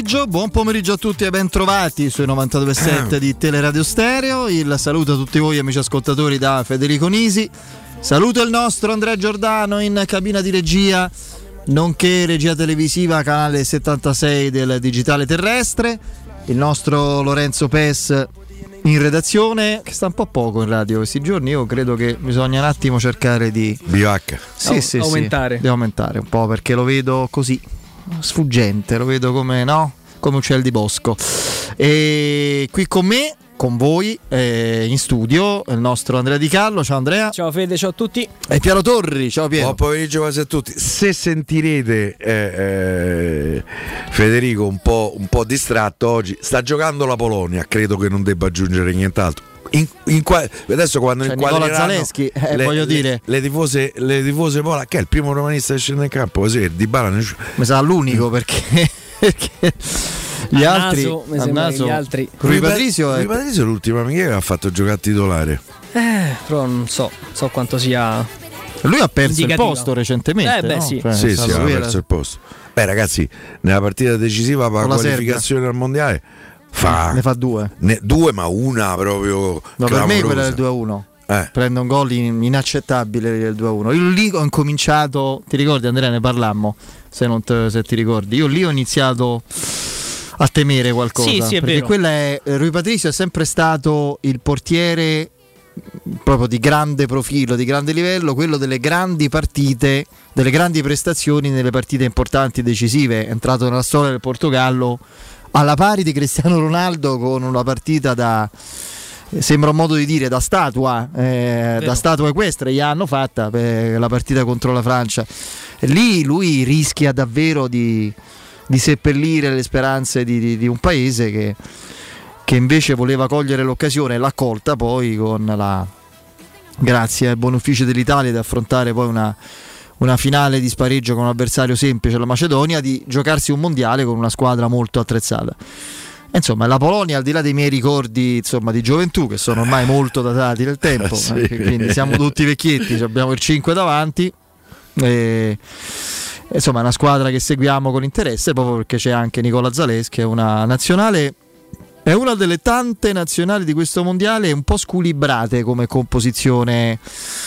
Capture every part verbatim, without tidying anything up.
pomeriggio, buon pomeriggio a tutti e ben trovati sui novantadue virgola sette di Teleradio Stereo. Il saluto a tutti voi amici ascoltatori da Federico Nisi. Saluto il nostro Andrea Giordano in cabina di regia, nonché regia televisiva canale settantasei del digitale terrestre. Il nostro Lorenzo Pes in redazione, che sta un po' poco in radio questi giorni. Io credo che bisogna un attimo cercare di Bivacca. Sì, Au- sì, aumentare. sì, devo aumentare un po' perché lo vedo così sfuggente, lo vedo come no, come uccel di bosco. E qui con me, con voi, eh, in studio il nostro Andrea Di Carlo. Ciao Andrea. Ciao Fede, ciao a tutti. E Piero Torri. Ciao Piero. Buon pomeriggio quasi a tutti. Se sentirete eh, eh, Federico un po', un po' distratto oggi, sta giocando la Polonia, credo che non debba aggiungere nient'altro. In, in qua, adesso quando cioè, Nicola Zaleschi, eh, le, voglio le, dire le tifose, le tifose Pola, che è il primo romanista che scende in campo, sì, Di Bala ne... mi sa l'unico perché, perché gli a altri, naso, mi a sembra naso, che gli altri. Rui Patrizio è... Rui Patrizio è l'ultima amica che ha fatto giocare titolare. Eh, però non so, so quanto sia. Lui ha perso indicativa. il posto recentemente. Eh, beh, no? sì. Cioè, Sì, sì, ha lui era... perso il posto. Beh, ragazzi, nella partita decisiva per la Con la qualificazione al mondiale fa, ne fa due. ne, due, ma una proprio. No, per me clamorosa. quella del due a uno. Eh. Prende un gol in- inaccettabile del due a uno. Io lì ho incominciato, ti ricordi Andrea, ne parlammo, se, non te, se ti ricordi. Io lì ho iniziato a temere qualcosa. Sì, sì, è perché vero. quella è Rui Patrizio è sempre stato il portiere proprio di grande profilo, di grande livello, quello delle grandi partite, delle grandi prestazioni nelle partite importanti, decisive. È entrato nella storia del Portogallo alla pari di Cristiano Ronaldo con una partita da, sembra un modo di dire, da statua, eh, da statua equestre gli hanno fatta per la partita contro la Francia. E lì lui rischia davvero di, di seppellire le speranze di, di, di un paese che, che invece voleva cogliere l'occasione e l'ha colta poi con la, grazie ai buoni uffici dell'Italia, di affrontare poi una una finale di spareggio con un avversario semplice, la Macedonia, di giocarsi un mondiale con una squadra molto attrezzata. E insomma, la Polonia, al di là dei miei ricordi insomma di gioventù, che sono ormai molto datati nel tempo, Sì. eh, quindi siamo tutti vecchietti, abbiamo il cinque davanti, e, insomma è una squadra che seguiamo con interesse proprio perché c'è anche Nicola Zaleschi, che è una nazionale, è una delle tante nazionali di questo mondiale un po' squilibrate come composizione.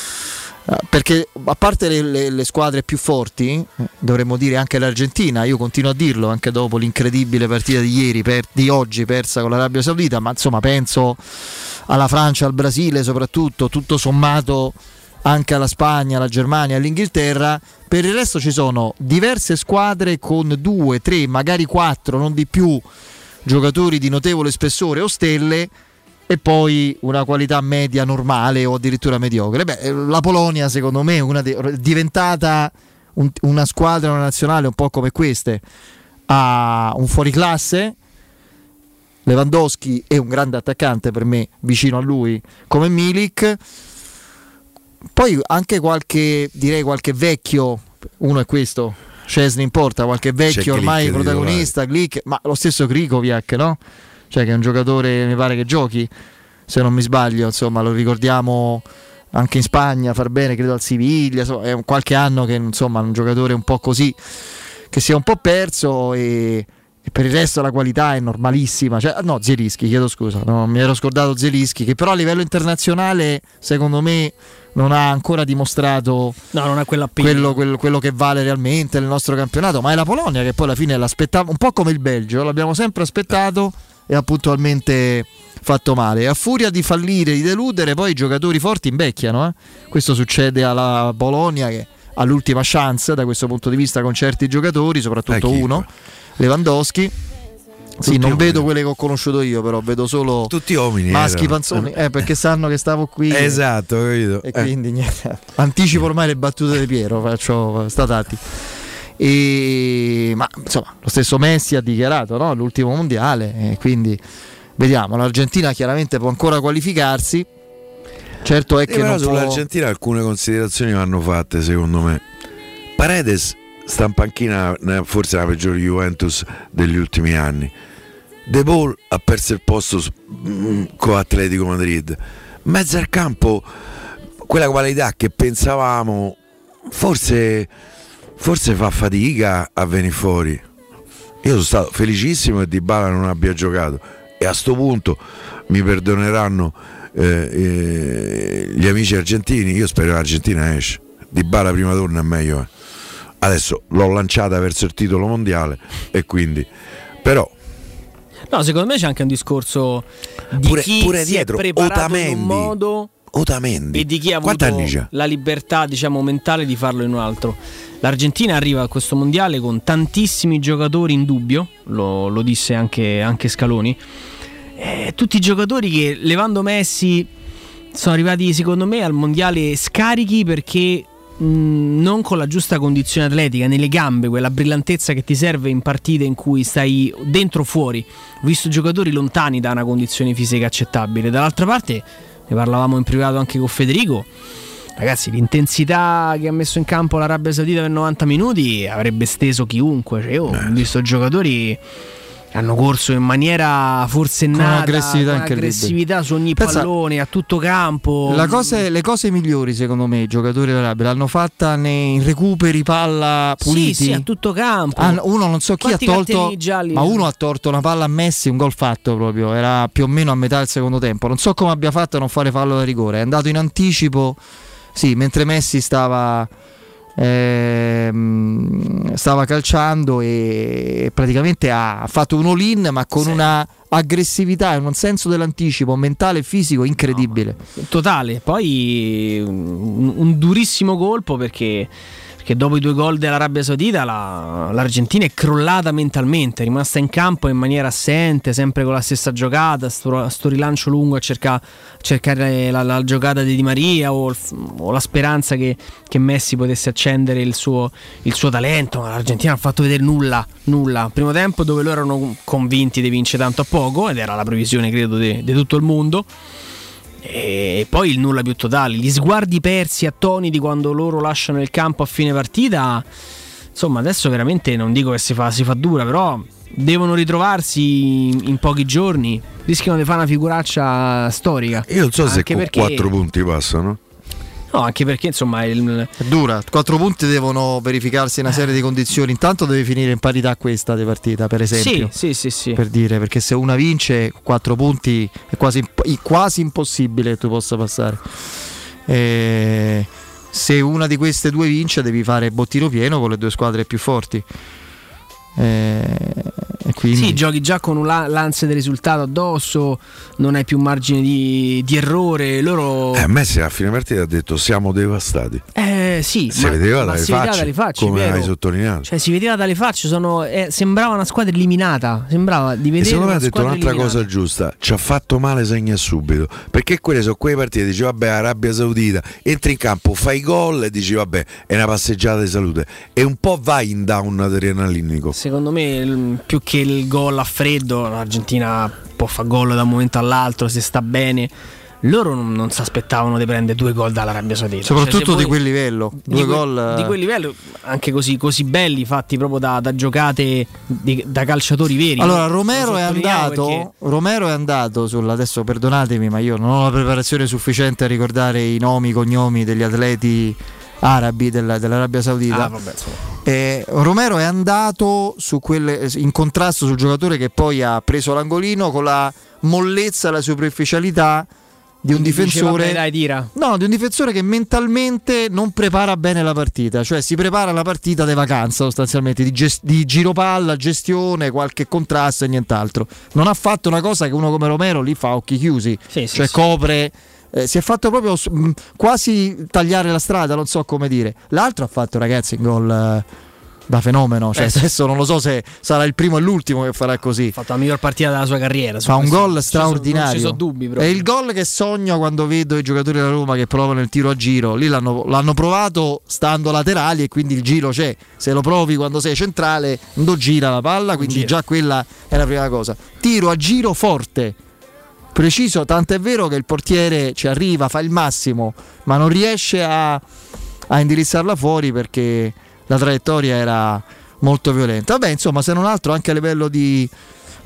Perché a parte le, le, le squadre più forti, dovremmo dire anche l'Argentina, io continuo a dirlo anche dopo l'incredibile partita di ieri, per, di oggi persa con l'Arabia Saudita, ma insomma penso alla Francia, al Brasile soprattutto, tutto sommato anche alla Spagna, alla Germania, all'Inghilterra. Per il resto ci sono diverse squadre con due, tre, magari quattro, non di più, giocatori di notevole spessore o stelle, e poi una qualità media normale o addirittura mediocre. Beh, la Polonia secondo me è una de- è diventata un, una squadra, una nazionale un po' come queste, ha un fuoriclasse, Lewandowski è un grande attaccante per me, vicino a lui come Milik, poi anche qualche, direi qualche vecchio, uno è questo, Szczesny in porta, qualche vecchio ormai Glick protagonista, Glick, ma lo stesso Krychowiak, no? Cioè che è un giocatore, mi pare che giochi, se non mi sbaglio, insomma lo ricordiamo anche in Spagna, far bene credo al Siviglia, insomma, è un qualche anno che insomma è un giocatore un po' così, che si è un po' perso, e, e per il resto la qualità è normalissima, cioè, no, Zielinski, chiedo scusa, no, mi ero scordato Zielinski, che però a livello internazionale secondo me non ha ancora dimostrato No, non ha quell'appello. quello, quello, quello che vale realmente nel nostro campionato, ma è la Polonia che poi alla fine l'aspettava, un po' come il Belgio, l'abbiamo sempre aspettato e ha puntualmente fatto male. A furia di fallire, di deludere, poi i giocatori forti invecchiano, eh? Questo succede alla Polonia, che ha l'ultima chance da questo punto di vista con certi giocatori, soprattutto Eh, uno, Lewandowski. Sì, non uomini. vedo quelle che ho conosciuto io, però vedo solo Tutti uomini maschi erano. panzoni, eh, perché sanno che stavo qui. Esatto, capito? E Eh. quindi niente. Anticipo ormai le battute di Piero, faccio statati. E, ma insomma lo stesso Messi ha dichiarato, no? L'ultimo mondiale, e quindi vediamo. L'Argentina chiaramente può ancora qualificarsi, certo è Eh, che però non sull'Argentina può... alcune considerazioni vanno fatte secondo me. Paredes sta in panchina, forse la peggiore Juventus degli ultimi anni. De Paul ha perso il posto con Atletico Madrid. Mezzo al campo, quella qualità che pensavamo, forse forse fa fatica a venire fuori. Io sono stato felicissimo che Dybala non abbia giocato, e a sto punto mi perdoneranno eh, eh, gli amici argentini, io spero che l'Argentina esce. Dybala prima turno è meglio, eh. Adesso l'ho lanciata verso il titolo mondiale e quindi però no, secondo me c'è anche un discorso di pure, chi pure si dietro, è preparato Otamendi, in un modo Otamendi. e di chi ha avuto la libertà, diciamo, mentale di farlo in un altro. L'Argentina arriva a questo mondiale con tantissimi giocatori in dubbio, lo, lo disse anche, anche Scaloni, eh, tutti i giocatori che, levando Messi, sono arrivati secondo me al mondiale scarichi perché mh, non con la giusta condizione atletica, nelle gambe, quella brillantezza che ti serve in partite in cui stai dentro o fuori. Ho visto giocatori lontani da una condizione fisica accettabile. Dall'altra parte, ne parlavamo in privato anche con Federico, ragazzi, l'intensità che ha messo in campo l'Arabia Saudita per novanta minuti avrebbe steso chiunque. Cioè, io ho visto giocatori hanno corso in maniera forsennata, con aggressività, con aggressività su ogni Pensa, pallone, a tutto campo. La cose, le cose migliori secondo me i giocatori dell'Arabia l'hanno fatta nei recuperi palla puliti. Sì, sì, a tutto campo. Ah, uno non so chi Quanti ha tolto, cartellini gialli? ma uno ha tolto una palla a Messi, un gol fatto proprio, era più o meno a metà del secondo tempo. Non so come abbia fatto a non fare fallo da rigore, è andato in anticipo, sì, mentre Messi stava ehm, stava calciando e praticamente ha fatto un all-in, ma con sì. una aggressività e un senso dell'anticipo mentale e fisico incredibile. No, totale. Poi un, un durissimo colpo perché perché dopo i due gol dell'Arabia Saudita la, l'Argentina è crollata mentalmente, è rimasta in campo in maniera assente, sempre con la stessa giocata, sto, sto rilancio lungo a cercare, cercare la, la giocata di Di Maria o, o la speranza che, che Messi potesse accendere il suo, il suo talento. Ma l'Argentina ha fatto vedere nulla, nulla. Primo tempo dove loro erano convinti di vincere tanto a poco, ed era la previsione credo di, di tutto il mondo. E poi il nulla più totale, gli sguardi persi, attoniti quando loro lasciano il campo a fine partita. Insomma, adesso veramente non dico che si fa, si fa dura, però devono ritrovarsi in, in pochi giorni, rischiano di fare una figuraccia storica. Io non so anche se con perché... quattro punti passano. No, anche perché insomma il... è dura, quattro punti devono verificarsi una serie di condizioni. Intanto deve finire in parità questa di partita, per esempio. Sì, sì, sì, sì. Per dire, perché se una vince quattro punti è quasi, quasi impossibile che tu possa passare. E se una di queste due vince devi fare bottino pieno con le due squadre più forti. E, e quindi... Sì, giochi già con un lance del risultato addosso, non hai più margine di, di errore. Loro eh, Messi a fine partita ha detto siamo devastati. Eh sì, si ma, vedeva ma dalle si facce, vedeva dalle facce, come vero? hai sottolineato. Cioè si vedeva dalle facce, sono, eh, sembrava una squadra eliminata, sembrava di vedere. E secondo me una ha detto un'altra eliminata. cosa giusta, ci ha fatto male segna subito, perché quelle sono quelle partite, dici vabbè Arabia Saudita, entri in campo, fai gol e dici vabbè è una passeggiata di salute, e un po' vai in down adrenalinico. Secondo me più che il gol a freddo, l'Argentina può fare gol da un momento all'altro se sta bene. Loro non, non si aspettavano di prendere due gol dall'Arabia Saudita, soprattutto cioè, di voi, quel livello, due di, que, gol di quel livello anche così, così belli, fatti proprio da, da giocate di, da calciatori veri. Allora Romero è andato perché... Romero è andato sulla, adesso perdonatemi ma io non ho la preparazione sufficiente a ricordare i nomi, i cognomi degli atleti arabi della, dell'Arabia Saudita. Ah, vabbè, eh, Romero è andato su quelle, in contrasto sul giocatore che poi ha preso l'angolino con la mollezza e la superficialità di un difensore. Dice, vabbè, dai, tira. No, di un difensore che mentalmente non prepara bene la partita, cioè si prepara la partita di vacanza sostanzialmente, di, gest- di giro palla, gestione, qualche contrasto e nient'altro. Non ha fatto una cosa che uno come Romero lì fa a occhi chiusi, sì, sì, cioè sì. copre. Eh, si è fatto proprio mh, quasi tagliare la strada, non so come dire. L'altro ha fatto, ragazzi, un gol eh, da fenomeno. Cioè, eh, adesso non lo so se sarà il primo e l'ultimo che farà così. Ha fatto la miglior partita della sua carriera. Fa un gol straordinario. Non ci sono dubbi. È il gol che sogno quando vedo i giocatori della Roma che provano il tiro a giro. Lì l'hanno, l'hanno provato stando laterali e quindi il giro c'è. Se lo provi quando sei centrale, non gira la palla. Quindi già quella è la prima cosa. Tiro a giro forte, preciso, tanto è vero che il portiere ci arriva, fa il massimo, ma non riesce a, a indirizzarla fuori perché la traiettoria era molto violenta. Vabbè, insomma, se non altro anche a livello di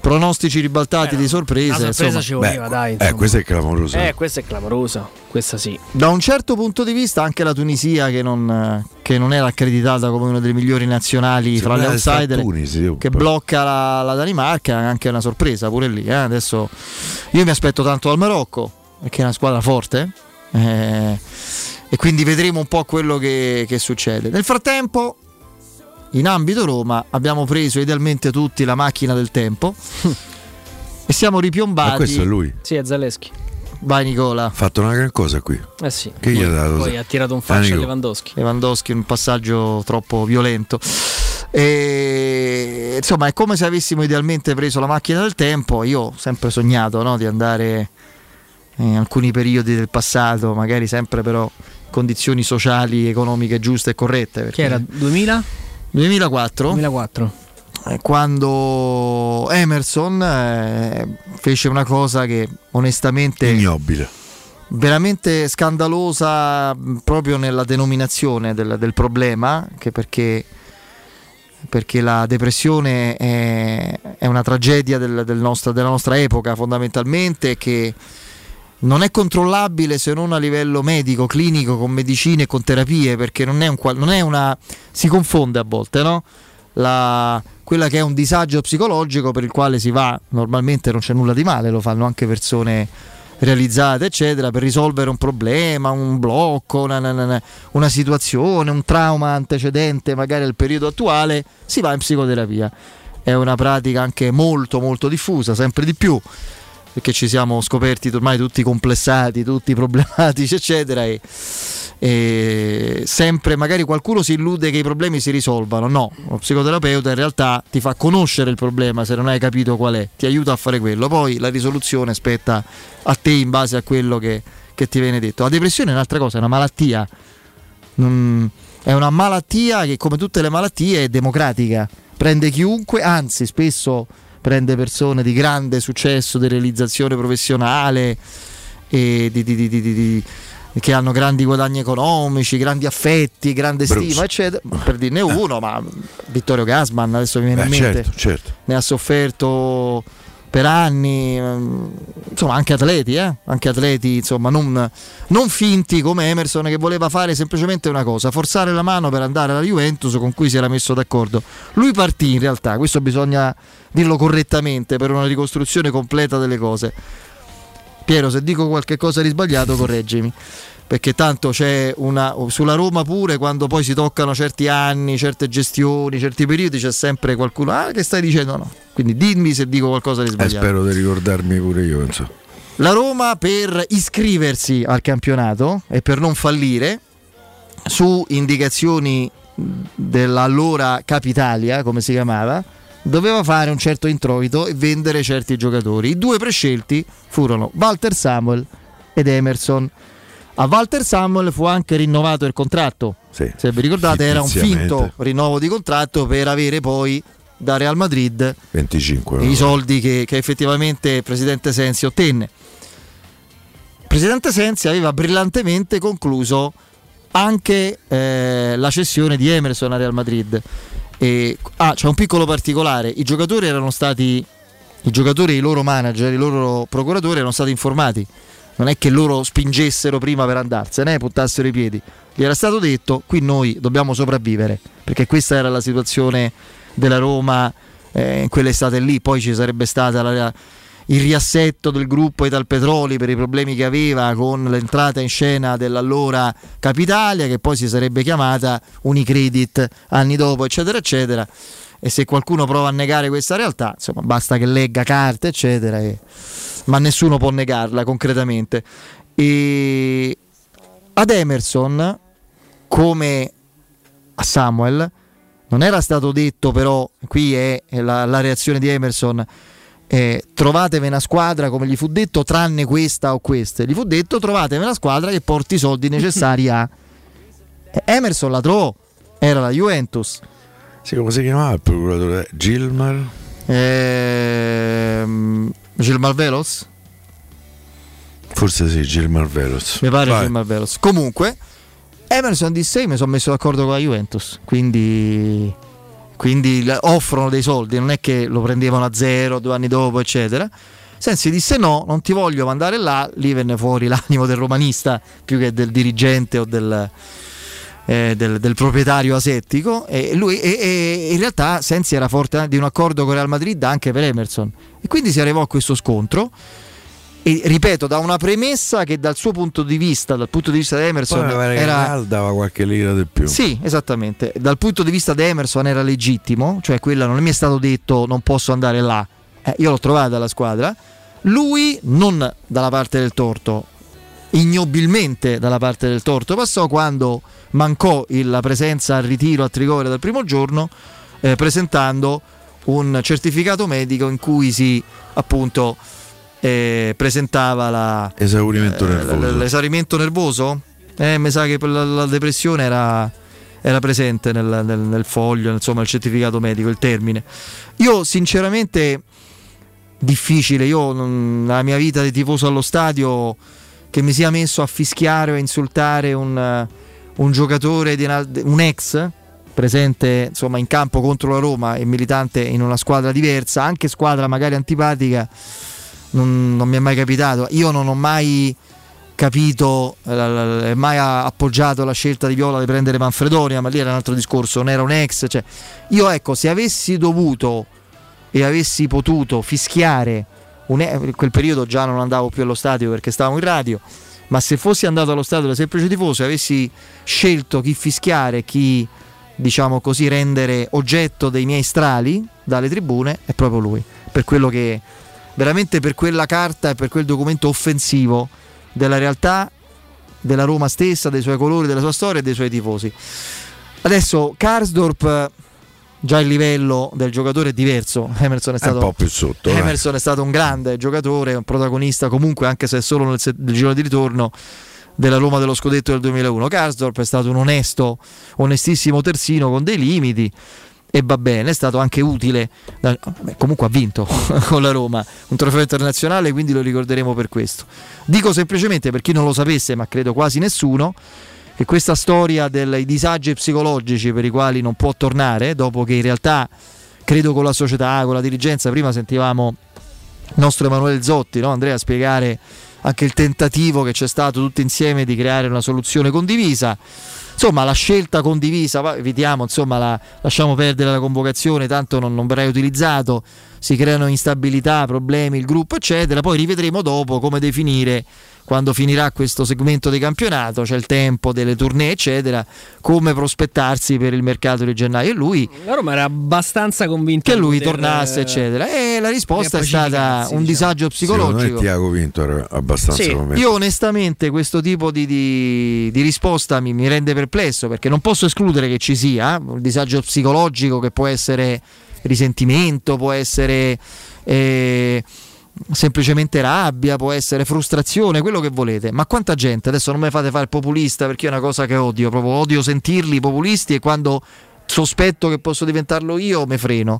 pronostici ribaltati eh, di sorprese. La sorpresa insomma. ci voleva, Beh, dai. Eh, questo è clamoroso. Eh, questo è clamoroso. Questa sì. Da un certo punto di vista anche la Tunisia, che non, che non era accreditata come una delle migliori nazionali fra le outsider, Tunisi, che blocca la, la Danimarca, è anche una sorpresa pure lì. Eh. Adesso io mi aspetto tanto al Marocco, perché è una squadra forte, eh, e quindi vedremo un po' quello che, che succede. Nel frattempo, in ambito Roma, abbiamo preso idealmente tutti la macchina del tempo e siamo ripiombati. Ma questo è lui? Sì, è Zaleschi. Vai Nicola. Ha fatto una gran cosa qui. Eh sì. Che gli ha dato? Poi ha tirato un fascio Ah, a Lewandowski. Lewandowski in un passaggio troppo violento. E, insomma, è come se avessimo idealmente preso la macchina del tempo. Io ho sempre sognato, no, di andare in alcuni periodi del passato, magari sempre però condizioni sociali, economiche giuste e corrette. Che era duemila? duemilaquattro duemilaquattro quando Emerson eh, fece una cosa che onestamente ignobile, veramente scandalosa proprio nella denominazione del, del problema, che perché, perché la depressione è, è una tragedia del, del nostro, della nostra epoca fondamentalmente, che non è controllabile se non a livello medico, clinico, con medicine e con terapie, perché non è, un, non è una... si confonde a volte, no? La, quella che è un disagio psicologico per il quale si va, normalmente non c'è nulla di male, lo fanno anche persone realizzate eccetera, per risolvere un problema, un blocco, una, una, una situazione, un trauma antecedente magari al periodo attuale, si va in psicoterapia. È una pratica anche molto molto diffusa, sempre di più, perché ci siamo scoperti ormai tutti complessati, tutti problematici eccetera, e, e sempre magari qualcuno si illude che i problemi si risolvano. No, lo psicoterapeuta in realtà ti fa conoscere il problema, se non hai capito qual è, ti aiuta a fare quello, poi la risoluzione spetta a te in base a quello che, che ti viene detto. La depressione è un'altra cosa, è una malattia, non, è una malattia che come tutte le malattie è democratica, prende chiunque, anzi spesso prende persone di grande successo, di realizzazione professionale e di, di, di, di, di, che hanno grandi guadagni economici, grandi affetti, grande Bruce. stima eccetera, per dirne uno, ma Vittorio Gassman adesso mi viene eh, in mente, certo, certo. ne ha sofferto per anni, insomma anche atleti, eh? anche atleti insomma non, non finti come Emerson, che voleva fare semplicemente una cosa, forzare la mano per andare alla Juventus, con cui si era messo d'accordo. Lui partì in realtà, questo bisogna dirlo correttamente per una ricostruzione completa delle cose. Piero, se dico qualche cosa di sbagliato correggimi, perché tanto c'è una sulla Roma pure, quando poi si toccano certi anni, certe gestioni, certi periodi, c'è sempre qualcuno ah, che stai dicendo no, quindi dimmi se dico qualcosa di sbagliato. Eh, spero di ricordarmi pure io, insomma. La Roma, per iscriversi al campionato e per non fallire, su indicazioni dell'allora Capitalia, come si chiamava, doveva fare un certo introito e vendere certi giocatori. I due prescelti furono Walter Samuel ed Emerson. A Walter Samuel fu anche rinnovato il contratto, sì, se vi ricordate era un finto rinnovo di contratto per avere poi da Real Madrid venticinque i soldi che, che effettivamente il presidente Sensi ottenne. Il presidente Sensi aveva brillantemente concluso anche eh, la cessione di Emerson a Real Madrid. E, ah, c'è un piccolo particolare: i giocatori erano stati, i giocatori e i loro manager, i loro procuratori erano stati informati. Non è che loro spingessero prima per andarsene, eh, puttassero i piedi. Gli era stato detto: qui noi dobbiamo sopravvivere, perché questa era la situazione della Roma eh, in quell'estate lì. Poi ci sarebbe stata la, il riassetto del gruppo Italpetroli per i problemi che aveva con l'entrata in scena dell'allora Capitalia, che poi si sarebbe chiamata Unicredit anni dopo, eccetera eccetera. E se qualcuno prova a negare questa realtà, insomma, basta che legga carte eccetera, e... ma nessuno può negarla concretamente. E ad Emerson, come a Samuel, non era stato detto, però qui è la, la reazione di Emerson, eh, trovatevi una squadra, come gli fu detto, tranne questa o queste. Gli fu detto: trovatevi una squadra che porti i soldi necessari a... Emerson la trovò, era la Juventus. Sì, come si chiamava il procuratore? Gilmar? Ehm... Gilmar Velos? Forse sì, Gilmar Velos. Mi pare Gilmar Velos. Comunque Emerson disse: io mi sono messo d'accordo con la Juventus, quindi quindi offrono dei soldi, non è che lo prendevano a zero due anni dopo eccetera. Sensi disse no, non ti voglio mandare là. Lì venne fuori l'animo del romanista più che del dirigente o del, eh, del, del proprietario asettico, e lui e, e in realtà Sensi era forte di un accordo con Real Madrid anche per Emerson, e quindi si arrivò a questo scontro. E ripeto, da una premessa che dal suo punto di vista, dal punto di vista di Emerson, poi era Real dava qualche lira di più. Sì, esattamente. Dal punto di vista di Emerson era legittimo, cioè quella non mi è stato detto non posso andare là. Eh, io l'ho trovata la squadra. Lui non dalla parte del torto, ignobilmente dalla parte del torto passò quando mancò il, la presenza al ritiro a Trigoria dal primo giorno, eh, presentando un certificato medico in cui si appunto Eh, presentava la, esaurimento eh, nervoso. l'esaurimento nervoso. Eh, mi sa che la, la depressione era, era presente nel, nel, nel foglio, insomma, il certificato medico, il termine. Io sinceramente difficile, io non, nella mia vita di tifoso allo stadio che mi sia messo a fischiare o a insultare un, un giocatore di una, un ex presente insomma in campo contro la Roma e militante in una squadra diversa, anche squadra magari antipatica. Non, non mi è mai capitato. Io non ho mai capito, eh, mai appoggiato la scelta di Viola di prendere Manfredonia, ma lì era un altro discorso, non era un ex. Cioè, io ecco, se avessi dovuto e avessi potuto fischiare, un, in quel periodo già non andavo più allo stadio perché stavamo in radio, ma se fossi andato allo stadio da semplice tifoso e avessi scelto chi fischiare, chi diciamo così rendere oggetto dei miei strali dalle tribune, è proprio lui, per quello che veramente, per quella carta e per quel documento offensivo della realtà della Roma stessa, dei suoi colori, della sua storia e dei suoi tifosi. Adesso Karsdorp, già il livello del giocatore è diverso. Emerson è stato, è un po' più sotto, Emerson eh. è stato un grande giocatore, un protagonista comunque, anche se è solo nel, nel giro di ritorno della Roma dello scudetto del duemilauno. Karsdorp è stato un onesto, onestissimo terzino con dei limiti, e va bene, è stato anche utile. Beh, comunque ha vinto con la Roma un trofeo internazionale, quindi lo ricorderemo per questo. Dico semplicemente, per chi non lo sapesse, ma credo quasi nessuno, che questa storia dei disagi psicologici per i quali non può tornare, dopo che in realtà credo con la società, con la dirigenza, prima sentivamo il nostro Emanuele Zotti, no? Andrea, a spiegare anche il tentativo che c'è stato tutti insieme di creare una soluzione condivisa. Insomma, la scelta condivisa, evitiamo, insomma, la, lasciamo perdere la convocazione, tanto non, non verrà utilizzato, si creano instabilità, problemi, il gruppo eccetera. Poi rivedremo dopo come definire, quando finirà questo segmento di campionato, c'è il tempo delle tournée eccetera, come prospettarsi per il mercato di gennaio. E lui, la Roma era abbastanza convinto che lui poter, tornasse eccetera, e la risposta è stata un diciamo. disagio psicologico. Secondo me Tiago Pinto era abbastanza sì, convinto. Io onestamente questo tipo di, di, di risposta mi, mi rende perplesso, perché non posso escludere che ci sia un disagio psicologico, che può essere risentimento, può essere eh, semplicemente rabbia, può essere frustrazione, quello che volete. Ma quanta gente, adesso non mi fate fare populista, perché è una cosa che odio, proprio odio sentirli populisti, e quando sospetto che posso diventarlo io mi freno.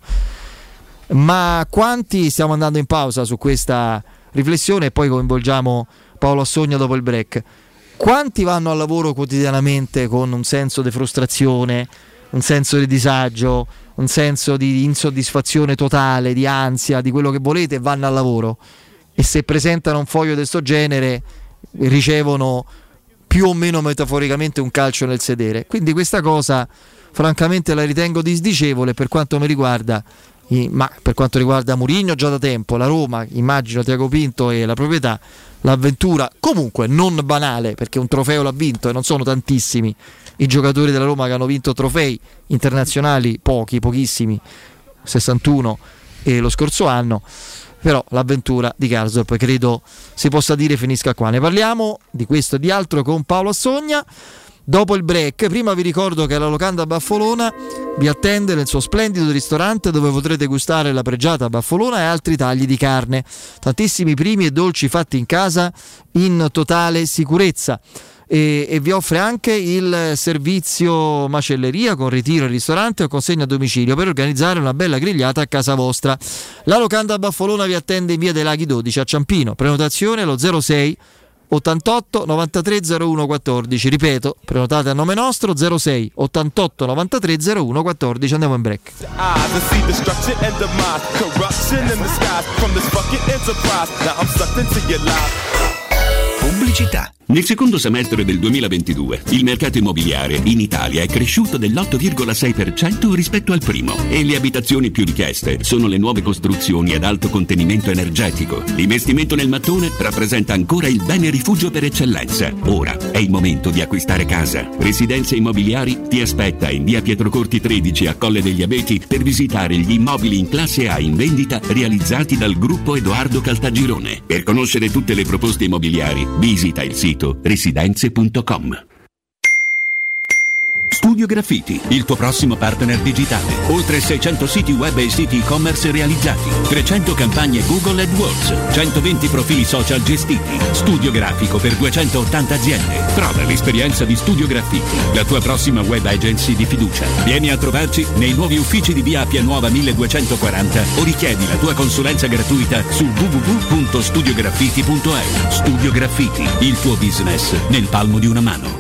Ma quanti, stiamo andando in pausa su questa riflessione e poi coinvolgiamo Paolo Assogna dopo il break, quanti vanno al lavoro quotidianamente con un senso di frustrazione, un senso di disagio, un senso di insoddisfazione totale, di ansia, di quello che volete, e vanno al lavoro, e se presentano un foglio di questo genere ricevono più o meno metaforicamente un calcio nel sedere. Quindi questa cosa francamente la ritengo disdicevole per quanto mi riguarda, ma per quanto riguarda Mourinho già da tempo, la Roma, immagino Tiago Pinto e la proprietà, l'avventura comunque non banale, perché un trofeo l'ha vinto e non sono tantissimi i giocatori della Roma che hanno vinto trofei internazionali, pochi, pochissimi, sessantuno e lo scorso anno, però l'avventura di Karsdorp credo si possa dire finisca qua. Ne parliamo di questo e di altro con Paolo Assogna dopo il break. Prima vi ricordo che la Locanda Baffolona vi attende nel suo splendido ristorante, dove potrete gustare la pregiata baffolona e altri tagli di carne, tantissimi primi e dolci fatti in casa in totale sicurezza. E, e vi offre anche il servizio macelleria con ritiro al ristorante o consegna a domicilio per organizzare una bella grigliata a casa vostra. La Locanda Baffolona vi attende in via dei Laghi dodici a Ciampino. Prenotazione allo zero sei ottantotto novantatré zero uno quattordici. Ripeto, prenotate a nome nostro zero sei ottantotto novantatré zero uno quattordici. Andiamo in break. Pubblicità. Nel secondo semestre del duemilaventidue il mercato immobiliare in Italia è cresciuto dell'otto virgola sei per cento rispetto al primo e le abitazioni più richieste sono le nuove costruzioni ad alto contenimento energetico. L'investimento nel mattone rappresenta ancora il bene rifugio per eccellenza. Ora è il momento di acquistare casa. Residenze Immobiliari ti aspetta in via Pietrocorti tredici a Colle degli Abeti per visitare gli immobili in classe A in vendita realizzati dal gruppo Edoardo Caltagirone. Per conoscere tutte le proposte immobiliari visita il sito residenze punto com. Studio Graffiti, il tuo prossimo partner digitale. Oltre seicento siti web e siti e-commerce realizzati, trecento campagne Google AdWords, centoventi profili social gestiti, studio grafico per duecentottanta aziende. Prova l'esperienza di Studio Graffiti, la tua prossima web agency di fiducia. Vieni a trovarci nei nuovi uffici di via Appia Nuova milleduecentoquaranta o richiedi la tua consulenza gratuita su w w w punto studio graffiti punto e u. Studio Graffiti, il tuo business nel palmo di una mano.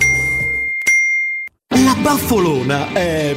La Baffolona è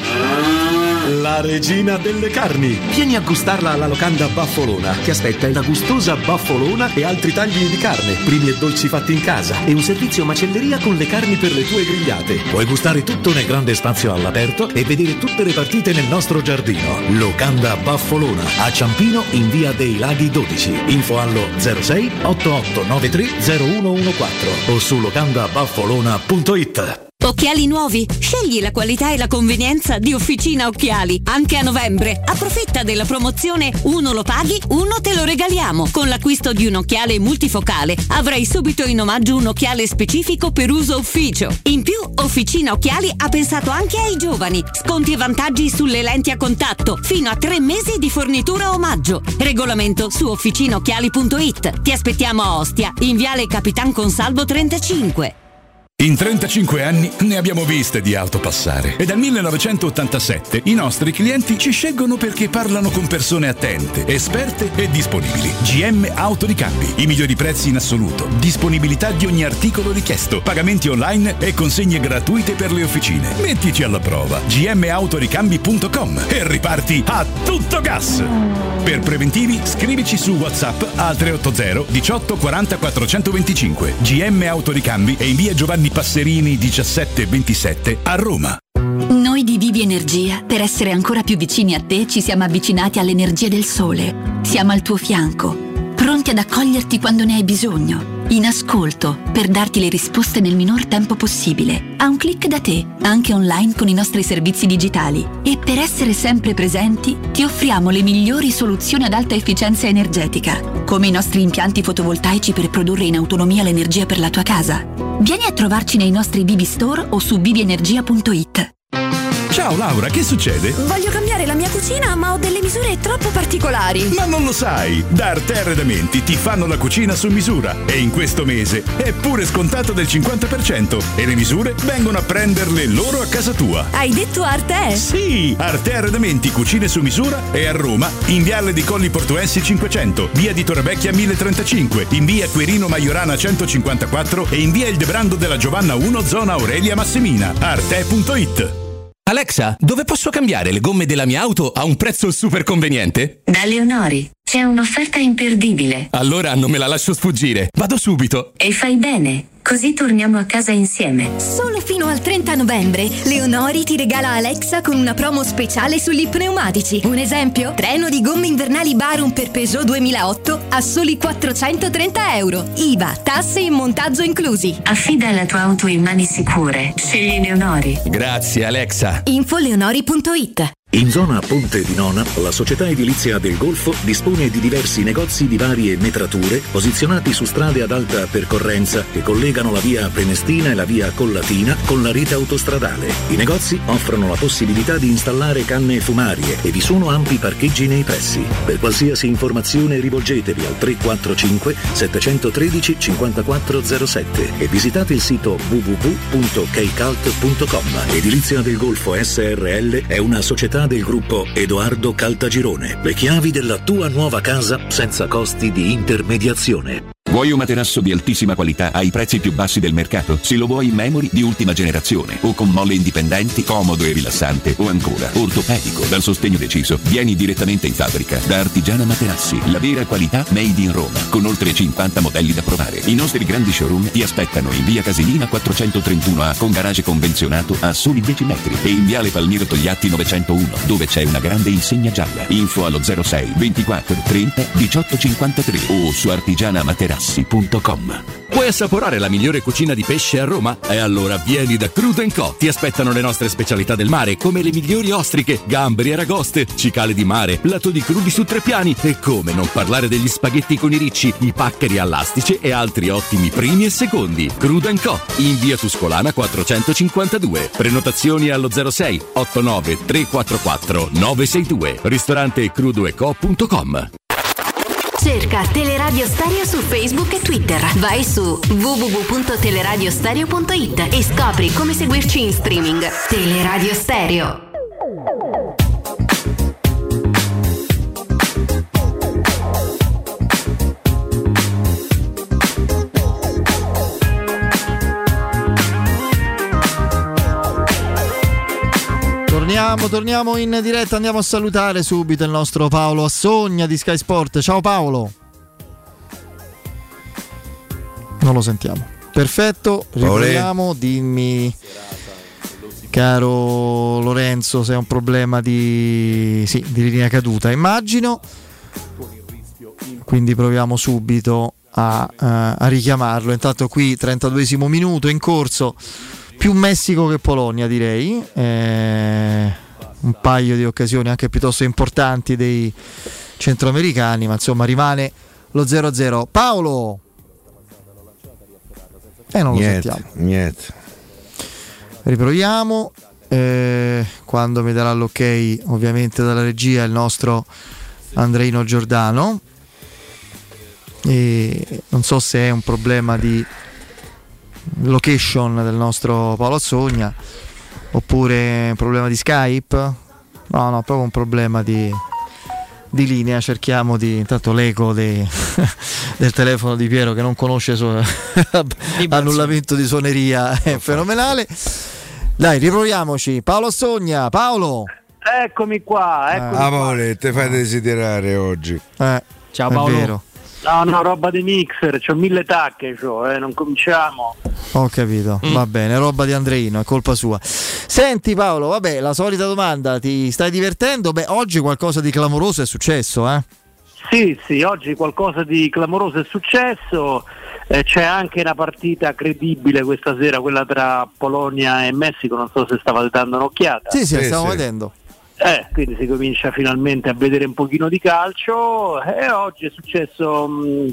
la regina delle carni. Vieni a gustarla alla locanda Baffolona. Ti aspetta una gustosa baffolona e altri tagli di carne, primi e dolci fatti in casa e un servizio macelleria con le carni per le tue grigliate. Puoi gustare tutto nel grande spazio all'aperto e vedere tutte le partite nel nostro giardino. Locanda Baffolona a Ciampino in via dei Laghi dodici. Info allo zero sei ottantotto novantatré zero uno quattordici o su locanda baffolona punto it. Occhiali nuovi? Scegli la qualità e la convenienza di Officina Occhiali. Anche a novembre. Approfitta della promozione uno lo paghi, uno te lo regaliamo. Con l'acquisto di un occhiale multifocale avrai subito in omaggio un occhiale specifico per uso ufficio. In più, Officina Occhiali ha pensato anche ai giovani. Sconti e vantaggi sulle lenti a contatto. Fino a tre mesi di fornitura omaggio. Regolamento su officina occhiali punto it. Ti aspettiamo a Ostia, in viale Capitan Consalvo trentacinque. In trentacinque anni ne abbiamo viste di auto passare e dal millenovecentottantasette i nostri clienti ci scelgono perché parlano con persone attente, esperte e disponibili. G M Autoricambi, i migliori prezzi in assoluto, disponibilità di ogni articolo richiesto, pagamenti online e consegne gratuite per le officine. Mettici alla prova g m autoricambi punto com e riparti a tutto gas. Per preventivi scrivici su WhatsApp al tre otto zero diciotto quaranta quattrocentoventicinque. G M Autoricambi è in via Giovanni Passerini diciassette ventisette a Roma. Noi di Vivi Energia, per essere ancora più vicini a te, ci siamo avvicinati all'energia del sole. Siamo al tuo fianco, pronti ad accoglierti quando ne hai bisogno, in ascolto per darti le risposte nel minor tempo possibile, a un click da te, anche online con i nostri servizi digitali. E per essere sempre presenti ti offriamo le migliori soluzioni ad alta efficienza energetica, come i nostri impianti fotovoltaici per produrre in autonomia l'energia per la tua casa. Vieni a trovarci nei nostri Vivi Store o su vivi energia punto it. Ciao Laura, che succede? Voglio cambiare la mia cucina, ma ho delle misure troppo particolari. Ma non lo sai! Da Arte Arredamenti ti fanno la cucina su misura e in questo mese è pure scontato del cinquanta per cento e le misure vengono a prenderle loro a casa tua. Hai detto Arte? Sì! Arte Arredamenti Cucine su misura è a Roma, in viale di Colli Portuensi cinquecento, via di Torrevecchia mille trentacinque, in via Quirino Maiorana centocinquantaquattro e in via Ildebrando della Giovanna uno, zona Aurelia Massimina. arte punto it. Alexa, dove posso cambiare le gomme della mia auto a un prezzo super conveniente? Da Leonori. C'è un'offerta imperdibile. Allora non me la lascio sfuggire. Vado subito. E fai bene. Così torniamo a casa insieme. Solo fino al trenta novembre, Leonori ti regala Alexa con una promo speciale sugli pneumatici. Un esempio? Treno di gomme invernali Barum per Peugeot duemilaotto a soli quattrocentotrenta euro. I V A, tasse e montaggio inclusi. Affida la tua auto in mani sicure. Scegli Leonori. Grazie Alexa. info leonori punto it. In zona Ponte di Nona, la società edilizia del Golfo dispone di diversi negozi di varie metrature posizionati su strade ad alta percorrenza che collegano la via Prenestina e la via Collatina con la rete autostradale. I negozi offrono la possibilità di installare canne fumarie e vi sono ampi parcheggi nei pressi. Per qualsiasi informazione rivolgetevi al tre quattro cinque sette uno tre cinque zero sette e visitate il sito w w w punto kcalt punto com. Edilizia del Golfo S R L è una società del gruppo Edoardo Caltagirone. Le chiavi della tua nuova casa senza costi di intermediazione. Vuoi un materasso di altissima qualità ai prezzi più bassi del mercato? Se lo vuoi in memory di ultima generazione o con molle indipendenti, comodo e rilassante, o ancora ortopedico dal sostegno deciso, vieni direttamente in fabbrica da Artigiana Materassi, la vera qualità made in Roma, con oltre cinquanta modelli da provare. I nostri grandi showroom ti aspettano in via Casilina quattrocentotrentuno A con garage convenzionato a soli dieci metri e in viale Palmiro Togliatti novecentouno dove c'è una grande insegna gialla. Info allo zero sei ventiquattro trenta diciotto cinquantatré o su artigiana materassi punto com. Vuoi assaporare la migliore cucina di pesce a Roma? E allora vieni da Crudo and Co. Ti aspettano le nostre specialità del mare, come le migliori ostriche, gamberi, aragoste, cicale di mare, platoni crudi su tre piani e come non parlare degli spaghetti con i ricci, i paccheri all'astice e altri ottimi primi e secondi. Crudo and Co. in via Tuscolana quattrocentocinquantadue. Prenotazioni allo zero sei ottantanove trequarantaquattro novantasei. Ristorante crudoeco punto com. Cerca Teleradio Stereo su Facebook e Twitter. Vai su w w w punto teleradiostereo punto i t e scopri come seguirci in streaming. Teleradio Stereo. Torniamo, torniamo in diretta, andiamo a salutare subito il nostro Paolo Assogna di Sky Sport. Ciao Paolo. Non lo sentiamo. Perfetto, riproviamo, dimmi caro Lorenzo se è un problema di, sì, di linea caduta, immagino. Quindi proviamo subito a, a, a richiamarlo. Intanto qui trentaduesimo minuto in corso. Più Messico che Polonia direi, eh, un paio di occasioni anche piuttosto importanti dei centroamericani, ma insomma rimane lo zero a zero. Paolo! Eh non lo niente, sentiamo. Niente. Riproviamo, eh, quando mi darà l'ok ovviamente dalla regia il nostro Andreino Giordano. E non so se è un problema di location del nostro Paolo Assogna oppure un problema di Skype. No, no, proprio un problema di, di linea. Cerchiamo di intanto l'eco dei, del telefono di Piero che non conosce su, annullamento di suoneria è fenomenale. Dai, riproviamoci. Paolo Assogna, Paolo. Eccomi qua, eccomi Amore, te fai desiderare oggi. Eh, ciao Paolo. È vero. No, no, roba di mixer, c'ho mille tacche, c'ho, eh, non cominciamo. Ho capito, mm. va bene, roba di Andreino, è colpa sua. Senti Paolo, vabbè, la solita domanda, ti stai divertendo? Beh, oggi qualcosa di clamoroso è successo, eh? Sì, sì, oggi qualcosa di clamoroso è successo, eh, c'è anche una partita credibile questa sera, quella tra Polonia e Messico, non so se stavate dando un'occhiata. Sì, sì, sì stiamo sì. vedendo. Eh, quindi si comincia finalmente a vedere un pochino di calcio e oggi è successo mh,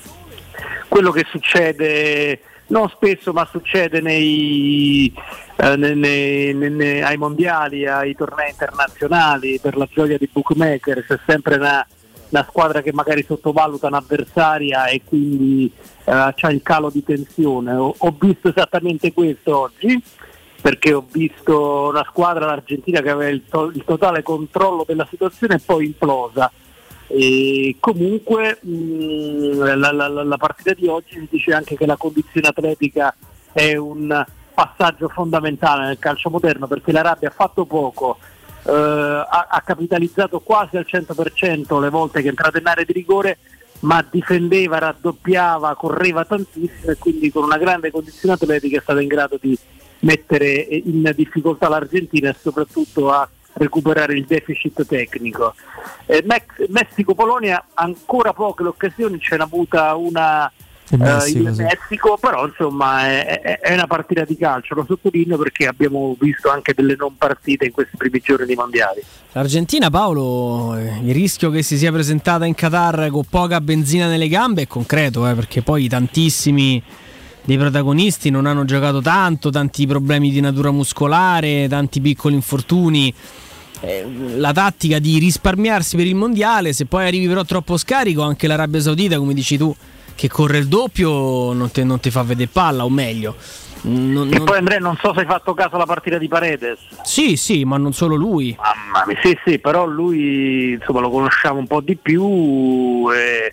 quello che succede non spesso ma succede nei, eh, nei, nei, nei, ai mondiali, ai tornei internazionali, per la gioia dei bookmaker. C'è sempre una, una squadra che magari sottovaluta un'avversaria e quindi eh, c'ha il calo di tensione. Ho, ho visto esattamente questo oggi, perché ho visto una squadra, l'Argentina, che aveva il, to- il totale controllo della situazione e poi implosa. E comunque mh, la, la, la partita di oggi si dice anche che la condizione atletica è un passaggio fondamentale nel calcio moderno, perché l'Arabia ha fatto poco, eh, ha, ha capitalizzato quasi al cento per cento le volte che è entrata in area di rigore, ma difendeva, raddoppiava, correva tantissimo e quindi con una grande condizione atletica è stata in grado di mettere in difficoltà l'Argentina e soprattutto a recuperare il deficit tecnico. Eh, Mex- Messico-Polonia ancora poche le occasioni, ce n'ha avuta una in Messico, uh, in sì. Messico, però insomma è, è una partita di calcio, lo sottolineo perché abbiamo visto anche delle non partite in questi primi giorni di mondiali. L'Argentina, Paolo, il rischio che si sia presentata in Qatar con poca benzina nelle gambe è concreto, eh, perché poi tantissimi dei protagonisti non hanno giocato tanto, tanti problemi di natura muscolare, tanti piccoli infortuni. Eh, la tattica di risparmiarsi per il mondiale, se poi arrivi però troppo scarico, anche l'Arabia Saudita, come dici tu, che corre il doppio, non ti non fa vedere palla, o meglio. Non, e non... poi Andrea, non so se hai fatto caso alla partita di Paredes. Sì, sì, ma non solo lui. Mamma mia, sì, sì, però lui insomma lo conosciamo un po' di più e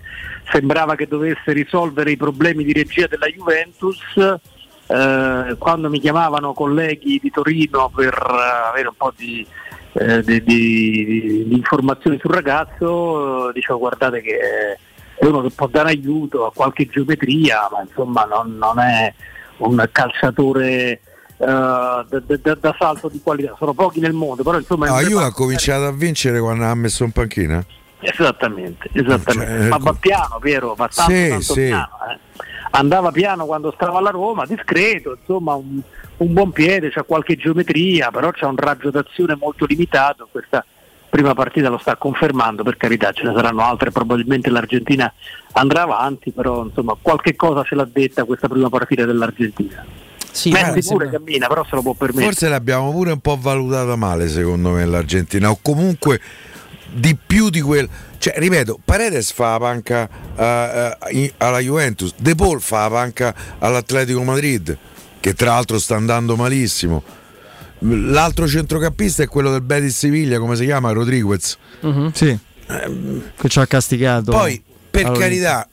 sembrava che dovesse risolvere i problemi di regia della Juventus. Eh, quando mi chiamavano colleghi di Torino per uh, avere un po' di, eh, di, di, di informazioni sul ragazzo, eh, dicevo guardate che è uno che può dare aiuto a qualche geometria, ma insomma non, non è un calciatore uh, da, da, da salto di qualità, sono pochi nel mondo, però insomma no, Juve ha cominciato a vincere quando ha messo in panchina. Esattamente, esattamente. Cioè, ma va piano, vero? Va tanto, sì, tanto sì. piano. Eh. Andava piano quando stava alla Roma, discreto, insomma un, un buon piede, c'ha qualche geometria, però c'ha un raggio d'azione molto limitato. Questa prima partita lo sta confermando, per carità, ce ne saranno altre, probabilmente l'Argentina andrà avanti, però insomma qualche cosa ce l'ha detta questa prima partita dell'Argentina. Sì, Messi eh, pure sembra... cammina, però se lo può permettere. Forse l'abbiamo pure un po' valutata male secondo me l'Argentina, o comunque di più di quel, cioè ripeto, Paredes fa la panca uh, uh, alla Juventus, De Paul fa la panca all'Atletico Madrid, che tra l'altro sta andando malissimo. L'altro centrocampista è quello del Betis Siviglia, come si chiama? Rodriguez. Uh-huh. Sì, eh, che ci ha castigato. Poi per allora, carità,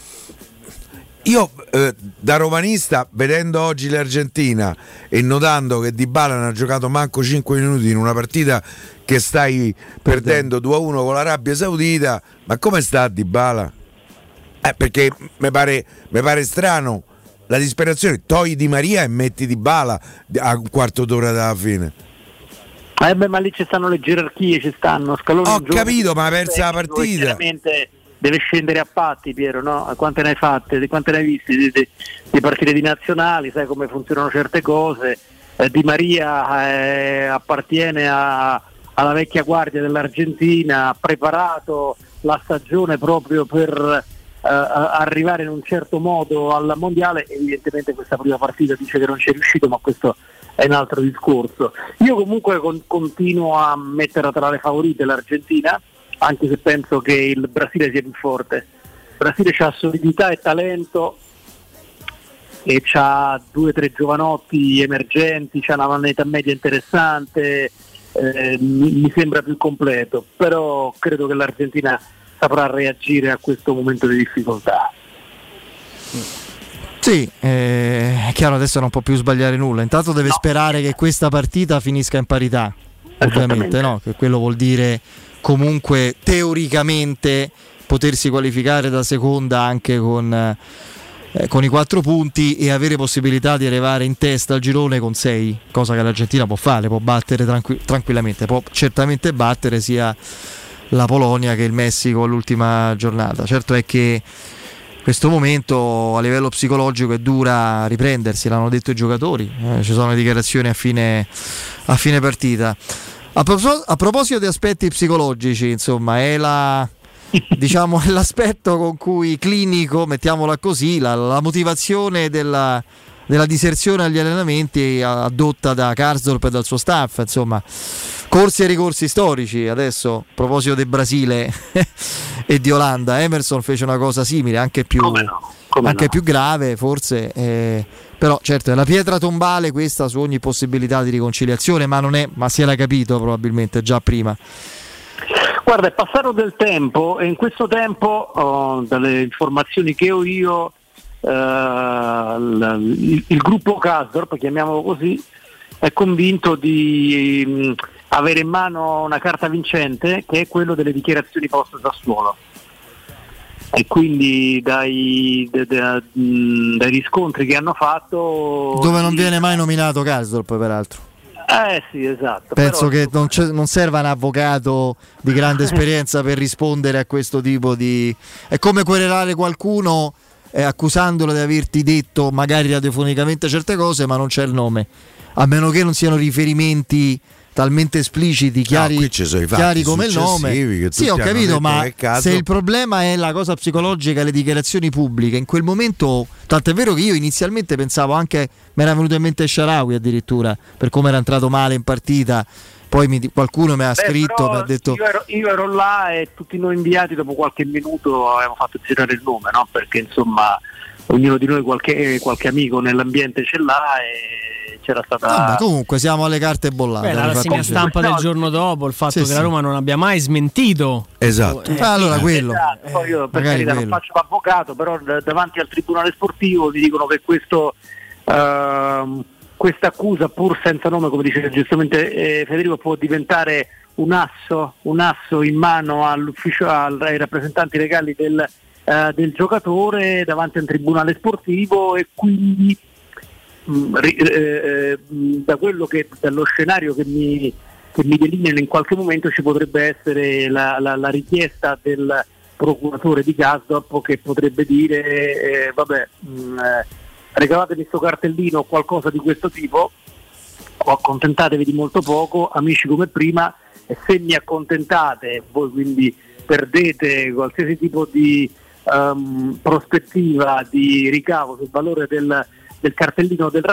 io eh, da romanista, vedendo oggi l'Argentina e notando che Dybala non ha giocato manco cinque minuti in una partita che stai perdendo due a uno con l'Arabia Saudita, ma come sta Dybala? Eh, perché mi pare, mi pare strano la disperazione, togli Di Maria e metti Dybala a un quarto d'ora dalla fine. Eh beh, ma lì ci stanno le gerarchie, ci stanno Scaloni. Ho capito, ma ha perso la partita. Chiaramente deve scendere a patti, Piero, no? Quante ne hai fatte, quante ne hai viste di, di, di partite di nazionali, sai come funzionano certe cose. Eh, Di Maria eh, appartiene a, alla vecchia guardia dell'Argentina, ha preparato la stagione proprio per Uh, arrivare in un certo modo al mondiale. Evidentemente questa prima partita dice che non ci è riuscito, ma questo è un altro discorso. Io comunque con, continuo a mettere tra le favorite l'Argentina, anche se penso che il Brasile sia più forte. Il Brasile ha solidità e talento e c'ha due o tre giovanotti emergenti, c'ha una manetta media interessante, eh, mi, mi sembra più completo, però credo che l'Argentina saprà reagire a questo momento di difficoltà. Sì, eh, è chiaro, adesso non può più sbagliare nulla. Intanto deve no. sperare che questa partita finisca in parità, ovviamente, no? Che quello vuol dire comunque teoricamente potersi qualificare da seconda anche con, eh, con i quattro punti e avere possibilità di arrivare in testa al girone con sei, cosa che l'Argentina può fare, può battere tranqu- tranquillamente, può certamente battere sia la Polonia che il Messico all'ultima giornata. Certo è che questo momento a livello psicologico è dura riprendersi, l'hanno detto i giocatori, eh, ci sono le dichiarazioni a fine, a fine partita. A, propos- a proposito di aspetti psicologici, insomma, è la diciamo è l'aspetto con cui clinico, mettiamola così, la, la motivazione della della diserzione agli allenamenti adotta da Karsdorp e dal suo staff, insomma, corsi e ricorsi storici. Adesso a proposito del Brasile e di Olanda, Emerson fece una cosa simile, anche più, come no, come anche no. più grave forse, eh, però certo è la pietra tombale questa su ogni possibilità di riconciliazione, ma non è, ma si era capito probabilmente già prima. Guarda, è passato del tempo e in questo tempo, oh, dalle informazioni che ho io, Uh, il, il, il gruppo Karsdorp, chiamiamolo così, è convinto di um, avere in mano una carta vincente, che è quello delle dichiarazioni post Sassuolo, e quindi dai, da, da, dai riscontri che hanno fatto, dove non viene mai nominato Karsdorp peraltro. Eh sì, esatto. Penso però, che non, non serva un avvocato di grande esperienza per rispondere a questo tipo di... È come querelare qualcuno Eh, accusandolo di averti detto magari radiofonicamente certe cose, ma non c'è il nome, a meno che non siano riferimenti talmente espliciti, chiari, no, chiari come il nome. Sì, ho capito, ma se il problema è la cosa psicologica, le dichiarazioni pubbliche, in quel momento, tanto è vero che io inizialmente pensavo anche, mi era venuto in mente Shaarawy addirittura, per come era entrato male in partita. Poi mi, qualcuno mi ha Beh, scritto, mi ha detto... Io ero, io ero là e tutti noi inviati dopo qualche minuto avevamo fatto girare il nome, no? Perché insomma ognuno di noi qualche, qualche amico nell'ambiente ce l'ha e c'era stata. Vabbè, comunque siamo alle carte bollate. Beh, la rassegna stampa del giorno dopo, il fatto Sì, che sì. la Roma non abbia mai smentito. Esatto. Eh, allora quello. Esatto. Poi io per Magari carità non quello. faccio l'avvocato, però d- davanti al tribunale sportivo mi dicono che questo ehm, questa accusa, pur senza nome, come dice giustamente eh, Federico, può diventare un asso, un asso in mano all'ufficio, al- ai rappresentanti legali del, eh, del giocatore davanti a un tribunale sportivo, e quindi mh, ri- eh, mh, da quello che dallo scenario che mi, che mi delineano in qualche momento ci potrebbe essere la, la, la richiesta del procuratore di Gasdorp, che potrebbe dire eh, vabbè mh, eh, regalatemi sto cartellino o qualcosa di questo tipo, o accontentatevi di molto poco, amici come prima, e se mi accontentate voi quindi perdete qualsiasi tipo di um, prospettiva di ricavo sul valore del, del cartellino del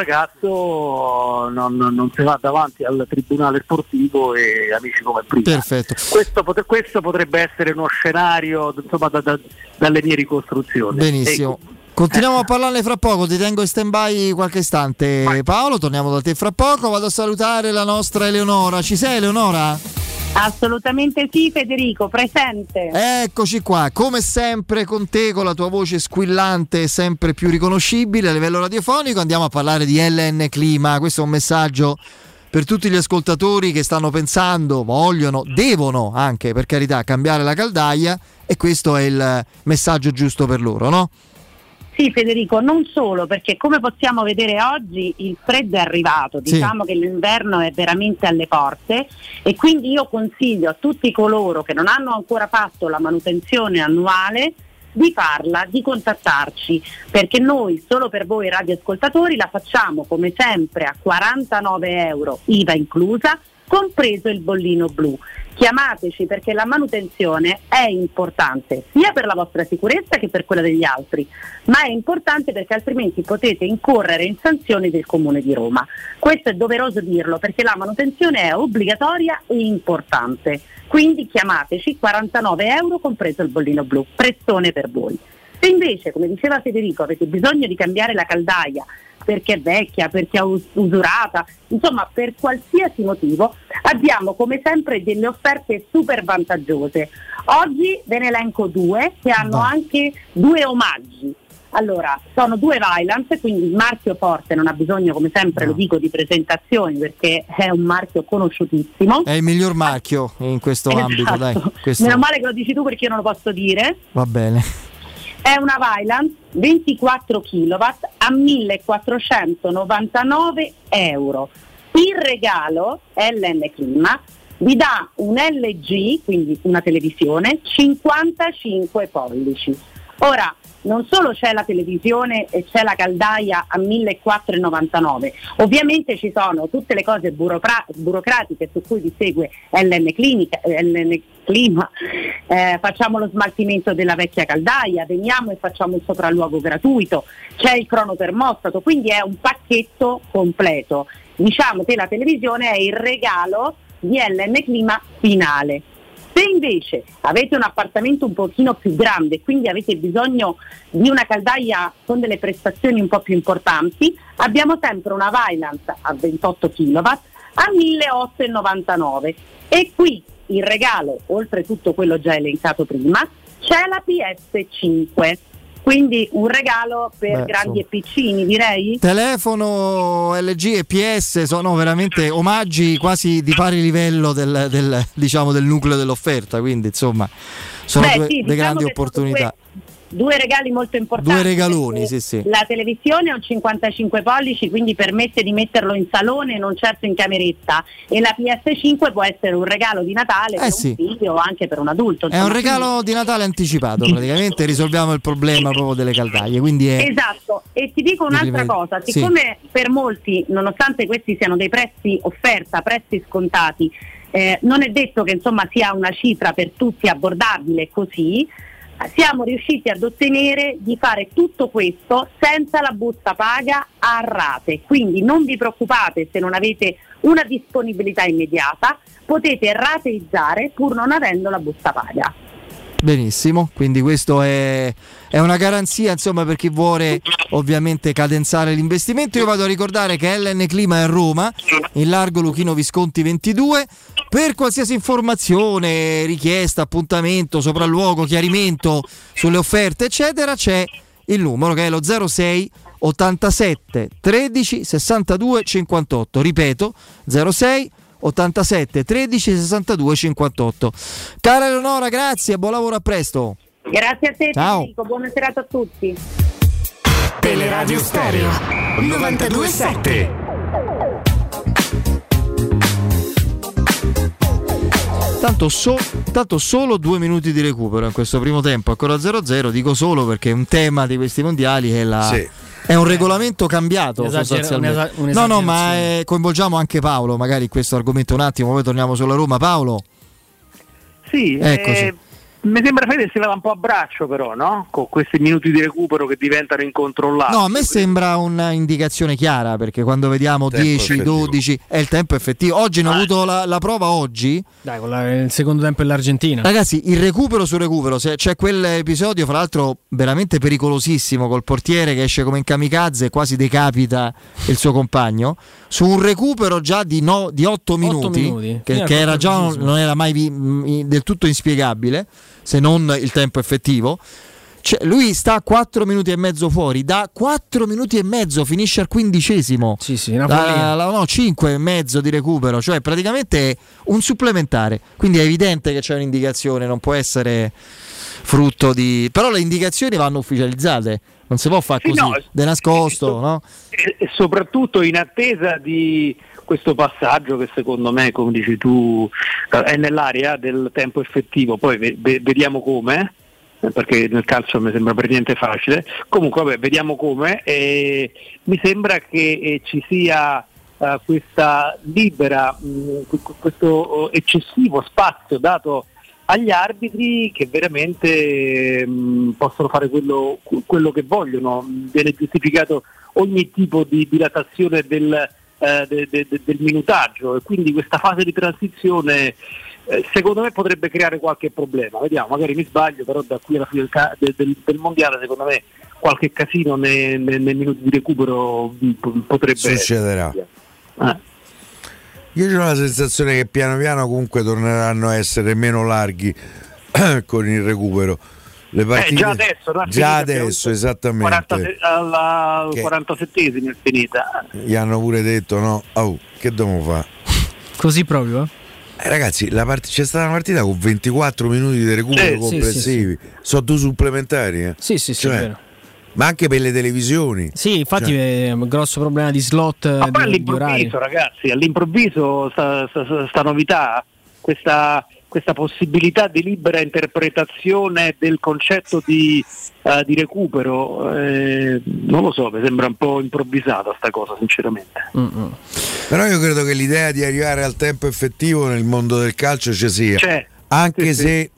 ragazzo, non, non si va davanti al tribunale sportivo e amici come prima. Perfetto. Questo, pot- questo potrebbe essere uno scenario, insomma, da, da, dalle mie ricostruzioni. Benissimo. Ecco. Continuiamo a parlarne fra poco, ti tengo in stand-by qualche istante. Paolo, torniamo da te fra poco, vado a salutare la nostra Eleonora. Ci sei, Eleonora? Assolutamente sì, Federico, presente. Eccoci qua, come sempre con te, con la tua voce squillante, sempre più riconoscibile a livello radiofonico. Andiamo a parlare di L N Clima. Questo è un messaggio per tutti gli ascoltatori che stanno pensando, vogliono, devono anche, per carità, cambiare la caldaia, e questo è il messaggio giusto per loro, no? Sì, Federico, non solo, perché come possiamo vedere oggi il freddo è arrivato, Sì. diciamo che l'inverno è veramente alle porte, e quindi io consiglio a tutti coloro che non hanno ancora fatto la manutenzione annuale di farla, di contattarci, perché noi solo per voi radioascoltatori la facciamo come sempre a quarantanove euro I V A inclusa, compreso il bollino blu. Chiamateci, perché la manutenzione è importante sia per la vostra sicurezza che per quella degli altri, ma è importante perché altrimenti potete incorrere in sanzioni del Comune di Roma. Questo è doveroso dirlo, perché la manutenzione è obbligatoria e importante. Quindi chiamateci, quarantanove euro compreso il bollino blu, prezzone per voi. Se invece, come diceva Federico, avete bisogno di cambiare la caldaia perché è vecchia, perché è us- usurata, insomma per qualsiasi motivo, abbiamo come sempre delle offerte super vantaggiose. Oggi ve ne elenco due che hanno anche due omaggi. Allora, sono due Vaillant, quindi il marchio forte non ha bisogno, come sempre lo dico, di presentazioni, perché è un marchio conosciutissimo. È il miglior marchio in questo Esatto. ambito, dai. Questo... Meno male che lo dici tu, perché io non lo posso dire. Va bene. È una Vaillant ventiquattro chilowatt a millequattrocentonovantanove euro. Il regalo L N Clima vi dà un L G, quindi una televisione, cinquantacinque pollici. Ora, non solo c'è la televisione e c'è la caldaia a millequattrocentonovantanove, ovviamente ci sono tutte le cose buropra- burocratiche su cui vi segue L N Clinica, L N Clima, eh, facciamo lo smaltimento della vecchia caldaia, veniamo e facciamo il sopralluogo gratuito, c'è il cronotermostato, quindi è un pacchetto completo. Diciamo che la televisione è il regalo di L N Clima finale. Se invece avete un appartamento un pochino più grande e quindi avete bisogno di una caldaia con delle prestazioni un po' più importanti, abbiamo sempre una Vaillant a ventotto chilowatt a milleottocentonovantanove, e qui il regalo, oltre tutto quello già elencato prima, c'è la P S cinque. Quindi un regalo per Beh, grandi insomma. e piccini, direi. Telefono, L G e P S sono veramente omaggi quasi di pari livello del, del, diciamo, del nucleo dell'offerta, quindi insomma sono Beh, due, sì, due diciamo grandi che sono opportunità. Due, due regali molto importanti. Due regaloni, sì, sì. La televisione è un cinquantacinque pollici, quindi permette di metterlo in salone e non certo in cameretta, e la P S cinque può essere un regalo di Natale Eh, per sì. un figlio o anche per un adulto. È un regalo di Natale anticipato, praticamente risolviamo il problema proprio delle caldaie, quindi è... Esatto, e ti dico di un'altra livello- cosa, sì. siccome per molti, nonostante questi siano dei prezzi offerta, prezzi scontati, eh, non è detto che insomma sia una cifra per tutti abbordabile così, siamo riusciti ad ottenere di fare tutto questo senza la busta paga a rate, quindi non vi preoccupate se non avete una disponibilità immediata, potete rateizzare pur non avendo la busta paga. Benissimo, quindi questo è, è una garanzia, insomma, per chi vuole ovviamente cadenzare l'investimento. Io vado a ricordare che L N Clima è a Roma, in largo Luchino Visconti ventidue. Per qualsiasi informazione, richiesta, appuntamento, sopralluogo, chiarimento sulle offerte eccetera, c'è il numero che è lo zero sei ottantasette tredici sessantadue cinquantotto. Ripeto, zero sei ottantasette tredici sessantadue cinquantotto. Cara Eleonora, grazie, buon lavoro, a presto. Grazie a te, ciao. Federico, buona serata a tutti. Teleradio Stereo novantadue sette. Tanto, so, tanto solo due minuti di recupero in questo primo tempo, ancora zero a zero. Dico solo perché un tema di questi mondiali è la sì. È un regolamento cambiato sostanzialmente. No, no, ma è, coinvolgiamo anche Paolo, magari questo argomento un attimo, poi torniamo sulla Roma. Paolo? Sì, eh, mi sembra Fede si leva un po' a braccio però, no? Con questi minuti di recupero che diventano incontrollabili. No, a me sembra un'indicazione chiara, perché quando vediamo dieci, effettivo. dodici è il tempo effettivo. Oggi ne ho ah. avuto la, la prova oggi. Dai, con la, il secondo tempo dell'Argentina. Ragazzi, il recupero su recupero, se c'è quell'episodio fra l'altro veramente pericolosissimo col portiere che esce come in kamikaze e quasi decapita il suo compagno, su un recupero già di, no, di otto minuti, minuti. Che, che era già non era mai vi, del tutto inspiegabile, se non il tempo effettivo. Cioè, lui sta a quattro minuti e mezzo fuori, da quattro minuti e mezzo finisce al quindicesimo. Sì, sì, una la, la, no, cinque e mezzo di recupero, cioè praticamente un supplementare. Quindi è evidente che c'è un'indicazione, non può essere frutto di... Però le indicazioni vanno ufficializzate, non si può fare sì, così, no, de nascosto, no? E soprattutto in attesa di questo passaggio che secondo me, come dici tu, è nell'area del tempo effettivo. Poi ve- ve- vediamo come, perché nel calcio mi sembra per niente facile. Comunque vabbè, vediamo come. E mi sembra che eh, ci sia uh, questa libera, mh, questo eccessivo spazio dato agli arbitri che veramente mh, possono fare quello, quello che vogliono. Viene giustificato ogni tipo di dilatazione del, eh, de, de, de, del minutaggio, e quindi questa fase di transizione eh, secondo me potrebbe creare qualche problema. Vediamo, magari mi sbaglio, però da qui alla fine del, ca- del, del, del mondiale secondo me qualche casino nei, nei, nei minuti di recupero p- potrebbe succederà. Eh. Io ho la sensazione che piano piano comunque torneranno a essere meno larghi con il recupero. Le partite, eh, già adesso, no? già adesso esattamente. quaranta, alla quarantasettesima è finita. Gli hanno pure detto no, oh, che dobbiamo fare? Così proprio? Eh, ragazzi, la part- c'è stata una partita con ventiquattro minuti di recupero sì, complessivi. Sì, sì, sì. Sono due supplementari, eh? Sì, sì, sì, cioè, è vero. Ma anche per le televisioni. Sì, infatti cioè. è un grosso problema di slot. Ma poi di, all'improvviso, di ragazzi, all'improvviso sta, sta, sta novità, questa, questa possibilità di libera interpretazione del concetto di, uh, di recupero, eh, non lo so, mi sembra un po' improvvisata sta cosa, sinceramente. Mm-mm. Però io credo che l'idea di arrivare al tempo effettivo nel mondo del calcio ci sia. C'è. Anche sì, se... Sì.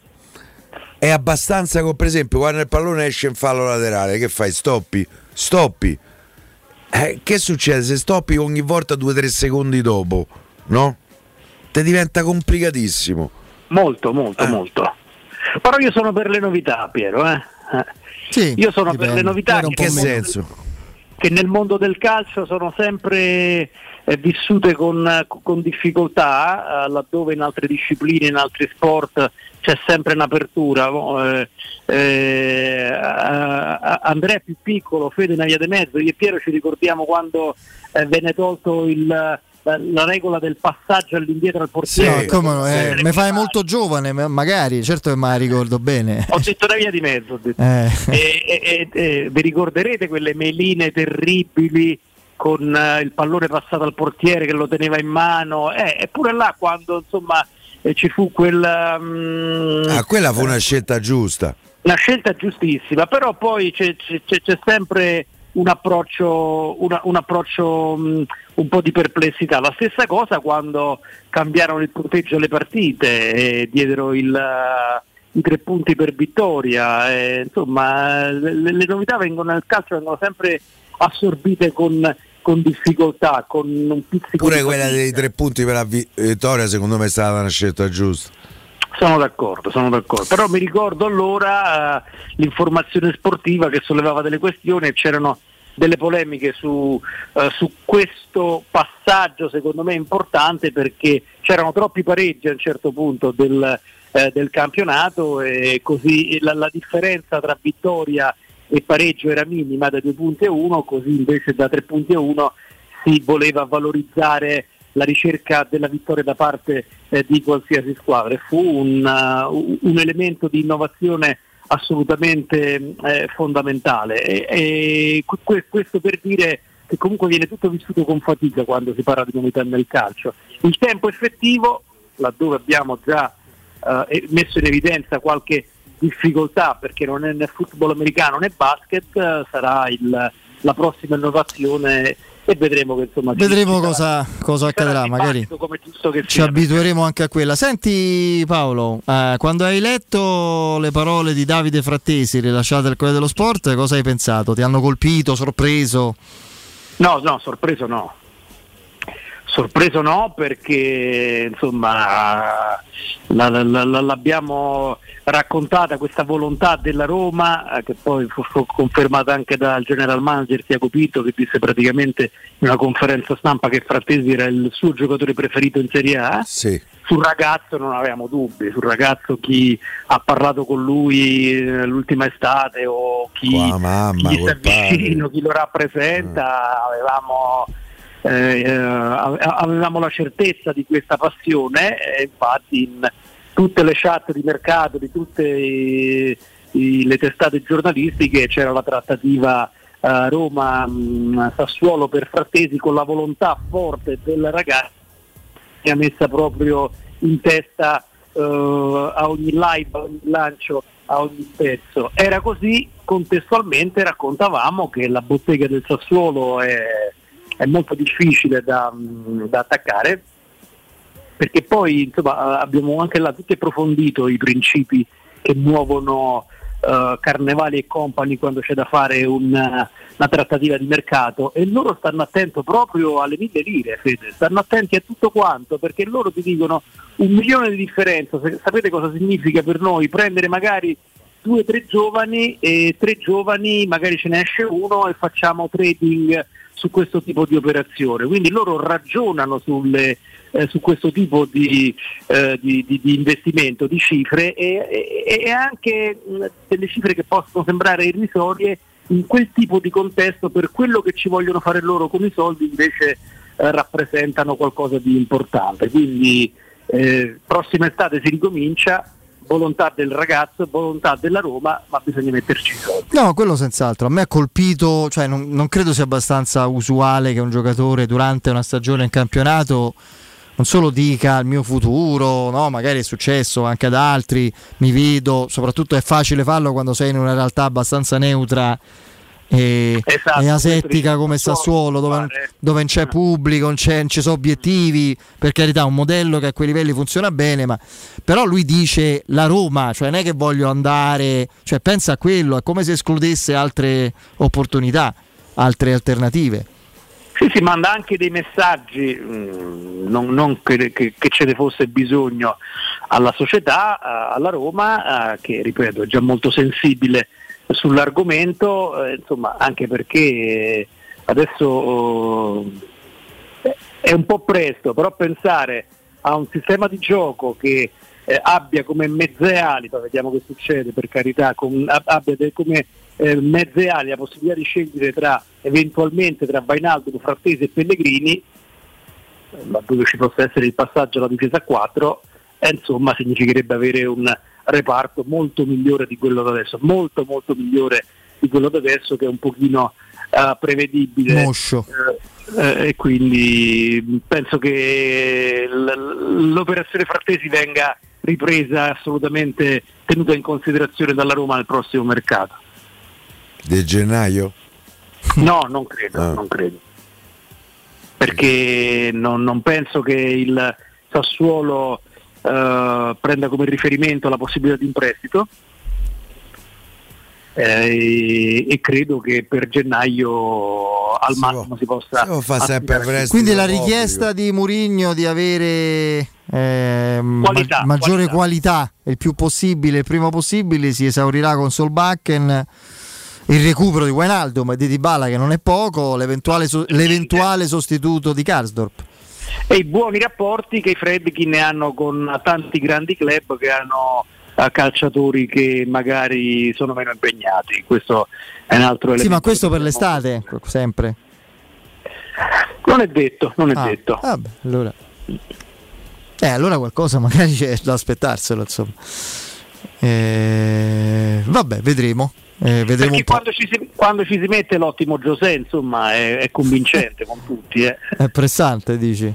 È abbastanza, per esempio, quando il pallone esce in fallo laterale, che fai? Stoppi? Stoppi. Eh, che succede se stoppi ogni volta due tre secondi dopo? No? Te diventa complicatissimo. Molto, molto, eh. molto. Però io sono per le novità, Piero. Eh? Sì, io sono dipende. per le novità. In che, che senso? Che nel mondo del calcio sono sempre eh, vissute con, con difficoltà, eh, laddove in altre discipline, in altri sport c'è sempre un'apertura. Eh, eh, Andrea è più piccolo, Fede una via di mezzo, io e Piero ci ricordiamo quando eh, venne tolto il, la, la regola del passaggio all'indietro al portiere. Sì, come no, eh, mi fai molto giovane, magari, certo che me la ricordo bene. Ho detto una via di mezzo, ho detto. Eh. E, e, e, e, vi ricorderete quelle meline terribili con uh, il pallone passato al portiere che lo teneva in mano, eh, eppure là quando insomma eh, ci fu quel um, ah, quella fu una scelta giusta, una scelta giustissima, però poi c'è, c'è, c'è sempre un approccio una, un approccio um, un po' di perplessità. La stessa cosa quando cambiarono il punteggio alle partite e diedero il uh, i tre punti per vittoria, e, insomma le, le novità vengono nel calcio vengono sempre assorbite con con difficoltà, con un pizzico pure di quella fatica. dei tre punti per la vittoria secondo me è stata una scelta giusta. Sono d'accordo, sono d'accordo, però mi ricordo allora uh, l'informazione sportiva che sollevava delle questioni e c'erano delle polemiche su, uh, su questo passaggio secondo me importante, perché c'erano troppi pareggi a un certo punto del, uh, del campionato e così la, la differenza tra vittoria e pareggio era minima, da due punti a uno, così invece da tre punti a uno si voleva valorizzare la ricerca della vittoria da parte eh, di qualsiasi squadra. Fu un, uh, un elemento di innovazione assolutamente eh, fondamentale e, e que- questo per dire che comunque viene tutto vissuto con fatica quando si parla di novità nel calcio. Il tempo effettivo, laddove abbiamo già uh, messo in evidenza qualche difficoltà perché non è né football americano né basket, uh, sarà il, la prossima innovazione e vedremo che insomma vedremo cosa, cosa accadrà, magari ci abitueremo anche a quella. Senti Paolo, eh, quando hai letto le parole di Davide Frattesi rilasciate al Corriere dello Sport, cosa hai pensato? Ti hanno colpito, sorpreso? No, no, sorpreso no. Sorpreso no, perché insomma la, la, la, l'abbiamo raccontata questa volontà della Roma, eh, che poi fu, fu confermata anche dal general manager Tiago Pinto, che disse praticamente in una conferenza stampa che Frattesi era il suo giocatore preferito in Serie A. Sì. Sul ragazzo non avevamo dubbi, sul ragazzo chi ha parlato con lui eh, l'ultima estate o chi, Qua, mamma, chi sta vicino, chi lo rappresenta, mm. avevamo Eh, avevamo la certezza di questa passione e infatti in tutte le chat di mercato di tutte i, i, le testate giornalistiche c'era la trattativa eh, Roma-Sassuolo per Frattesi, con la volontà forte del ragazzo che ha messa proprio in testa eh, a ogni live, a ogni lancio, a ogni pezzo. Era così. Contestualmente raccontavamo che la bottega del Sassuolo è è molto difficile da, da attaccare, perché poi insomma abbiamo anche là tutti approfondito i principi che muovono uh, Carnevali e compagni quando c'è da fare una, una trattativa di mercato, e loro stanno attenti proprio alle mille lire, Fede. Stanno attenti a tutto quanto, perché loro ti dicono un milione di differenza. Sapete cosa significa per noi prendere magari due o tre giovani e tre giovani magari ce ne esce uno e facciamo trading su questo tipo di operazione? Quindi loro ragionano sulle, eh, su questo tipo di, eh, di, di, di investimento, di cifre e, e, e anche mh, delle cifre che possono sembrare irrisorie in quel tipo di contesto, per quello che ci vogliono fare loro con i soldi invece eh, rappresentano qualcosa di importante. Quindi eh, prossima estate si ricomincia, volontà del ragazzo, volontà della Roma, ma bisogna metterci i soldi. No, quello senz'altro. A me ha colpito, cioè non, non credo sia abbastanza usuale che un giocatore durante una stagione in campionato non solo dica il mio futuro, no, magari è successo anche ad altri, mi vedo, soprattutto è facile farlo quando sei in una realtà abbastanza neutra e, esatto, e asettica come Sassuolo, dove, dove non c'è pubblico, non, c'è, non ci sono obiettivi. Per carità, un modello che a quei livelli funziona bene, ma però lui dice la Roma, cioè non è che voglio andare, cioè pensa a quello, è come se escludesse altre opportunità, altre alternative. Sì, si manda anche dei messaggi, mh, non, non che, che, che ce ne fosse bisogno alla società, alla Roma, eh, che ripeto è già molto sensibile sull'argomento, eh, insomma, anche perché adesso eh, è un po' presto, però pensare a un sistema di gioco che eh, abbia come mezze ali, poi vediamo che succede, per carità, con, abbia de, come eh, mezze ali la possibilità di scegliere tra eventualmente tra Wijnaldum, Frattesi e Pellegrini, laddove ci possa essere il passaggio alla difesa a quattro, eh, insomma significherebbe avere un reparto molto migliore di quello da adesso, molto molto migliore di quello da adesso, che è un pochino uh, prevedibile, moscio. Uh, uh, e quindi penso che l- l'operazione Frattesi venga ripresa, assolutamente tenuta in considerazione dalla Roma nel prossimo mercato. Di gennaio? No, non credo, ah. non credo, perché non, non penso che il Sassuolo Uh, prenda come riferimento la possibilità di imprestito eh, e, e credo che per gennaio al si massimo può, si possa si fa sempre presto. Quindi la richiesta di Mourinho di avere eh, Qualità, ma- maggiore qualità. qualità, il più possibile, il prima possibile. Si esaurirà con Solbakken, il recupero di Wijnaldum e di Dybala, che non è poco, l'eventuale, so- l'eventuale sostituto di Karsdorp. E i buoni rapporti che i Friedkin ne hanno con tanti grandi club che hanno uh, calciatori che magari sono meno impegnati. Questo è un altro elemento. Sì, ma questo per l'estate, sempre. Non è detto, non è ah, detto. Vabbè, allora. Eh, allora qualcosa magari c'è da aspettarselo, insomma. Eh, vabbè, vedremo. Eh, vedremo Perché quando ci, si, quando ci si mette l'ottimo José, insomma, è, è convincente con tutti. Eh. È pressante, dici?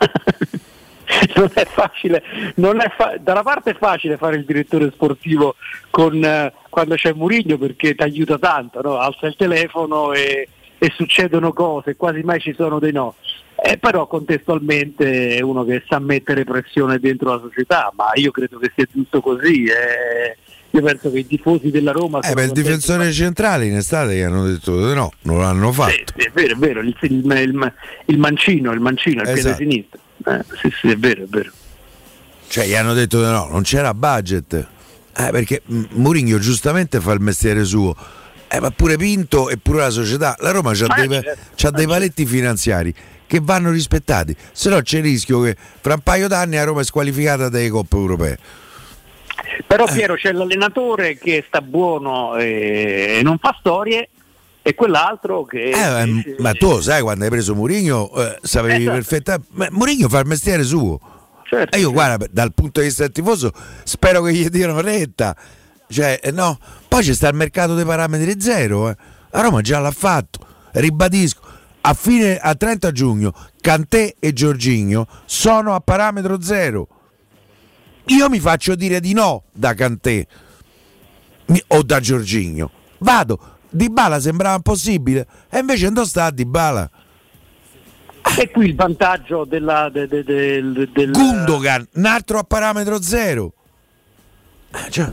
Non è facile, non è fa- da una parte è facile fare il direttore sportivo con, eh, quando c'è Mourinho, perché ti aiuta tanto, no? Alza il telefono e, e succedono cose, quasi mai ci sono dei no. Eh, però contestualmente è uno che sa mettere pressione dentro la società, ma io credo che sia giusto così. Eh. Io penso che i tifosi della Roma eh beh, il difensore ma... centrale in estate gli hanno detto di no, non l'hanno fatto. Sì, sì, è vero, è vero, il, il, il, il mancino, il mancino, il esatto. piede sinistro. Eh, sì, sì, è vero, è vero. Cioè gli hanno detto di no, non c'era budget. Eh, perché Mourinho giustamente fa il mestiere suo. Eh, ma pure Pinto e pure la società. La Roma c'ha, dei, certo, c'ha dei paletti finanziari che vanno rispettati. Se no c'è il rischio che fra un paio d'anni la Roma è squalificata dalle coppe europee. Però Piero, c'è l'allenatore che sta buono e non fa storie, e quell'altro che eh, dice... ma tu sai, quando hai preso Mourinho eh, sapevi esatto. perfettamente. Mourinho fa il mestiere suo. Certo, e io certo. guarda, dal punto di vista del tifoso spero che gli diano retta, cioè eh, no. Poi c'è sta il mercato dei parametri zero, eh. La Roma già l'ha fatto, ribadisco, a fine a trenta giugno Kanté e Jorginho sono a parametro zero. Io mi faccio dire di no da Kanté o da Jorginho, vado. Dybala sembrava impossibile e invece non sta a Dybala. E qui il vantaggio della, de, de, de, del Gundogan, un altro a parametro zero. Cioè,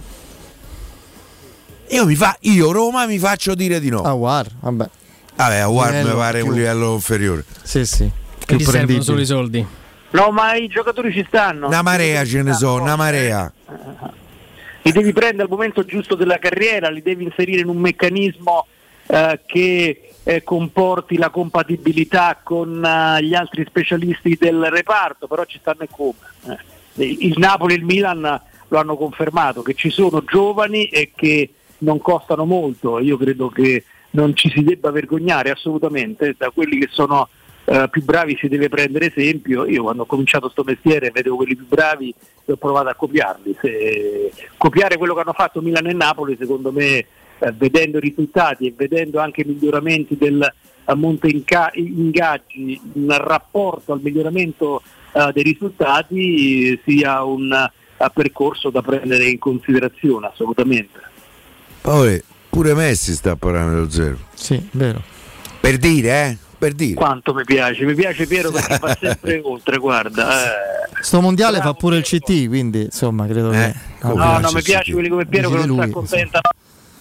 io mi fa io Roma mi faccio dire di no. Aouar, vabbè. Vabbè, Aouar mi pare più... un livello inferiore. Sì, sì. Che gli servono solo i soldi. No, ma i giocatori ci stanno. Una marea ce ne sono, una marea. Li devi prendere al momento giusto della carriera, li devi inserire in un meccanismo eh, che eh, comporti la compatibilità con uh, gli altri specialisti del reparto, però ci stanno e come. Eh. Il Napoli e il Milan lo hanno confermato, che ci sono giovani e che non costano molto. Io credo che non ci si debba vergognare assolutamente, da quelli che sono Uh, più bravi si deve prendere esempio. Io quando ho cominciato sto mestiere vedevo quelli più bravi e ho provato a copiarli. Se, copiare quello che hanno fatto Milan e Napoli, secondo me, uh, vedendo i risultati e vedendo anche i miglioramenti del uh, monte inca- ingaggi in rapporto al miglioramento uh, dei risultati, sia un uh, percorso da prendere in considerazione assolutamente. Poi pure Messi sta a parametro zero. Sì, vero. Per dire, eh? Per dire. Quanto mi piace, mi piace Piero perché va sempre oltre, guarda. Eh. Sto mondiale fa pure il C T, quindi insomma credo eh, che... No, no, no mi piace quelli come Piero che non si accontentano.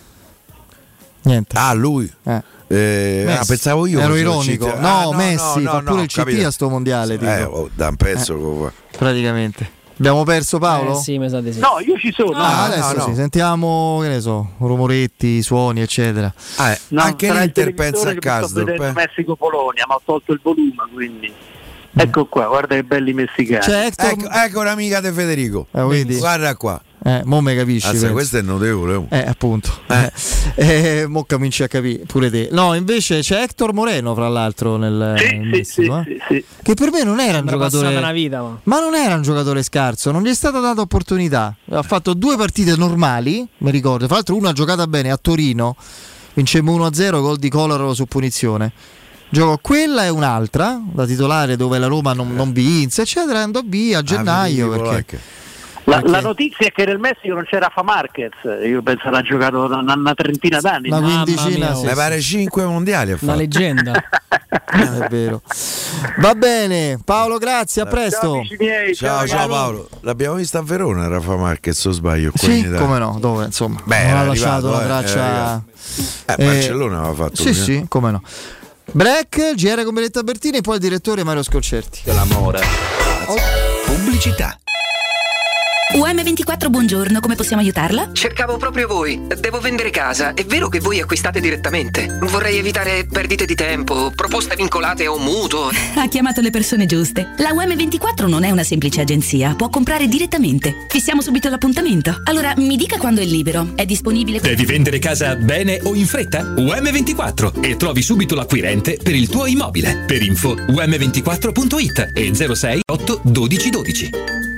Niente. Ah, lui? Eh. Eh, ah, pensavo io. Ero ironico. C T. No, ah, no, Messi no, fa no, pure no, il C T capito. a sto mondiale. Eh, tipo. oh, da un pezzo eh, praticamente. Abbiamo perso Paolo? Eh, sì, mi sa di sì. No, io ci sono. Ah, no, adesso no, sì, no. sentiamo, che ne so, rumoretti, suoni, eccetera. Ah, eh, no, anche l'Inter pensa a Karsdorp. Eh. Messico-Polonia, ma ho tolto il volume, quindi. Mm. Ecco qua, guarda che belli messicani. C'è Hector... ecco, ecco un'amica di Federico. Eh, guarda qua. Eh, mo me capisci. Anzi, questo è notevole. Eh, appunto. Eh. Eh, mo cominci a capire pure te. No, invece c'è Hector Moreno, fra l'altro, nel, sì, nel sì, Messico, sì, eh? sì, sì. Che per me non era Sembra un giocatore. Una vita, ma. ma non era un giocatore scarso, non gli è stata data opportunità. Ha fatto due partite normali, mi ricordo. Fra l'altro, una giocata bene a Torino, vincemmo uno a zero, gol di Kolarov su punizione. Giocò quella e un'altra, da titolare, dove la Roma non, non vinse, eccetera. Andò via a gennaio. Ah, perché. La, la notizia è che nel Messico non c'era Rafa Marquez, io penso l'ha giocato una, una trentina d'anni. Una quindicina, sì, mi pare cinque mondiali. Una leggenda. È vero. Va bene, Paolo, grazie, a presto. Ciao, miei, ciao, ciao, ciao Paolo. L'abbiamo vista a Verona, Rafa Marquez, o sbaglio? Sì, come no, dove insomma. Beh, non ha arrivato, lasciato una eh, traccia. Eh, eh, Barcellona aveva fatto. Sì, sì, come no. Break, G R con Benedetta Bertini e poi il direttore Mario Sconcerti. L'amore. Oh. Pubblicità. U M ventiquattro, buongiorno, come possiamo aiutarla? Cercavo proprio voi. Devo vendere casa. È vero che voi acquistate direttamente? Vorrei evitare perdite di tempo, proposte vincolate o mutuo. Ha chiamato le persone giuste. La U M ventiquattro non è una semplice agenzia, può comprare direttamente. Fissiamo subito l'appuntamento. Allora, mi dica quando è libero. È disponibile? Devi vendere casa bene o in fretta? U M ventiquattro e trovi subito l'acquirente per il tuo immobile. Per info u m ventiquattro punto it e zero sei otto dodici dodici.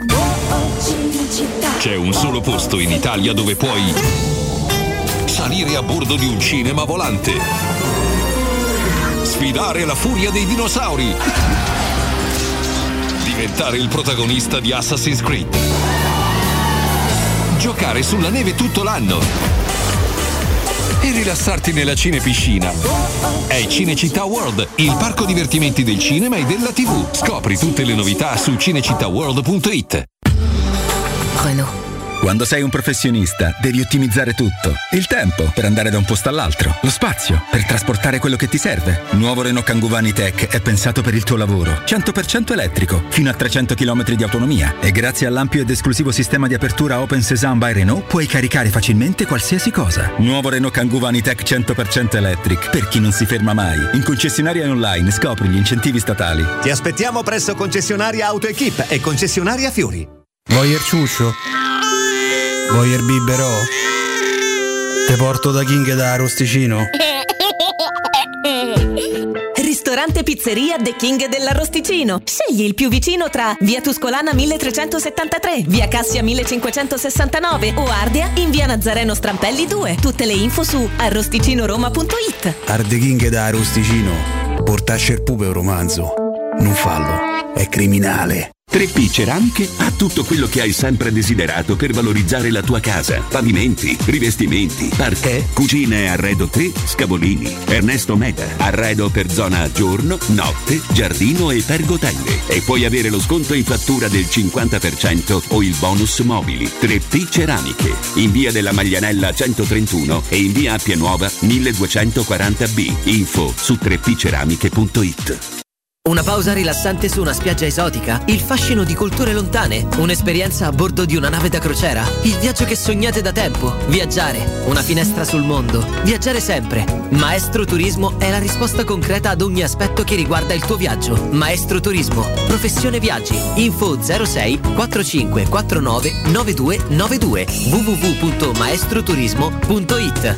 C'è un solo posto in Italia dove puoi salire a bordo di un cinema volante, sfidare la furia dei dinosauri, diventare il protagonista di Assassin's Creed, giocare sulla neve tutto l'anno e rilassarti nella cinepiscina. È Cinecittà World, il parco divertimenti del cinema e della tivù. Scopri tutte le novità su cinecittà world punto it. Renault. Quando sei un professionista devi ottimizzare tutto. Il tempo per andare da un posto all'altro, lo spazio per trasportare quello che ti serve. Nuovo Renault Kangoo Vanitech è pensato per il tuo lavoro. cento per cento elettrico, fino a trecento chilometri di autonomia. E grazie all'ampio ed esclusivo sistema di apertura Open Sesame by Renault puoi caricare facilmente qualsiasi cosa. Nuovo Renault Kangoo Vanitech cento per cento electric, per chi non si ferma mai. In concessionaria e online scopri gli incentivi statali. Ti aspettiamo presso concessionaria AutoEquip e concessionaria Fiori. Voyer ciuscio? Voyer biberò? Te porto da King da Arrosticino? Ristorante Pizzeria The King dell'Arrosticino. Scegli il più vicino tra via Tuscolana milletrecentosettantatré, via Cassia millecinquecentosessantanove o Ardea in via Nazareno Strampelli due. Tutte le info su arrosticinoroma punto it. Arde King da Arrosticino. Portasce il pupe un romanzo. Non fallo, è criminale. tre P Ceramiche ha tutto quello che hai sempre desiderato per valorizzare la tua casa. Pavimenti, rivestimenti, parquet, cucina e arredo tre, Scavolini. Ernesto Meda, arredo per zona giorno, notte, giardino e pergotelle. E puoi avere lo sconto in fattura del cinquanta per cento o il bonus mobili. tre P Ceramiche, in via della Maglianella centotrentuno e in via Appia Nuova milleduecentoquaranta B. Info su tre p ceramiche punto it. Una pausa rilassante su una spiaggia esotica? Il fascino di culture lontane? Un'esperienza a bordo di una nave da crociera? Il viaggio che sognate da tempo? Viaggiare, una finestra sul mondo. Viaggiare sempre. Maestro Turismo è la risposta concreta ad ogni aspetto che riguarda il tuo viaggio. Maestro Turismo, professione viaggi. Info zero sei quarantacinque quarantanove novantadue novantadue w w w punto maestroturismo punto it.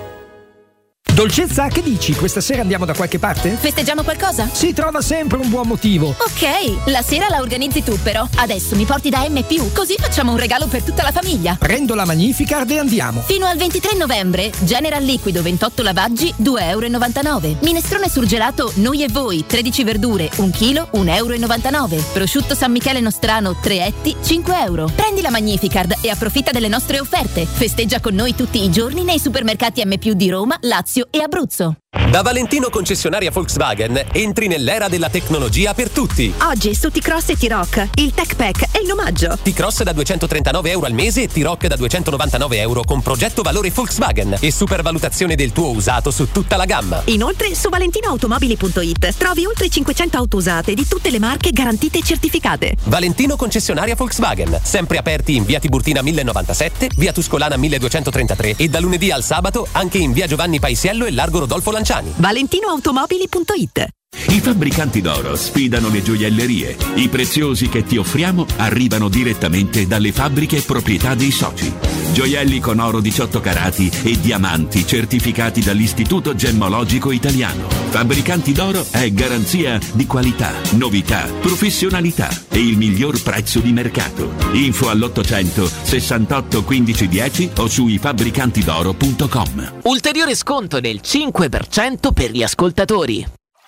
Dolcezza, che dici? Questa sera andiamo da qualche parte? Festeggiamo qualcosa? Si trova sempre un buon motivo. Ok, la sera la organizzi tu però. Adesso mi porti da M più, così facciamo un regalo per tutta la famiglia. Prendo la Magnificard e andiamo. Fino al ventitré novembre, General Liquido ventotto lavaggi, due e novantanove euro. Minestrone surgelato Noi e Voi, tredici verdure, un chilo, un e novantanove euro. Prosciutto San Michele Nostrano, tre etti, cinque euro. Prendi la Magnificard e approfitta delle nostre offerte. Festeggia con noi tutti i giorni nei supermercati M più di Roma, Lazio e Abruzzo. Da Valentino concessionaria Volkswagen entri nell'era della tecnologia per tutti. Oggi su T-Cross e T-Rock il Tech Pack è in omaggio. T-Cross da duecentotrentanove euro al mese e T-Rock da duecentonovantanove euro con progetto valore Volkswagen e supervalutazione del tuo usato su tutta la gamma. Inoltre su valentinoautomobili punto it trovi oltre cinquecento auto usate di tutte le marche garantite e certificate. Valentino concessionaria Volkswagen, sempre aperti in via Tiburtina mille novantasette, via Tuscolana milleduecentotrentatré e da lunedì al sabato anche in via Giovanni Paisiello e largo Rodolfo Lanciani. valentinoautomobili punto it. I fabbricanti d'oro sfidano le gioiellerie. I preziosi che ti offriamo arrivano direttamente dalle fabbriche e proprietà dei soci. Gioielli con oro diciotto carati e diamanti certificati dall'Istituto Gemmologico Italiano. Fabbricanti d'oro è garanzia di qualità, novità, professionalità e il miglior prezzo di mercato. Info all'ottocento sessantotto quindici dieci o su i fabbricantidoro punto com. Ulteriore sconto del cinque per cento per gli ascoltatori.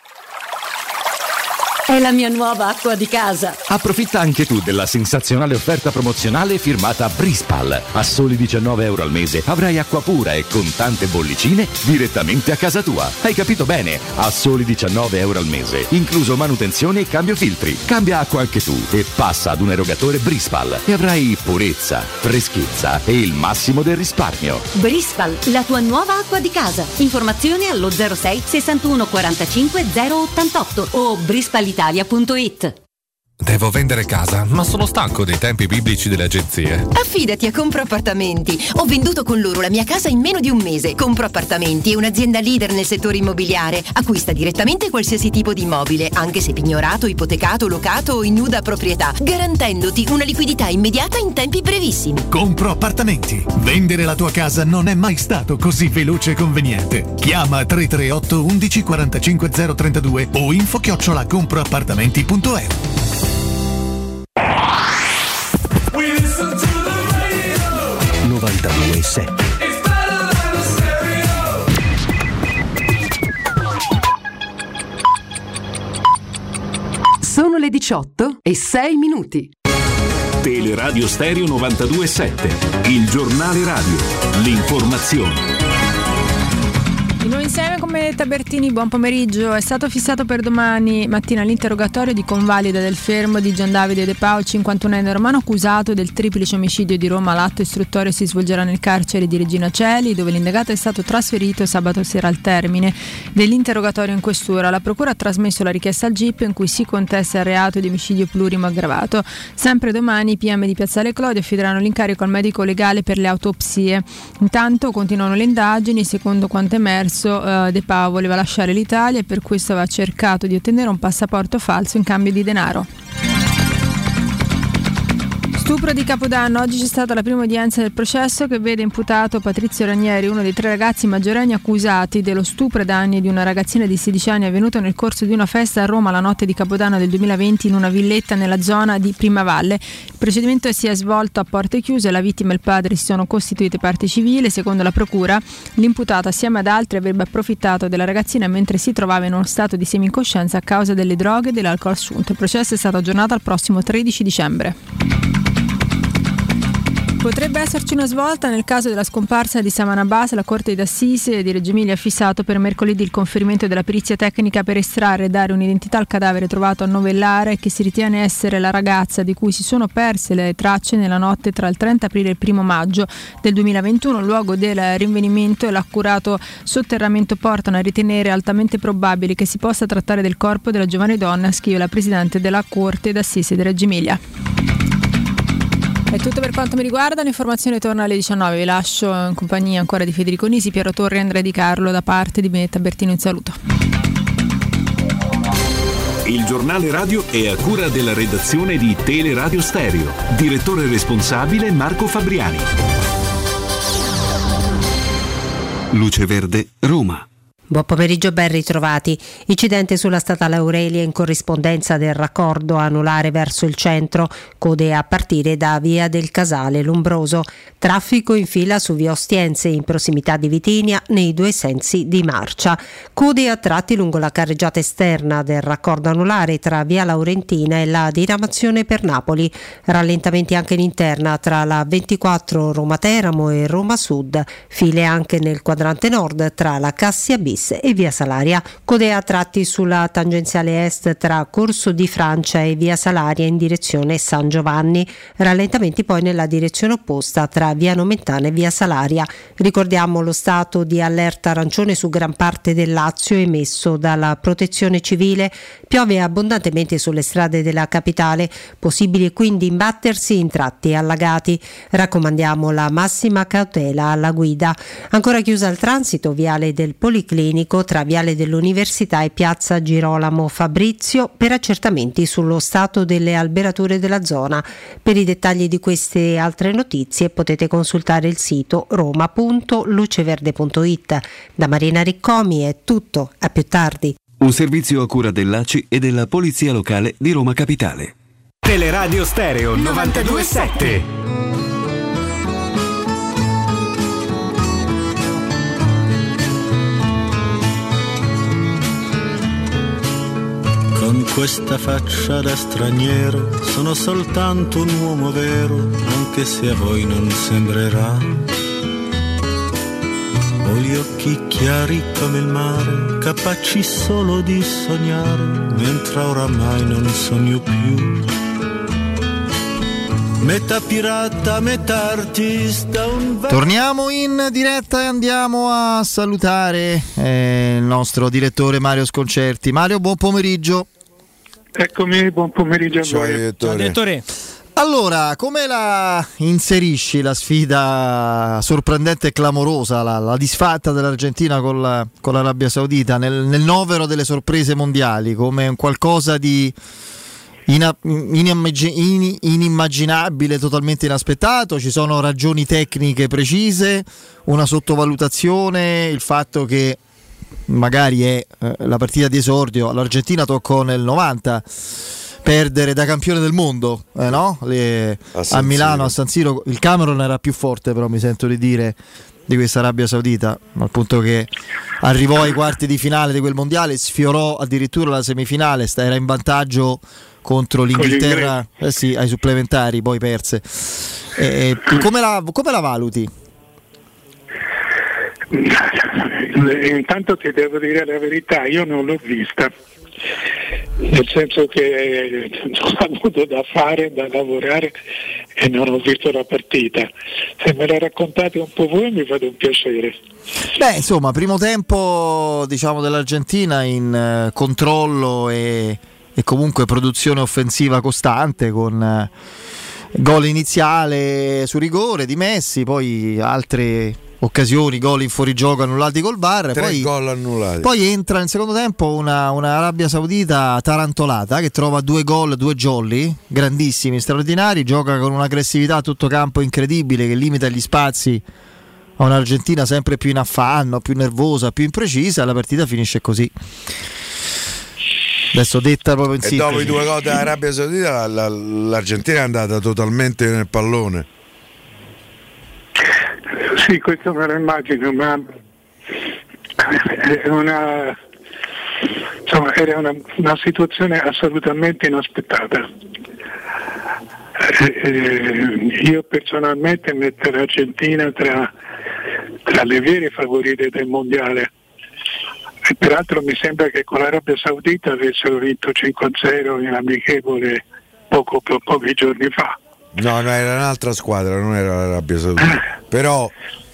È la mia nuova acqua di casa. Approfitta anche tu della sensazionale offerta promozionale firmata Brispal. A soli diciannove euro al mese avrai acqua pura e con tante bollicine direttamente a casa tua. Hai capito bene? A soli diciannove euro al mese, incluso manutenzione e cambio filtri. Cambia acqua anche tu e passa ad un erogatore Brispal e avrai purezza, freschezza e il massimo del risparmio. Brispal, la tua nuova acqua di casa. Informazioni allo zero sei sessantuno quarantacinque zero ottantotto o brispal italia punto it. Devo vendere casa, ma sono stanco dei tempi biblici delle agenzie. Affidati a Compro Appartamenti. Ho venduto con loro la mia casa in meno di un mese. Compro Appartamenti è un'azienda leader nel settore immobiliare. Acquista direttamente qualsiasi tipo di immobile, anche se pignorato, ipotecato, locato o in nuda proprietà, garantendoti una liquidità immediata in tempi brevissimi. Compro Appartamenti. Vendere la tua casa non è mai stato così veloce e conveniente. Chiama tre tre otto undici quarantacinque zero trentadue o info chiocciola comproappartamenti punto e u. novantadue sette. Sono le diciotto e sei minuti. Teleradio Stereo novantadue sette, il giornale radio, l'informazione. Di nuovo insieme con Benedetta Bertini, buon pomeriggio. È stato fissato per domani mattina l'interrogatorio di convalida del fermo di Gian Davide De Pao, cinquantunenne romano accusato del triplice omicidio di Roma. L'atto istruttorio si svolgerà nel carcere di Regina Coeli, dove l'indagato è stato trasferito sabato sera al termine dell'interrogatorio in questura. La procura ha trasmesso la richiesta al G I P in cui si contesta il reato di omicidio plurimo aggravato. Sempre domani i P M di Piazzale Clodio affideranno l'incarico al medico legale per le autopsie. Intanto continuano le indagini. Secondo quanto emerso, De Pao voleva lasciare l'Italia e per questo aveva cercato di ottenere un passaporto falso in cambio di denaro. Stupro di Capodanno. Oggi c'è stata la prima udienza del processo che vede imputato Patrizio Ranieri, uno dei tre ragazzi maggiorenni accusati dello stupro ai danni di una ragazzina di sedici anni avvenuto nel corso di una festa a Roma la notte di Capodanno del duemilaventi in una villetta nella zona di Primavalle. Il procedimento si è svolto a porte chiuse, la vittima e il padre si sono costituite parte civile. Secondo la procura, l'imputato assieme ad altri avrebbe approfittato della ragazzina mentre si trovava in uno stato di semi-incoscienza a causa delle droghe e dell'alcol assunto. Il processo è stato aggiornato al prossimo tredici dicembre. Potrebbe esserci una svolta nel caso della scomparsa di Saman Bas. La Corte d'Assise di Reggio Emilia ha fissato per mercoledì il conferimento della perizia tecnica per estrarre e dare un'identità al cadavere trovato a Novellare, che si ritiene essere la ragazza di cui si sono perse le tracce nella notte tra il trenta aprile e il primo maggio del duemilaventuno. Il luogo del rinvenimento e l'accurato sotterramento portano a ritenere altamente probabile che si possa trattare del corpo della giovane donna, scrive la presidente della Corte d'Assise di Reggio Emilia. È tutto per quanto mi riguarda, l'informazione torna alle diciannove. Vi lascio in compagnia ancora di Federico Nisi, Piero Torri e Andrea Di Carlo. Da parte di Benedetta Bertino un saluto. Il giornale radio è a cura della redazione di Teleradio Stereo. Direttore responsabile Marco Fabriani. Luce Verde, Roma. Buon pomeriggio, ben ritrovati. Incidente sulla statale Aurelia in corrispondenza del raccordo anulare verso il centro, code a partire da via del Casale Lombroso. Traffico in fila su via Ostiense in prossimità di Vitinia nei due sensi di marcia. Code a tratti lungo la carreggiata esterna del raccordo anulare tra via Laurentina e la diramazione per Napoli. Rallentamenti anche in interna tra la ventiquattro Roma Teramo e Roma Sud. File anche nel quadrante nord tra la Cassia Bis e via Salaria. Code a tratti sulla tangenziale est tra Corso di Francia e via Salaria in direzione San Giovanni. Rallentamenti poi nella direzione opposta tra via Nomentana e via Salaria. Ricordiamo lo stato di allerta arancione su gran parte del Lazio emesso dalla Protezione Civile. Piove abbondantemente sulle strade della capitale, possibile quindi imbattersi in tratti allagati. Raccomandiamo la massima cautela alla guida. Ancora chiusa al transito viale del Policlinico tra Viale dell'Università e Piazza Girolamo Fabrizio per accertamenti sullo stato delle alberature della zona. Per i dettagli di queste e altre notizie potete consultare il sito roma punto luceverde punto it. Da Marina Riccomi è tutto, a più tardi. Un servizio a cura dell'A C I e della Polizia Locale di Roma Capitale. Teleradio Stereo novantadue sette. Con questa faccia da straniero sono soltanto un uomo vero, anche se a voi non sembrerà. Ho gli occhi chiari come il mare, capaci solo di sognare, mentre oramai non sogno più. Metà pirata, metà artista. Un... Torniamo in diretta e andiamo a salutare eh, il nostro direttore Mario Sconcerti. Mario, buon pomeriggio. Eccomi, buon pomeriggio a Ciao, voi. direttore. Direttore. Allora, come la inserisci la sfida sorprendente e clamorosa, la, la disfatta dell'Argentina con, la, con l'Arabia Saudita nel, nel novero delle sorprese mondiali, come un qualcosa di ina, inimmagin, in, inimmaginabile, totalmente inaspettato? Ci sono ragioni tecniche precise, una sottovalutazione, il fatto che magari è eh, la partita di esordio, all'Argentina toccò nel novanta perdere da campione del mondo, eh, no? Le, a, a Milano, a San Siro. Il Camerun era più forte, però mi sento di dire, di questa Arabia Saudita, al punto che arrivò ai quarti di finale di quel mondiale, sfiorò addirittura la semifinale, era in vantaggio contro l'Inghilterra, eh sì, ai supplementari, poi perse. Eh, come, la, come la valuti? Intanto ti devo dire la verità, io non l'ho vista, nel senso che ho avuto da fare, da lavorare e non ho visto la partita. Se me la raccontate un po' voi mi fate un piacere. Beh, insomma, primo tempo, diciamo, dell'Argentina in eh, controllo e, e comunque produzione offensiva costante, con eh, gol iniziale su rigore di Messi, poi altre occasioni, gol in fuorigioco annullati col V A R, Tre poi, gol annullati. Poi entra nel secondo tempo una, una Arabia Saudita tarantolata che trova due gol, due jolly grandissimi, straordinari, gioca con un'aggressività a tutto campo incredibile che limita gli spazi a un'Argentina sempre più in affanno, più nervosa, più imprecisa, e la partita finisce così. Adesso detta proprio in e sintesi. dopo i due gol dell'Arabia Saudita la, la, l'Argentina è andata totalmente nel pallone. Sì, questo me lo immagino, ma è una, insomma, era una, una situazione assolutamente inaspettata. Eh, io personalmente metto l'Argentina tra, tra le vere favorite del mondiale. E peraltro mi sembra che con l'Arabia Saudita avessero vinto cinque a zero in amichevole poco, po- pochi giorni fa. No, no, era un'altra squadra, non era l'Arabia Saudita. Però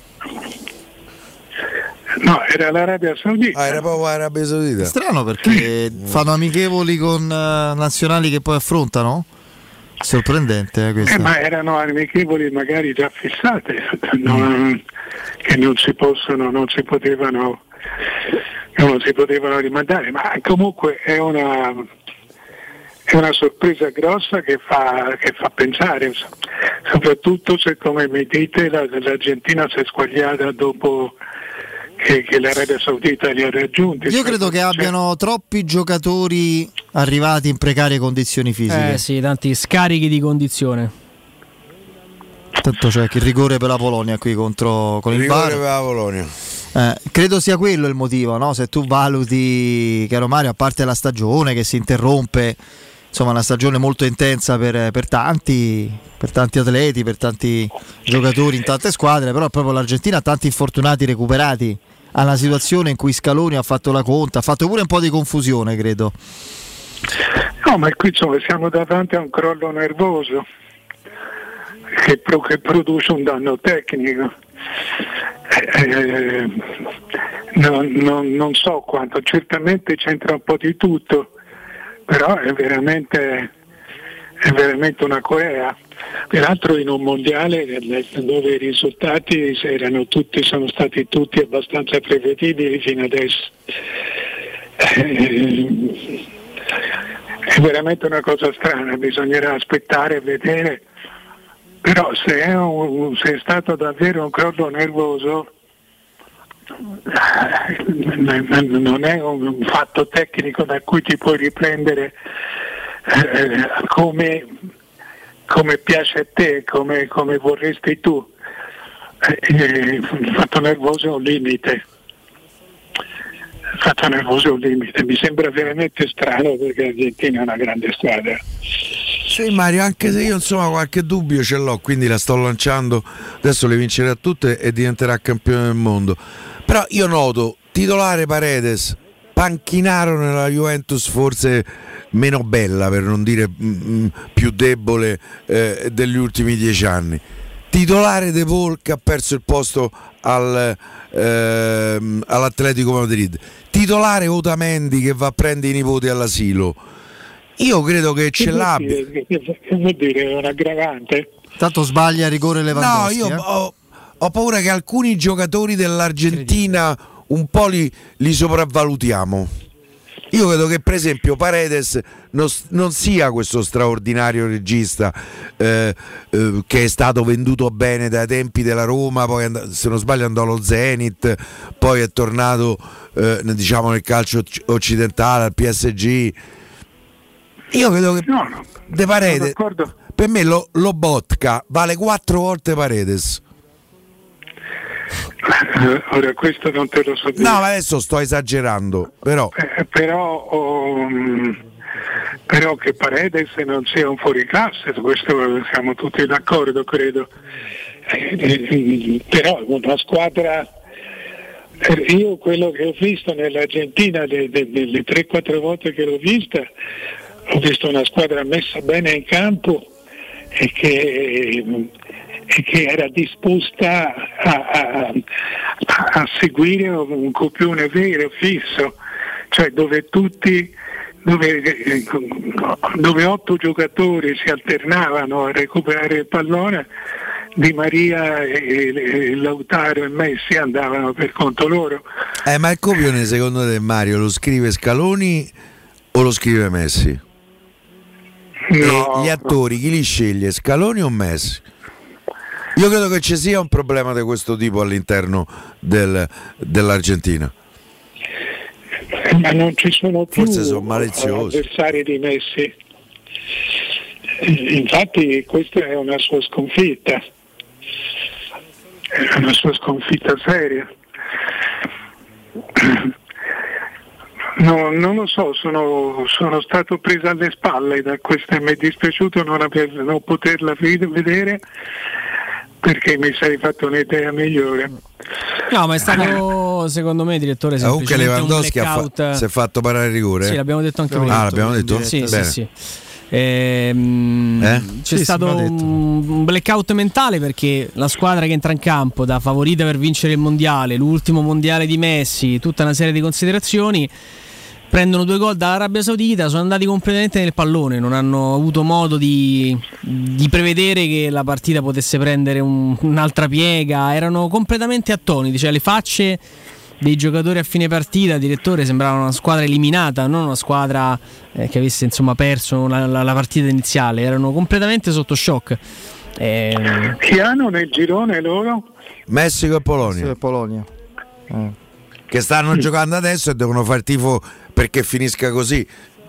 no, era l'Arabia Saudita. Ah, era proprio l'Arabia Saudita. Strano perché fanno amichevoli con uh, nazionali che poi affrontano. Sorprendente eh, questo. Eh, ma erano amichevoli magari già fissate, non, che non si possono, non si potevano, non si potevano rimandare, ma comunque è una è una sorpresa grossa che fa, che fa pensare, soprattutto se, come mi dite, la, l'Argentina si è squagliata dopo che, che l'Arabia Saudita li ha raggiunti. Io credo che abbiano troppi giocatori arrivati in precarie condizioni fisiche. Eh sì, tanti scarichi di condizione. Tanto c'è il rigore per la Polonia qui contro con il, il rigore V A R. per la Polonia. Eh, credo sia quello il motivo, no? Se tu valuti, caro Mario, a parte la stagione che si interrompe, insomma una stagione molto intensa per, per tanti per tanti atleti, per tanti giocatori in tante squadre, però proprio l'Argentina ha tanti infortunati recuperati, ha una situazione in cui Scaloni ha fatto la conta, ha fatto pure un po' di confusione, credo. No, ma qui insomma siamo davanti a un crollo nervoso che, pro, che produce un danno tecnico. Eh, non, non, non so quanto, certamente c'entra un po' di tutto, però è veramente, è veramente una Corea. Peraltro in un mondiale dove i risultati erano tutti, sono stati tutti abbastanza prevedibili fino adesso. Eh, è veramente una cosa strana, bisognerà aspettare e vedere. Però se è, un, se è stato davvero un crollo nervoso, non è un fatto tecnico da cui ti puoi riprendere eh, come, come piace a te, come, come vorresti tu. Eh, il fatto nervoso è un limite. Il fatto nervoso è un limite. Mi sembra veramente strano perché l'Argentina è una grande squadra. Sì, Mario, anche se io insomma qualche dubbio ce l'ho, quindi la sto lanciando, adesso le vincerà tutte e diventerà campione del mondo. Però io noto titolare Paredes, Panchinaro nella Juventus forse meno bella, per non dire mh, più debole eh, degli ultimi dieci anni. Titolare De Paul che ha perso il posto al, eh, all'Atletico Madrid. Titolare Otamendi che va a prendere i nipoti all'asilo. Io credo che ce che l'abbia. Vuol dire, che, che vuol dire? È un aggravante? Tanto sbaglia a rigore Lewandowski. No, io eh? ho, ho paura che alcuni giocatori dell'Argentina un po' li, li sopravvalutiamo. Io credo che per esempio Paredes non, non sia questo straordinario regista eh, eh, che è stato venduto bene dai tempi della Roma, poi and- se non sbaglio andò allo Zenit, poi è tornato eh, diciamo nel calcio occidentale al P S G. Io credo che no, no, De Paredes, per me lo, lo Botka vale quattro volte Paredes. Ora questo non te lo so dire. No, ma adesso sto esagerando, però eh, però, um, però che Paredes non sia un fuoriclasse, su questo siamo tutti d'accordo, credo. Eh, eh, però una squadra, eh, io quello che ho visto nell'Argentina de, de, delle tre quattro volte che l'ho vista, ho visto una squadra messa bene in campo e che e che era disposta a, a, a seguire un copione vero, fisso, cioè dove tutti, dove, dove otto giocatori si alternavano a recuperare il pallone, Di Maria e, e Lautaro e Messi andavano per conto loro. Eh, ma il copione secondo te, Mario, lo scrive Scaloni o lo scrive Messi? No, e gli attori chi li sceglie, Scaloni o Messi? Io credo che ci sia un problema di questo tipo all'interno del, dell'Argentina. Ma non ci sono più Forse sono maliziosi avversari di Messi. Infatti questa è una sua sconfitta, è una sua sconfitta seria. No, non lo so, sono, sono stato preso alle spalle da questa e mi è dispiaciuto non, aver, non poterla vedere, perché mi sarei fatto un'idea migliore. No, ma è stato secondo me, direttore, comunque Lewandowski un fa- si è fatto parare il rigore. Sì, l'abbiamo detto anche prima. Ah, l'abbiamo detto? Sì, Bene. sì, sì. Ehm, eh? C'è sì, stato un, un blackout mentale, perché la squadra che entra in campo da favorita per vincere il mondiale, l'ultimo mondiale di Messi, tutta una serie di considerazioni, prendono due gol dall'Arabia Saudita, sono andati completamente nel pallone, non hanno avuto modo di, di prevedere che la partita potesse prendere un, un'altra piega, erano completamente attoniti, cioè le facce dei giocatori a fine partita, direttore, sembravano una squadra eliminata, non una squadra eh, che avesse insomma perso la, la, la partita iniziale, erano completamente sotto shock. Eh... Chi hanno nel girone loro? Messico e Polonia, Messico e Polonia. Eh. Che stanno sì. giocando adesso e devono far tifo perché finisca così,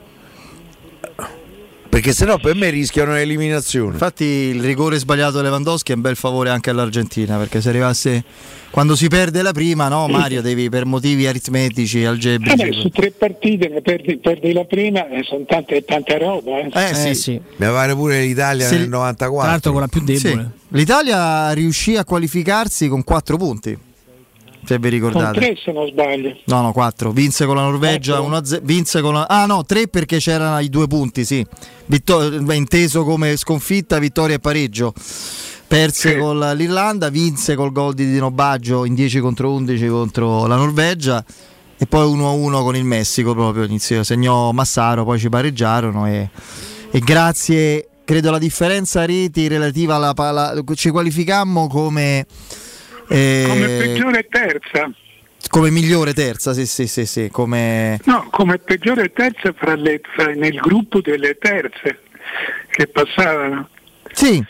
perché sennò per me rischiano l'eliminazione. Infatti il rigore sbagliato a Lewandowski è un bel favore anche all'Argentina, perché se arrivasse, quando si perde la prima, no Mario, devi per motivi aritmetici, algebrici. Eh beh, su tre partite ne perdi, perdi la prima e sono tante tanta roba. Eh, eh, sì. eh sì. Mi pare pure l'Italia se nel novantaquattro. Tra l'altro con la più debole. Sì. L'Italia riuscì a qualificarsi con quattro punti, se vi ricordate. Con tre se non sbaglio. No, no, quattro. Vinse con la Norvegia uno a zero, vinse con la... Ah no, tre perché c'erano i due punti, sì. Vittor... inteso come sconfitta, vittoria e pareggio. Perse sì. con l'Irlanda, vinse col gol di Dino Baggio in dieci contro undici contro la Norvegia e poi uno a uno con il Messico proprio inizio. Segnò Massaro, poi ci pareggiarono e, e grazie, credo, alla differenza reti relativa alla palla ci qualificammo come Eh, come peggiore terza, come migliore terza, sì, sì, sì, sì, come no, come peggiore terza fra le, fra, nel gruppo delle terze che passavano. Sì.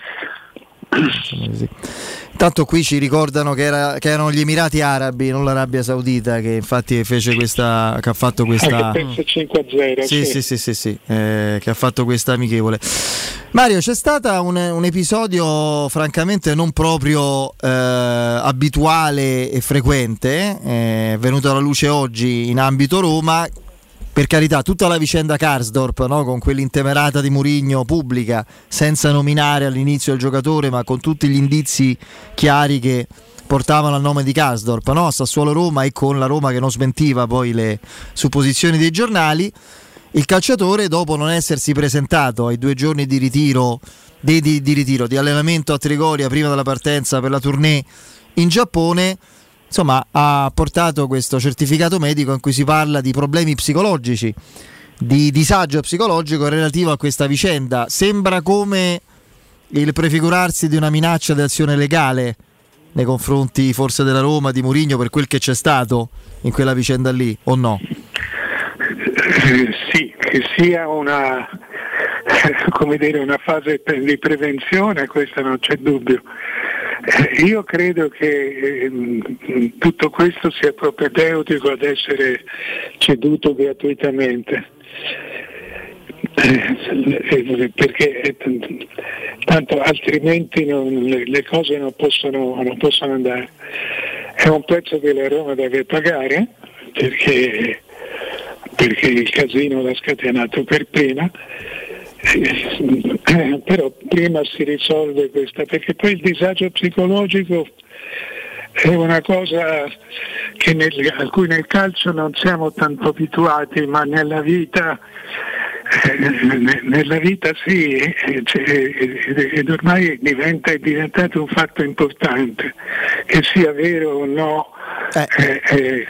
Tanto qui ci ricordano che, era, che erano gli Emirati Arabi, non l'Arabia Saudita, che infatti fece questa, che ha fatto questa. Ah, che perse cinque a zero. Sì, sì, sì, sì, sì, sì eh, che ha fatto questa amichevole. Mario, c'è stato un, un episodio francamente non proprio eh, abituale e frequente, eh, venuto alla luce oggi in ambito Roma. Per carità, tutta la vicenda Karsdorp, no? Con quell'intemerata di Mourinho pubblica, senza nominare all'inizio il giocatore, ma con tutti gli indizi chiari che portavano al nome di Karsdorp, no? Sassuolo Roma, e con la Roma che non smentiva poi le supposizioni dei giornali. Il calciatore, dopo non essersi presentato ai due giorni di ritiro, di, di, di ritiro, di allenamento a Trigoria prima della partenza per la tournée in Giappone, insomma, ha portato questo certificato medico in cui si parla di problemi psicologici di disagio psicologico relativo a questa vicenda. Sembra come il prefigurarsi di una minaccia di azione legale nei confronti forse della Roma, di Mourinho, per quel che c'è stato in quella vicenda lì, o no? Eh, sì, che sia una, come dire, una fase di prevenzione, questo non c'è dubbio. Eh, io credo che eh, tutto questo sia propedeutico ad essere ceduto gratuitamente. Eh, perché eh, tanto altrimenti non, le, le cose non possono, non possono andare. È un prezzo che la Roma deve pagare perché, perché il casino l'ha scatenato per prima, eh, però prima si risolve questa, perché poi il disagio psicologico è una cosa che nel, a cui nel calcio non siamo tanto abituati, ma nella vita eh, nella vita sì, eh, ed ormai diventa, è diventato un fatto importante, che sia vero o no, eh, eh,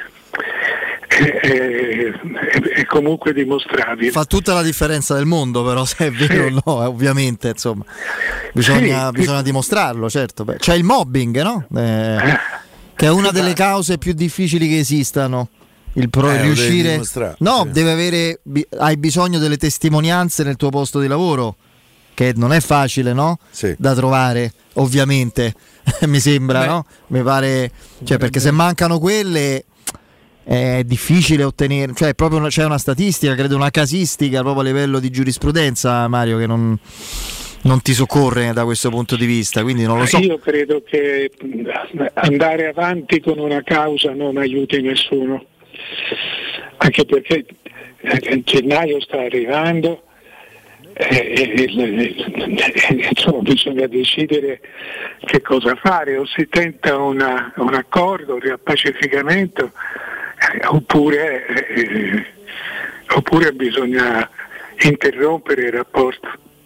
è, è, è comunque dimostrabile. Fa tutta la differenza del mondo, però, se è vero sì. o no, ovviamente, insomma, bisogna, sì. bisogna dimostrarlo, certo. Beh, c'è il mobbing, no? Eh, che è una delle cause più difficili che esistano. Il pro eh, riuscire no, sì. deve avere, hai bisogno delle testimonianze nel tuo posto di lavoro, che non è facile, no? Sì. Da trovare, ovviamente. Mi sembra, Beh. no? Mi pare, cioè, perché se mancano quelle è difficile ottenere, cioè proprio c'è una statistica, credo una casistica proprio a livello di giurisprudenza, Mario, che non, non ti soccorre da questo punto di vista, quindi non lo so. Io credo che andare avanti con una causa non aiuti nessuno, anche perché gennaio sta arrivando e, e, e insomma bisogna decidere che cosa fare, o si tenta una, un accordo, un riappacificamento, eh, oppure, eh, oppure bisogna interrompere il rapporto.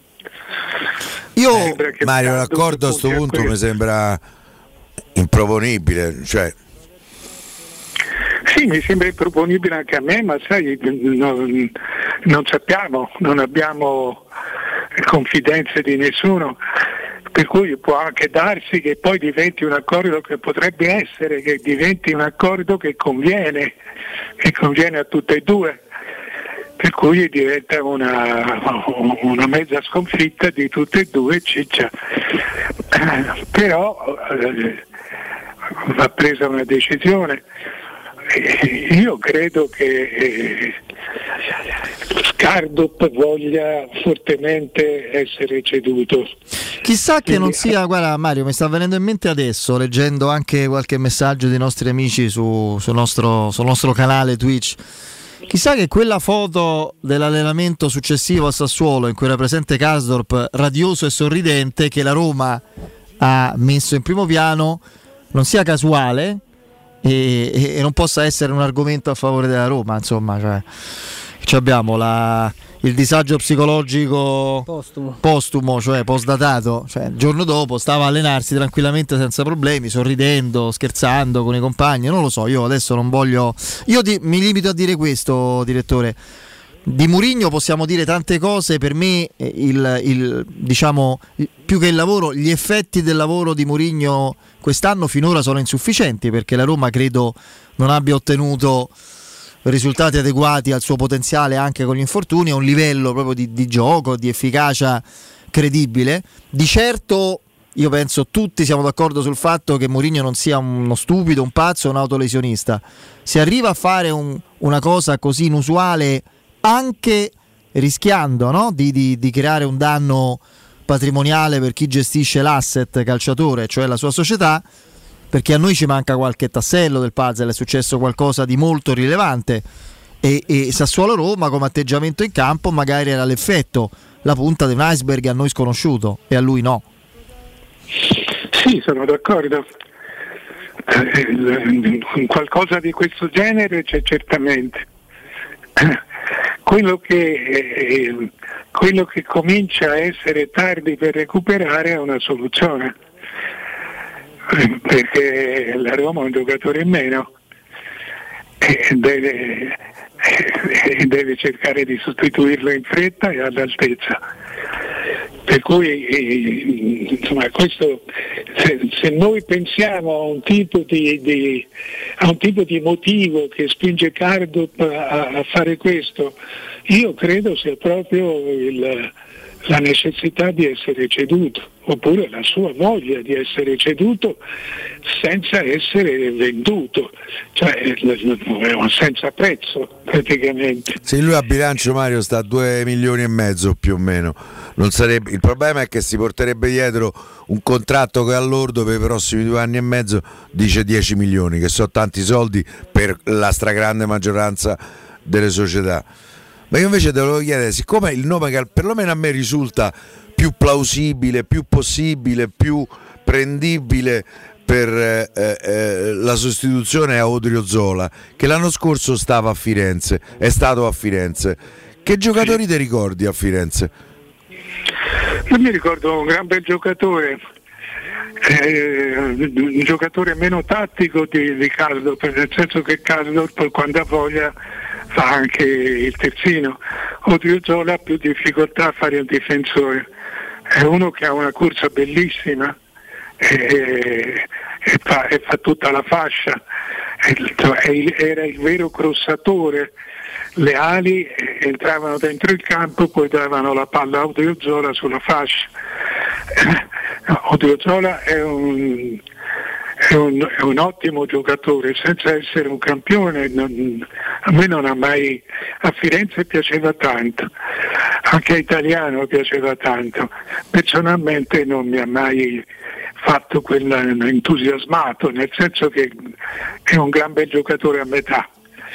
Io Mario, l'accordo a questo punto mi sembra improponibile, cioè sì, mi sembra improponibile anche a me, ma sai, non, non sappiamo, non abbiamo confidenze di nessuno, per cui può anche darsi che poi diventi un accordo, che potrebbe essere che diventi un accordo che conviene, che conviene a tutte e due, per cui diventa una, una mezza sconfitta di tutte e due, ciccia. Però eh, va presa una decisione. Io credo che eh, Skardup voglia fortemente essere ceduto. Chissà che Quindi, non sia, guarda Mario, mi sta venendo in mente adesso, leggendo anche qualche messaggio dei nostri amici su, sul, nostro, sul nostro canale Twitch. Chissà che quella foto dell'allenamento successivo a Sassuolo, in cui era presente Karsdorp radioso e sorridente, che la Roma ha messo in primo piano, non sia casuale e, e non possa essere un argomento a favore della Roma, insomma, cioè, cioè abbiamo la, il disagio psicologico postumo, postumo cioè postdatato, cioè il giorno dopo stava a allenarsi tranquillamente senza problemi, sorridendo, scherzando con i compagni, non lo so, io adesso non voglio, io di, mi limito a dire questo, direttore. Di Mourinho possiamo dire tante cose, per me il, il, diciamo, più che il lavoro, gli effetti del lavoro di Mourinho quest'anno finora sono insufficienti, perché la Roma credo non abbia ottenuto risultati adeguati al suo potenziale anche con gli infortuni, a un livello proprio di, di gioco, di efficacia credibile. Di certo io penso tutti siamo d'accordo sul fatto che Mourinho non sia uno stupido, un pazzo, un autolesionista. Se arriva a fare un, una cosa così inusuale, anche rischiando, no? di, di, di creare un danno patrimoniale per chi gestisce l'asset calciatore, cioè la sua società, perché a noi ci manca qualche tassello del puzzle, è successo qualcosa di molto rilevante e, e Sassuolo-Roma come atteggiamento in campo magari era l'effetto, la punta di un iceberg a noi sconosciuto e a lui no. Sì, sono d'accordo. Eh, qualcosa di questo genere c'è certamente. Quello che, eh, quello che comincia a essere tardi per recuperare è una soluzione, eh, perché la Roma è un giocatore in meno e deve, e, e deve cercare di sostituirlo in fretta e all'altezza. Per cui eh, insomma, questo, se, se noi pensiamo a un tipo di, di, a un tipo di motivo che spinge Karsdorp a, a fare questo, io credo sia proprio il, la necessità di essere ceduto, oppure la sua voglia di essere ceduto senza essere venduto, cioè senza prezzo praticamente. Se lui a bilancio, Mario, sta a due milioni e mezzo più o meno. Non sarebbe, il problema è che si porterebbe dietro un contratto che all'ordo per i prossimi due anni e mezzo dice dieci milioni, che sono tanti soldi per la stragrande maggioranza delle società. Ma io invece te lo volevo chiedere, siccome il nome che perlomeno a me risulta più plausibile, più possibile, più prendibile per eh, eh, la sostituzione a Odriozola, che l'anno scorso stava a Firenze, è stato a Firenze, che giocatori ti ricordi a Firenze? Io mi ricordo un gran bel giocatore, eh, un giocatore meno tattico di, di Karsdorp, nel senso che Karsdorp quando ha voglia fa anche il terzino. Odriozola ha più difficoltà a fare il difensore, è uno che ha una corsa bellissima e, e, fa, e fa tutta la fascia, era il vero crossatore. Le ali entravano dentro il campo, poi davano la palla a Odriozola sulla fascia. Odriozola è un, è, un, è un ottimo giocatore, senza essere un campione. Non, a me non ha mai, a Firenze piaceva tanto, anche a Italiano piaceva tanto. Personalmente non mi ha mai fatto quell'entusiasmato, nel senso che è un gran bel giocatore a metà.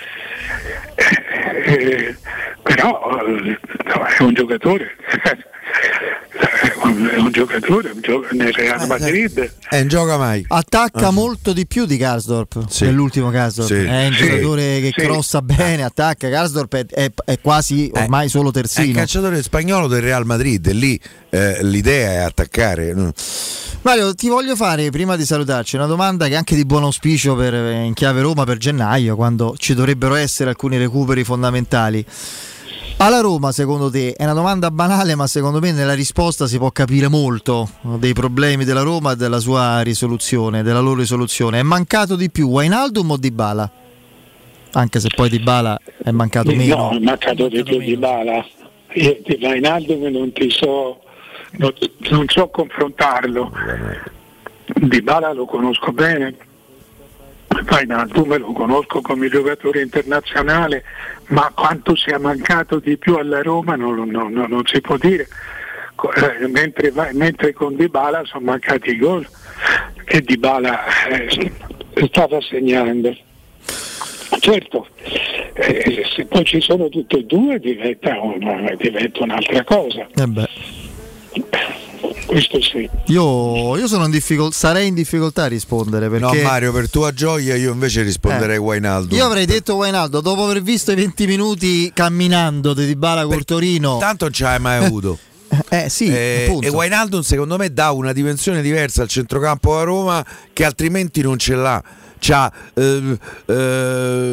Eh, però eh, è un giocatore è un giocatore nel Real Madrid e non gioca mai, attacca ah. molto di più di Karsdorp, sì. nell'ultimo caso sì. È un giocatore sì. che sì. crossa bene, attacca. Karsdorp è, è, è quasi ormai eh. solo terzino, è il calciatore spagnolo del Real Madrid, e lì eh, l'idea è attaccare. Mario, ti voglio fare, prima di salutarci, una domanda che è anche di buon auspicio per, in chiave Roma per gennaio, quando ci dovrebbero essere alcuni recuperi fondamentali. Alla Roma, secondo te, è una domanda banale, ma secondo me nella risposta si può capire molto dei problemi della Roma e della sua risoluzione, della loro risoluzione. È mancato di più Wijnaldum o Dybala? Anche se poi Dybala è mancato meno. No, è mancato di più Dybala. Io di Wijnaldum non ti so, non, non so confrontarlo. Dybala lo conosco bene. Wijnaldum lo conosco come giocatore internazionale, ma quanto sia mancato di più alla Roma non, non, non, non si può dire. Eh, mentre, mentre con Dybala sono mancati i gol che Dybala eh, stava segnando. Certo, eh, se poi ci sono tutte e due diventa, una, diventa un'altra cosa. Eh beh. Questo sì. Io, io sono in difficol- sarei in difficoltà a rispondere perché... No, Mario, per tua gioia io invece risponderei eh. Wijnaldum. Io avrei detto Wijnaldum dopo aver visto i venti minuti camminando di Dybala col Torino. Tanto non ce l'hai mai avuto. Eh sì, eh, e Wijnaldum secondo me dà una dimensione diversa al centrocampo a Roma che altrimenti non ce l'ha. C'ha eh, eh,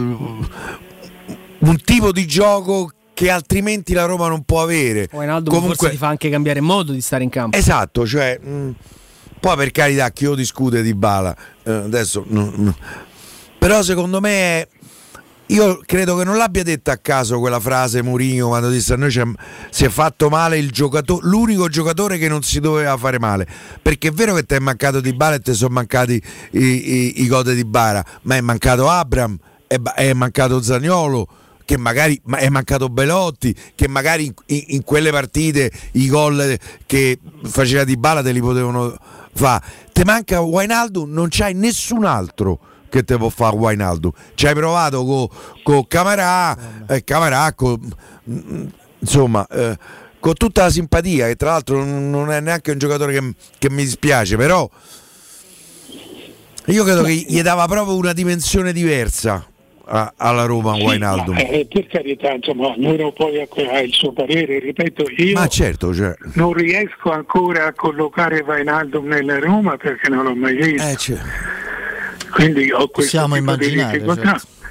un tipo di gioco che altrimenti la Roma non può avere. Wijnaldum comunque forse ti fa anche cambiare modo di stare in campo. Esatto, cioè mh, poi per carità chi lo discute di Dybala eh, adesso mh, mh. Però secondo me è, io credo che non l'abbia detta a caso quella frase Mourinho quando disse a noi si è fatto male il giocatore, l'unico giocatore che non si doveva fare male, perché è vero che ti è mancato Dybala e ti sono mancati i, i, i gol di Dybala, ma è mancato Abraham, è, è mancato Zaniolo, che magari è mancato Belotti, che magari in, in, in quelle partite i gol che faceva Dybala te li potevano fare. Te manca Wijnaldum, non c'hai nessun altro che te può fare Wijnaldum. Ci hai provato con co Camarà, eh, Camarà con, insomma eh, con tutta la simpatia, che tra l'altro non è neanche un giocatore che, che mi dispiace, però io credo che gli dava proprio una dimensione diversa alla Roma sì, Wijnaldum. Eh, per carità, insomma, ognuno poi ha il suo parere, ripeto, io ma certo, cioè. non riesco ancora a collocare Wijnaldum nella Roma perché non l'ho mai visto. Eh, cioè. Quindi ho questo possiamo tipo immaginare, di difficoltà. certo.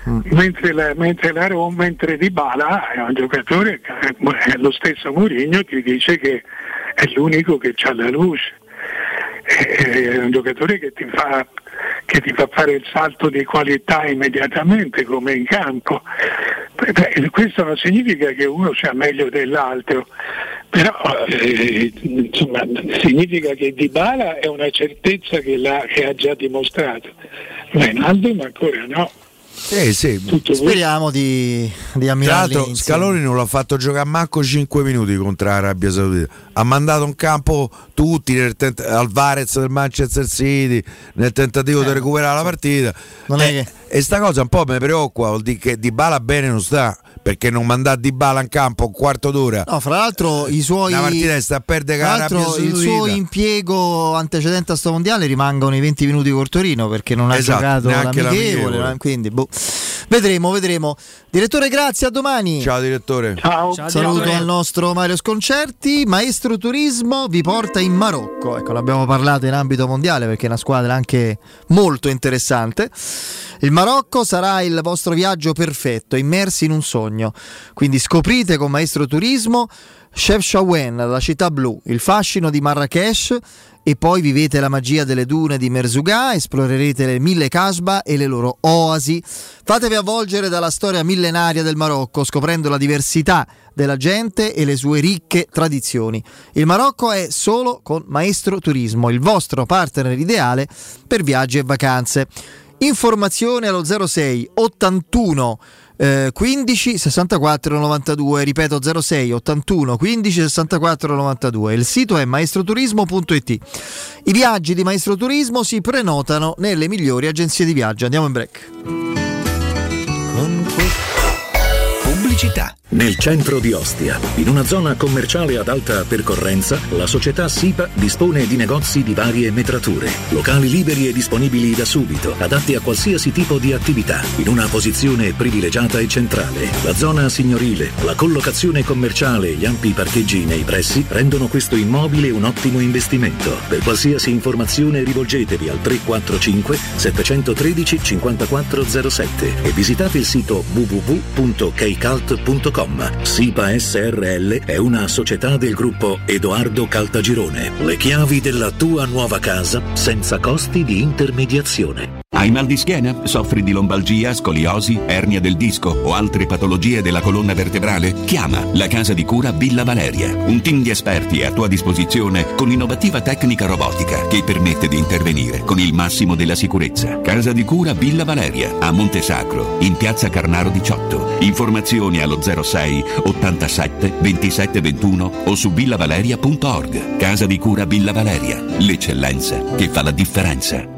Mm. Mentre, la, mentre, la Roma, mentre Dybala è un giocatore, è lo stesso Mourinho che dice che è l'unico che ha la luce, è un giocatore che ti fa che ti fa fare il salto di qualità immediatamente come in campo. Beh, questo non significa che uno sia meglio dell'altro, però eh, insomma, significa che Dybala è una certezza che, l'ha, che ha già dimostrato, Wijnaldum ancora no. Sì, sì. Speriamo di, di ammirarli. Tra l'altro Scaloni non l'ha fatto giocare manco cinque minuti contro l'Arabia Saudita, ha mandato in campo tutti nel tent- Alvarez del Manchester City nel tentativo eh, di recuperare la partita. Non e, è che... e sta cosa un po' mi preoccupa, vuol dire che Dybala bene non sta, perché non mandare Dybala in campo un quarto d'ora. No, fra l'altro i suoi la partita sta a perdere con l'Arabia Saudita. Il suo impiego antecedente a sto mondiale rimangono i venti minuti col Torino, perché non ha esatto, giocato l'amichevole, l'amichevole. Quindi boh. Vedremo, vedremo. Direttore, grazie, a domani. Ciao direttore. Ciao. Ciao Saluto direttore. Al nostro Mario Sconcerti. Maestro Turismo vi porta in Marocco. Ecco, l'abbiamo parlato in ambito mondiale perché è una squadra anche molto interessante. Il Marocco sarà il vostro viaggio perfetto, immersi in un sogno. Quindi scoprite con Maestro Turismo Chefchaouen, la città blu, il fascino di Marrakech, e poi vivete la magia delle dune di Merzouga, esplorerete le mille casbah e le loro oasi. Fatevi avvolgere dalla storia millenaria del Marocco, scoprendo la diversità della gente e le sue ricche tradizioni. Il Marocco è solo con Maestro Turismo, il vostro partner ideale per viaggi e vacanze. Informazioni allo zero sei ottantuno Eh, quindici sessantaquattro novantadue, ripeto zero sei ottantuno quindici sessantaquattro novantadue. Il sito è maestroturismo punto it. I viaggi di Maestro Turismo si prenotano nelle migliori agenzie di viaggio. Andiamo in break. Pubblicità. Nel centro di Ostia, in una zona commerciale ad alta percorrenza, la società SIPA dispone di negozi di varie metrature, locali liberi e disponibili da subito, adatti a qualsiasi tipo di attività, in una posizione privilegiata e centrale. La zona signorile, la collocazione commerciale e gli ampi parcheggi nei pressi rendono questo immobile un ottimo investimento. Per qualsiasi informazione rivolgetevi al tre quattro cinque sette uno tre cinque quattro zero sette e visitate il sito w w w punto keycult punto com. SIPA S R L è una società del gruppo Edoardo Caltagirone. Le chiavi della tua nuova casa senza costi di intermediazione. Hai mal di schiena? Soffri di lombalgia, scoliosi, ernia del disco o altre patologie della colonna vertebrale? Chiama la Casa di Cura Villa Valeria. Un team di esperti è a tua disposizione con innovativa tecnica robotica che permette di intervenire con il massimo della sicurezza. Casa di Cura Villa Valeria a Montesacro, in piazza Carnaro diciotto. Informazioni allo zero sei ottantasette ventisette ventuno o su villavaleria punto org. Casa di Cura Villa Valeria, l'eccellenza che fa la differenza.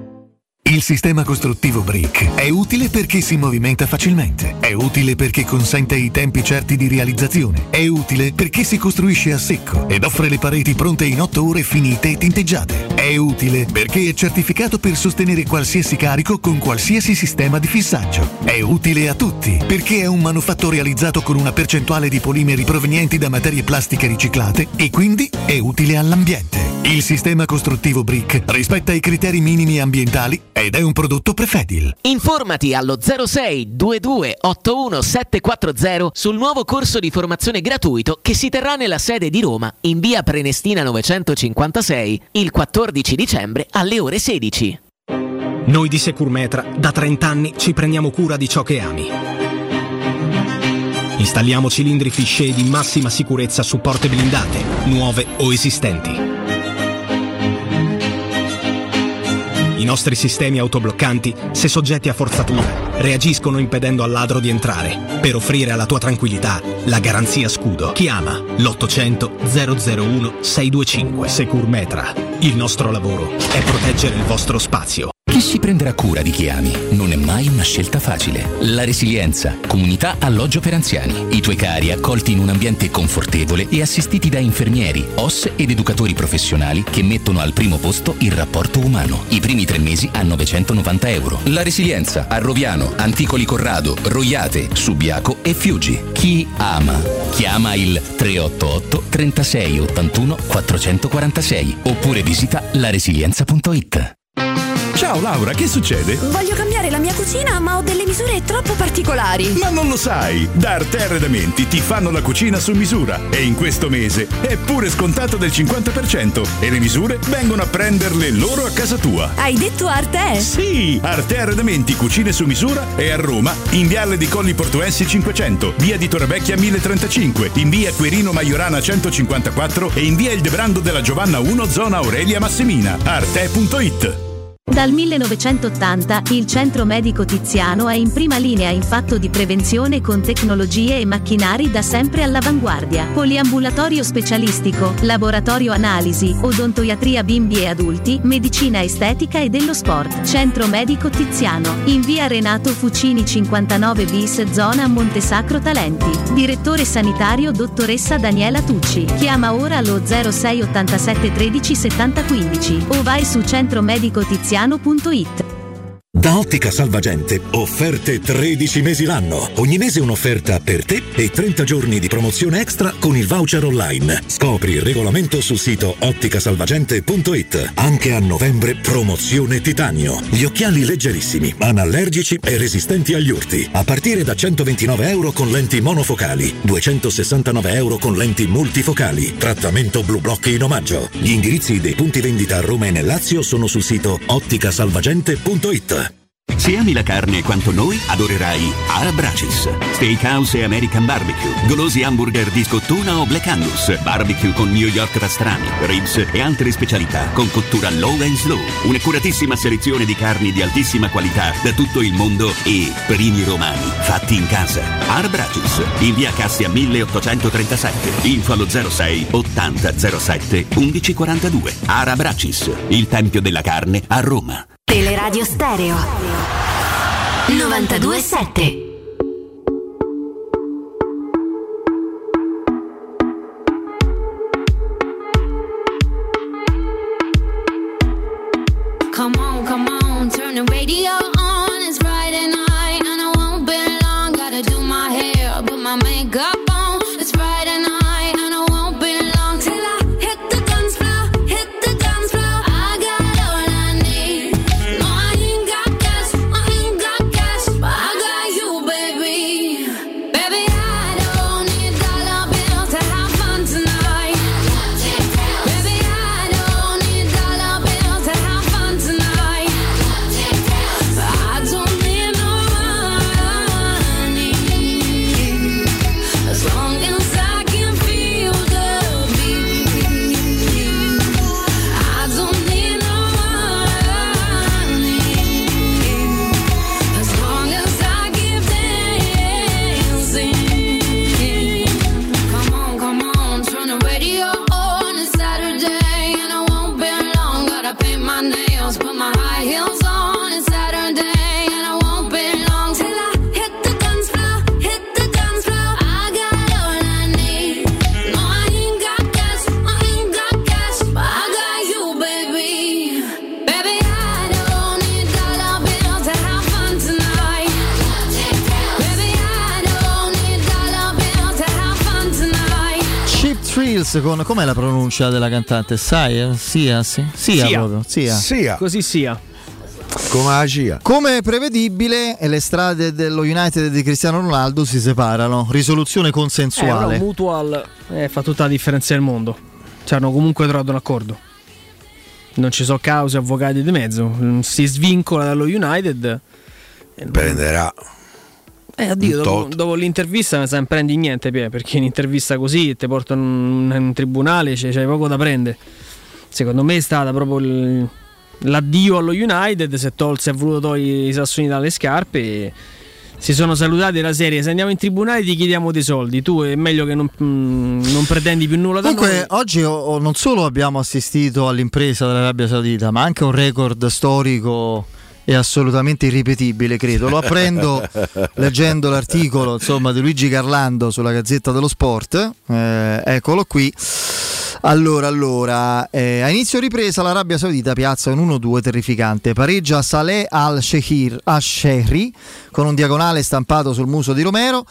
Il sistema costruttivo Brick è utile perché si movimenta facilmente, è utile perché consente i tempi certi di realizzazione, è utile perché si costruisce a secco ed offre le pareti pronte in otto ore finite e tinteggiate, è utile perché è certificato per sostenere qualsiasi carico con qualsiasi sistema di fissaggio, è utile a tutti perché è un manufatto realizzato con una percentuale di polimeri provenienti da materie plastiche riciclate e quindi è utile all'ambiente. Il sistema costruttivo Brick rispetta i criteri minimi ambientali ed è un prodotto Prefedil. Informati allo zero sei ventidue ottantuno settecentoquaranta sul nuovo corso di formazione gratuito che si terrà nella sede di Roma in via Prenestina novecentocinquantasei il quattordici dicembre alle ore sedici. Noi di Securmetra da trenta anni ci prendiamo cura di ciò che ami. Installiamo cilindri Fichet di massima sicurezza su porte blindate, nuove o esistenti. I nostri sistemi autobloccanti, se soggetti a forzatura, reagiscono impedendo al ladro di entrare, per offrire alla tua tranquillità la garanzia scudo. Chiama l'ottocento zero zero uno sei due cinque. Securmetra. Il nostro lavoro è proteggere il vostro spazio. Chi si prenderà cura di chi ami non è mai una scelta facile. La Resilienza, comunità alloggio per anziani. I tuoi cari accolti in un ambiente confortevole e assistiti da infermieri, O S ed educatori professionali che mettono al primo posto il rapporto umano. I primi tre mesi a novecentonovanta euro. La Resilienza a Roviano, Anticoli Corrado, Roiate, Subiaco e Fiuggi. Chi ama chiama il tre otto otto trentasei ottantuno quattrocentoquarantasei oppure visita la resilienza punto it. Ciao Laura, che succede? Voglio cambiare la mia cucina, ma ho delle misure troppo particolari. Ma non lo sai, da Arte Arredamenti ti fanno la cucina su misura e in questo mese è pure scontato del cinquanta per cento e le misure vengono a prenderle loro a casa tua. Hai detto Arte? Sì, Arte Arredamenti cucine su misura è a Roma, in Viale di Colli Portuensi cinquecento, via di Torrevecchia mille trentacinque, in via Quirino Maiorana centocinquantaquattro e in via Il Debrando della Giovanna uno, zona Aurelia Massimina. arte punto it. Dal millenovecentottanta il Centro Medico Tiziano è in prima linea in fatto di prevenzione con tecnologie e macchinari da sempre all'avanguardia. Poliambulatorio specialistico, laboratorio analisi, odontoiatria bimbi e adulti, medicina estetica e dello sport. Centro Medico Tiziano, in via Renato Fucini cinquantanove bis, zona Montesacro Talenti. Direttore sanitario dottoressa Daniela Tucci. Chiama ora allo zero sei ottantasette tredici settanta quindici o vai su centromedicotiziano punto it. Da Ottica Salvagente, offerte tredici mesi l'anno. Ogni mese un'offerta per te e trenta giorni di promozione extra con il voucher online. Scopri il regolamento sul sito otticasalvagente punto it. Anche a novembre promozione titanio. Gli occhiali leggerissimi, anallergici e resistenti agli urti. A partire da centoventinove euro con lenti monofocali, duecentosessantanove euro con lenti multifocali. Trattamento Blue Block in omaggio. Gli indirizzi dei punti vendita a Roma e nel Lazio sono sul sito otticasalvagente punto it. Se ami la carne quanto noi, adorerai Arabracis. Steakhouse e American Barbecue, golosi hamburger di scottuna o Black Angus, barbecue con New York pastrami, ribs e altre specialità con cottura low and slow. Un'accuratissima selezione di carni di altissima qualità da tutto il mondo e primi romani fatti in casa. Arabracis, in via Cassia milleottocentotrentasette, info allo zero sei ottanta zero sette undici quarantadue. Arabracis, il tempio della carne a Roma. Teleradio Stereo novantadue sette. Come on, come on, turn the radio on. It's Friday night and I won't be long. Gotta do my hair, put my makeup on. It's Friday night and I won't be long till I hit the dance floor, hit the dance floor. I got all I need. No, I ain't got cash, I ain't got cash, but I got you, baby. Baby, I don't need dollar bills to have fun tonight. Baby, I don't need dollar bills to have fun tonight. I don't need no money, as long as I can feel the beat. I don't need no money, as long as I keep dancing. Come on, come on, turn the radio on. It's Saturday and I won't be long. Gotta paint my nails, put my high heels on. It's Saturday and I won't be long till I hit the dance floor, hit the dance floor. I got all I need. No, I ain't got cash, I ain't got cash, but I got you, baby. Baby, I don't need dollar bills to have fun tonight. Baby, I don't need dollar bills to have fun tonight. Cheap Thrills con com'è la pronuncia della cantante? Sai? eh? Sia, sì. Sia, Sia. proprio. Sia. Sia. Così sia. Come la C I A. Come prevedibile, le strade dello United e di Cristiano Ronaldo si separano. Risoluzione Eh, consensuale. però Mutual eh, fa tutta la differenza del mondo. Cioè, hanno comunque trovato un accordo. Non ci sono cause, avvocati di mezzo. Mm, Si svincola dallo United. Prenderà. Eh, oddio, un dopo, tot. dopo l'intervista non prendi niente, Pie, perché in intervista così ti portano in, in tribunale, c'è, c'è poco da prendere. Secondo me è stata proprio il- l'addio allo United. Si è tolto, si è voluto togliere i sassoni dalle scarpe e si sono salutati la serie. Se andiamo in tribunale ti chiediamo dei soldi. Tu è meglio che non, mm, non pretendi più nulla da Comunque, noi. oggi o- o non solo abbiamo assistito all'impresa dell'Arabia Saudita, ma anche un record storico e assolutamente irripetibile, credo. Lo apprendo leggendo l'articolo, insomma, di Luigi Garlando sulla Gazzetta dello Sport. Eh, eccolo qui. Allora, allora eh, a inizio ripresa l'Arabia Saudita piazza un uno due terrificante, pareggia Saleh al-Shehri con un diagonale stampato sul muso di Romero.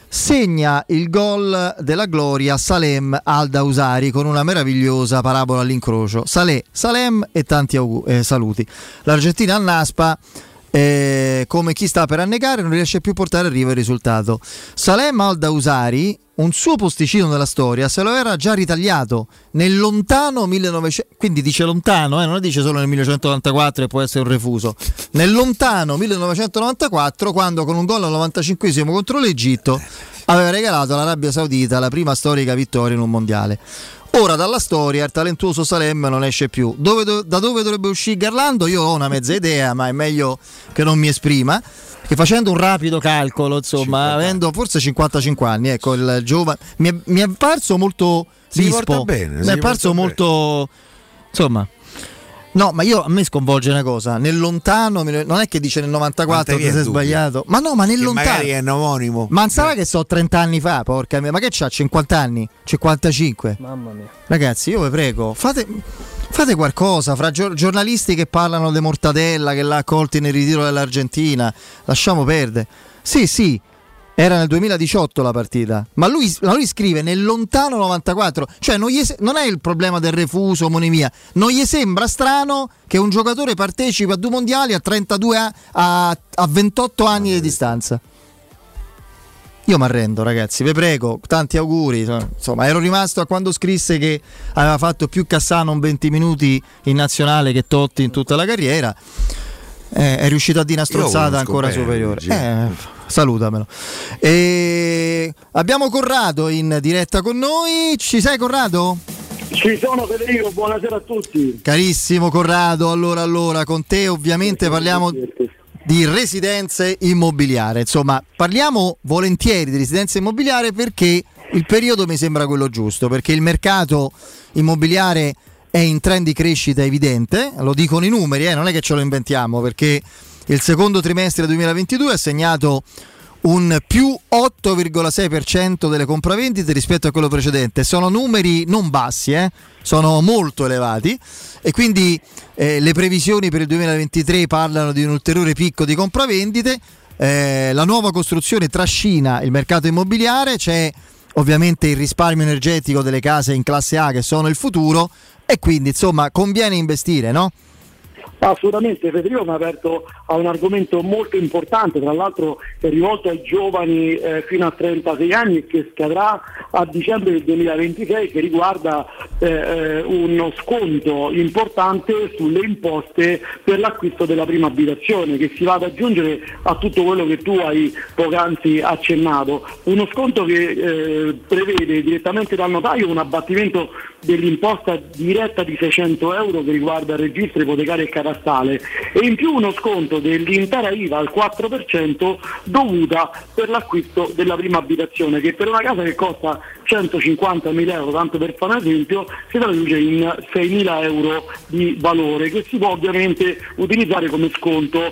segna il gol della gloria Salem Al-Dausari con una meravigliosa parabola all'incrocio. Saleh, Salem e tanti auguri, eh, saluti. L'Argentina annaspa, eh, come chi sta per annegare, non riesce più a portare a riva il risultato. Salem Al-Dausari, un suo posticino nella storia, se lo era già ritagliato nel lontano millenovecento, quindi dice lontano, eh, non dice solo nel millenovecentonovantaquattro e può essere un refuso, nel lontano millenovecentonovantaquattro, quando con un gol al novantacinquesimo contro l'Egitto aveva regalato all'Arabia Saudita la prima storica vittoria in un mondiale. Ora dalla storia il talentuoso Salem non esce più. Dove, do, da dove dovrebbe uscire Garlando? Io ho una mezza idea, ma è meglio che non mi esprima. Che facendo un rapido calcolo, insomma, avendo forse cinquantacinque anni, ecco, il giovane mi è, mi è parso molto vispo, bene, mi è parso molto, insomma. No, ma io a me sconvolge una cosa, nel lontano, non è che dice nel novantaquattro che si è sbagliato, ma no, ma nel che lontano magari è un omonimo. Ma non sarà che so trenta anni fa, porca mia, ma che c'ha cinquanta anni, cinquantacinque? Mamma mia. Ragazzi, io vi prego, fate fate qualcosa fra gior- giornalisti che parlano di Mortadella che l'ha accolto in ritiro dell'Argentina, lasciamo perdere. Sì, sì. Era nel duemiladiciotto la partita, ma lui, ma lui scrive nel lontano novantaquattro, cioè non, gli se- non è il problema del refuso, omonimia, non gli sembra strano che un giocatore partecipi a due mondiali a trentadue a, a, a ventotto anni di distanza. Io mi arrendo, ragazzi, vi prego, tanti auguri. Insomma, ero rimasto a quando scrisse che aveva fatto più Cassano in venti minuti in nazionale che Totti in tutta la carriera. Eh, è riuscito a dire una strozzata ancora bene, superiore. Eh, salutamelo. E abbiamo Corrado in diretta con noi. Ci sei, Corrado? Ci sono, Federico, buonasera a tutti. Carissimo Corrado, allora allora con te ovviamente parliamo di residenze immobiliari. Insomma, parliamo volentieri di residenze immobiliari perché il periodo mi sembra quello giusto, perché il mercato immobiliare è in trend di crescita evidente, lo dicono i numeri, eh, non è che ce lo inventiamo, perché il secondo trimestre duemilaventidue ha segnato un più otto virgola sei per cento delle compravendite rispetto a quello precedente. Sono numeri non bassi, eh? Sono molto elevati e quindi eh, le previsioni per il duemilaventitré parlano di un ulteriore picco di compravendite. Eh, la nuova costruzione trascina il mercato immobiliare, c'è ovviamente il risparmio energetico delle case in classe A che sono il futuro e quindi insomma conviene investire, no? Assolutamente, Federico mi ha aperto a un argomento molto importante, tra l'altro è rivolto ai giovani eh, fino a trentasei anni e che scadrà a dicembre del duemilaventisei, che riguarda eh, uno sconto importante sulle imposte per l'acquisto della prima abitazione, che si va ad aggiungere a tutto quello che tu hai poc'anzi accennato, uno sconto che eh, prevede direttamente dal notaio un abbattimento dell'imposta diretta di seicento euro che riguarda il registro ipotecario e catastale e in più uno sconto dell'intera I V A al quattro per cento dovuta per l'acquisto della prima abitazione, che per una casa che costa centocinquantamila euro, tanto per fare un esempio, si traduce in seimila euro di valore che si può ovviamente utilizzare come sconto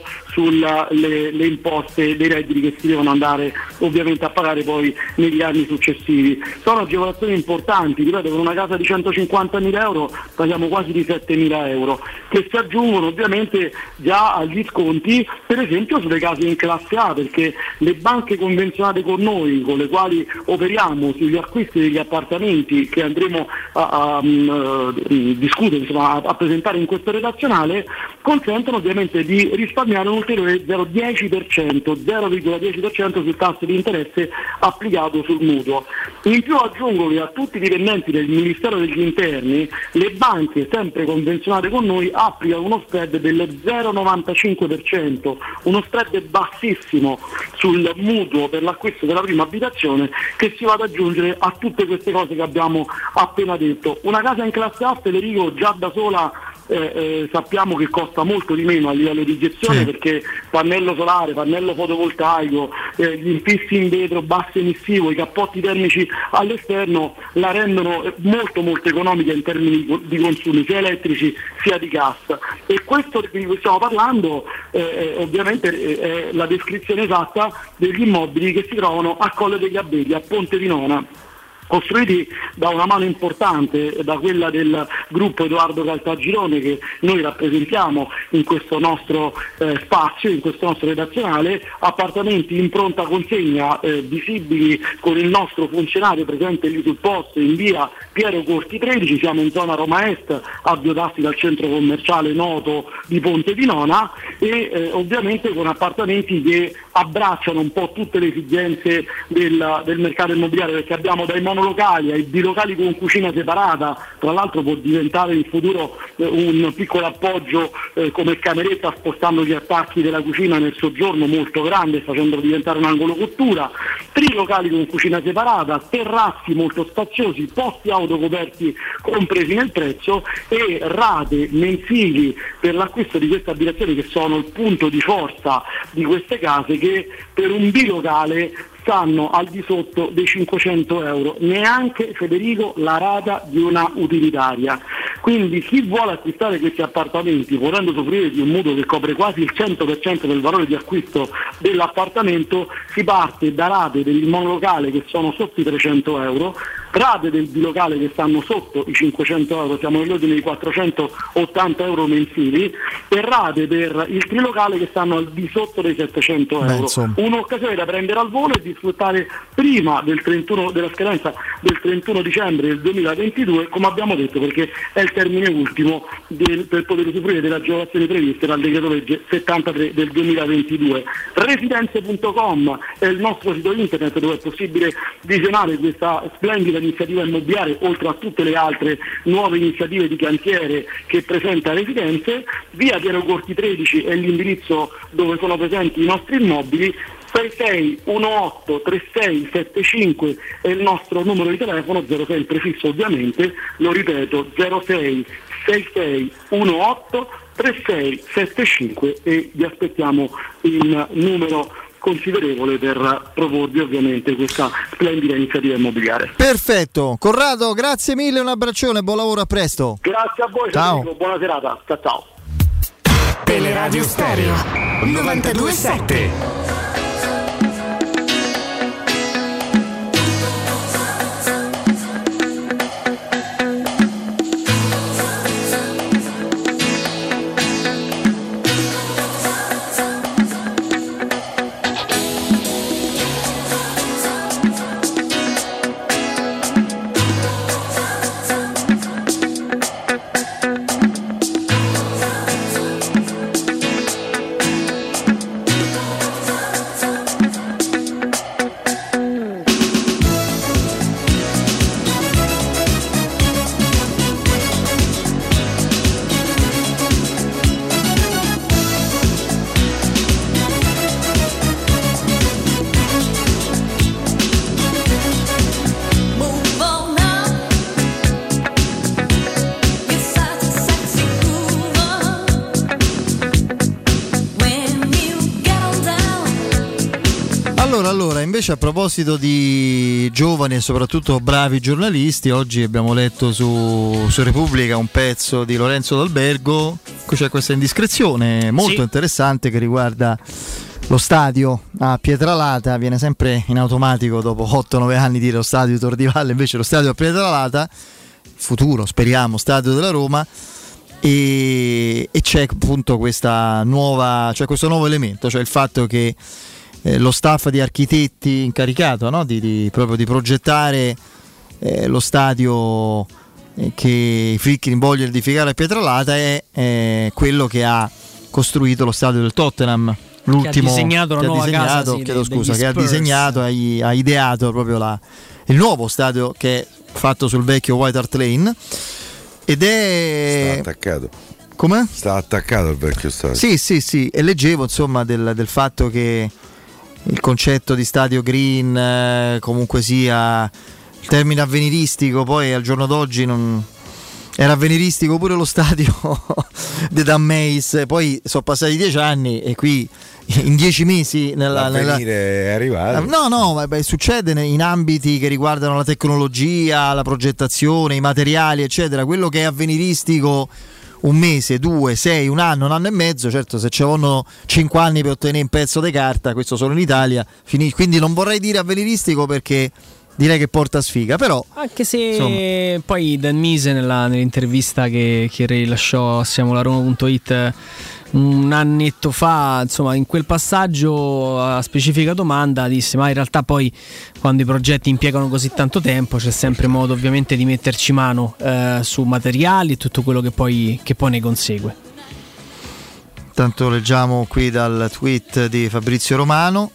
sulle le imposte dei redditi che si devono andare ovviamente a pagare poi negli anni successivi. Sono agevolazioni importanti, ripeto, per una casa di centocinquantamila euro parliamo quasi di settemila euro, che si aggiungono ovviamente già agli sconti per esempio sulle case in classe A, perché le banche convenzionate con noi, con le quali operiamo sugli acquisti degli appartamenti che andremo a, a, a, a discutere, insomma, a, a presentare in questo redazionale, consentono ovviamente di risparmiare un ulteriore zero virgola dieci per cento, zero virgola dieci per cento sul tasso di interesse applicato sul mutuo. In più aggiungo che a tutti i dipendenti del Ministero degli Interni le banche sempre convenzionate con noi applicano uno spread del zero virgola novantacinque per cento, uno spread bassissimo sul mutuo per l'acquisto della prima abitazione, che si va ad aggiungere a tutte queste cose che abbiamo appena detto. Una casa in classe A, Federico, già da sola Eh, eh, sappiamo che costa molto di meno a livello di gestione, sì, perché pannello solare, pannello fotovoltaico, eh, gli infissi in vetro basso emissivo, i cappotti termici all'esterno la rendono molto molto economica in termini di consumi sia elettrici sia di gas, e questo di cui stiamo parlando eh, ovviamente è la descrizione esatta degli immobili che si trovano a Colle degli Abbedi, a Ponte di Nona. costruiti da una mano importante, da quella del gruppo Edoardo Caltagirone che noi rappresentiamo in questo nostro eh, spazio, in questo nostro redazionale, appartamenti in pronta consegna, eh, visibili con il nostro funzionario presente lì sul posto in via Piero Corti tredici, siamo in zona Roma Est, a due passi dal centro commerciale noto di Ponte di Nona, e eh, ovviamente con appartamenti che abbracciano un po' tutte le esigenze del, del mercato immobiliare, perché abbiamo dai monolocali ai bilocali con cucina separata, tra l'altro può diventare in futuro eh, un piccolo appoggio eh, come cameretta, spostando gli attacchi della cucina nel soggiorno molto grande, facendolo diventare un angolo cottura, trilocali con cucina separata, terrazzi molto spaziosi, posti autocoperti compresi nel prezzo e rate mensili per l'acquisto di queste abitazioni che sono il punto di forza di queste case, che per un bilocale stanno al di sotto dei cinquecento euro, neanche, Federico, la rata di una utilitaria. Quindi chi vuole acquistare questi appartamenti potendo soffrire di un mutuo che copre quasi il cento per cento del valore di acquisto dell'appartamento, si parte da rate del monolocale che sono sotto i trecento euro, rate del bilocale che stanno sotto i cinquecento euro, siamo nell'ordine di quattrocentottanta euro mensili, e rate per il trilocale che stanno al di sotto dei settecento euro. Beh, un'occasione da prendere al volo e di sfruttare prima del trentuno, della scadenza del trentuno dicembre del duemilaventidue, come abbiamo detto, perché è il termine ultimo del, per poter usufruire delle agevolazioni previste dal decreto legge settantatré del duemilaventidue. Residenze punto com è il nostro sito internet dove è possibile visionare questa splendida iniziativa immobiliare, oltre a tutte le altre nuove iniziative di cantiere che presenta Residenze. Via Piero Corti tredici è l'indirizzo dove sono presenti i nostri immobili. sei sei uno otto tre sei sette cinque è il nostro numero di telefono, zero sei il prefisso ovviamente, lo ripeto, zero sei sei sei uno otto tre sei sette cinque, e vi aspettiamo in numero considerevole per proporvi ovviamente questa splendida iniziativa immobiliare. Perfetto, Corrado, grazie mille, un abbraccione, buon lavoro, a presto. Grazie a voi, ciao. Federico, buona serata, ciao ciao. Teleradio Stereo novantadue sette. Allora, invece, a proposito di giovani e soprattutto bravi giornalisti, oggi abbiamo letto su, su Repubblica un pezzo di Lorenzo D'Albergo. Qui c'è questa indiscrezione molto sì. interessante che riguarda lo stadio a Pietralata. Viene sempre in automatico dopo otto nove anni dire lo stadio Tor di Valle, invece lo stadio a Pietralata, futuro speriamo stadio della Roma. E, e c'è appunto questa nuova, cioè questo nuovo elemento, cioè il fatto che Eh, lo staff di architetti incaricato, no? di, di, proprio di progettare eh, lo stadio eh, che i Friedkin vogliono edificare a Pietralata è eh, quello che ha costruito lo stadio del Tottenham, l'ultimo che ha disegnato la che nuova ha disegnato, casa, sì, chiedo dei, scusa, degli che Spurs. ha disegnato, ha, ha ideato proprio la, il nuovo stadio che è fatto sul vecchio White Hart Lane, ed è sta attaccato. Come? Sta attaccato al vecchio stadio. Sì, sì, sì, e leggevo insomma del, del fatto che il concetto di stadio green eh, comunque sia il termine avveniristico, poi al giorno d'oggi non era avveniristico pure lo stadio di Dan Meis, poi sono passati dieci anni e qui in dieci mesi nella, nella... è arrivato. No, no, vabbè, succede in ambiti che riguardano la tecnologia, la progettazione, i materiali, eccetera. Quello che è avveniristico un mese, due, sei, un anno, un anno e mezzo, certo se ci vogliono cinque anni per ottenere un pezzo di carta, questo solo in Italia, finì. Quindi non vorrei dire avveniristico perché direi che porta sfiga, però anche se insomma. Poi Dan Mise nella, nell'intervista che, che rilasciò a siamolaroma punto it un annetto fa, insomma, in quel passaggio a specifica domanda disse: ma in realtà poi quando i progetti impiegano così tanto tempo c'è sempre modo ovviamente di metterci mano eh, su materiali e tutto quello che poi, che poi ne consegue. Tanto leggiamo qui dal tweet di Fabrizio Romano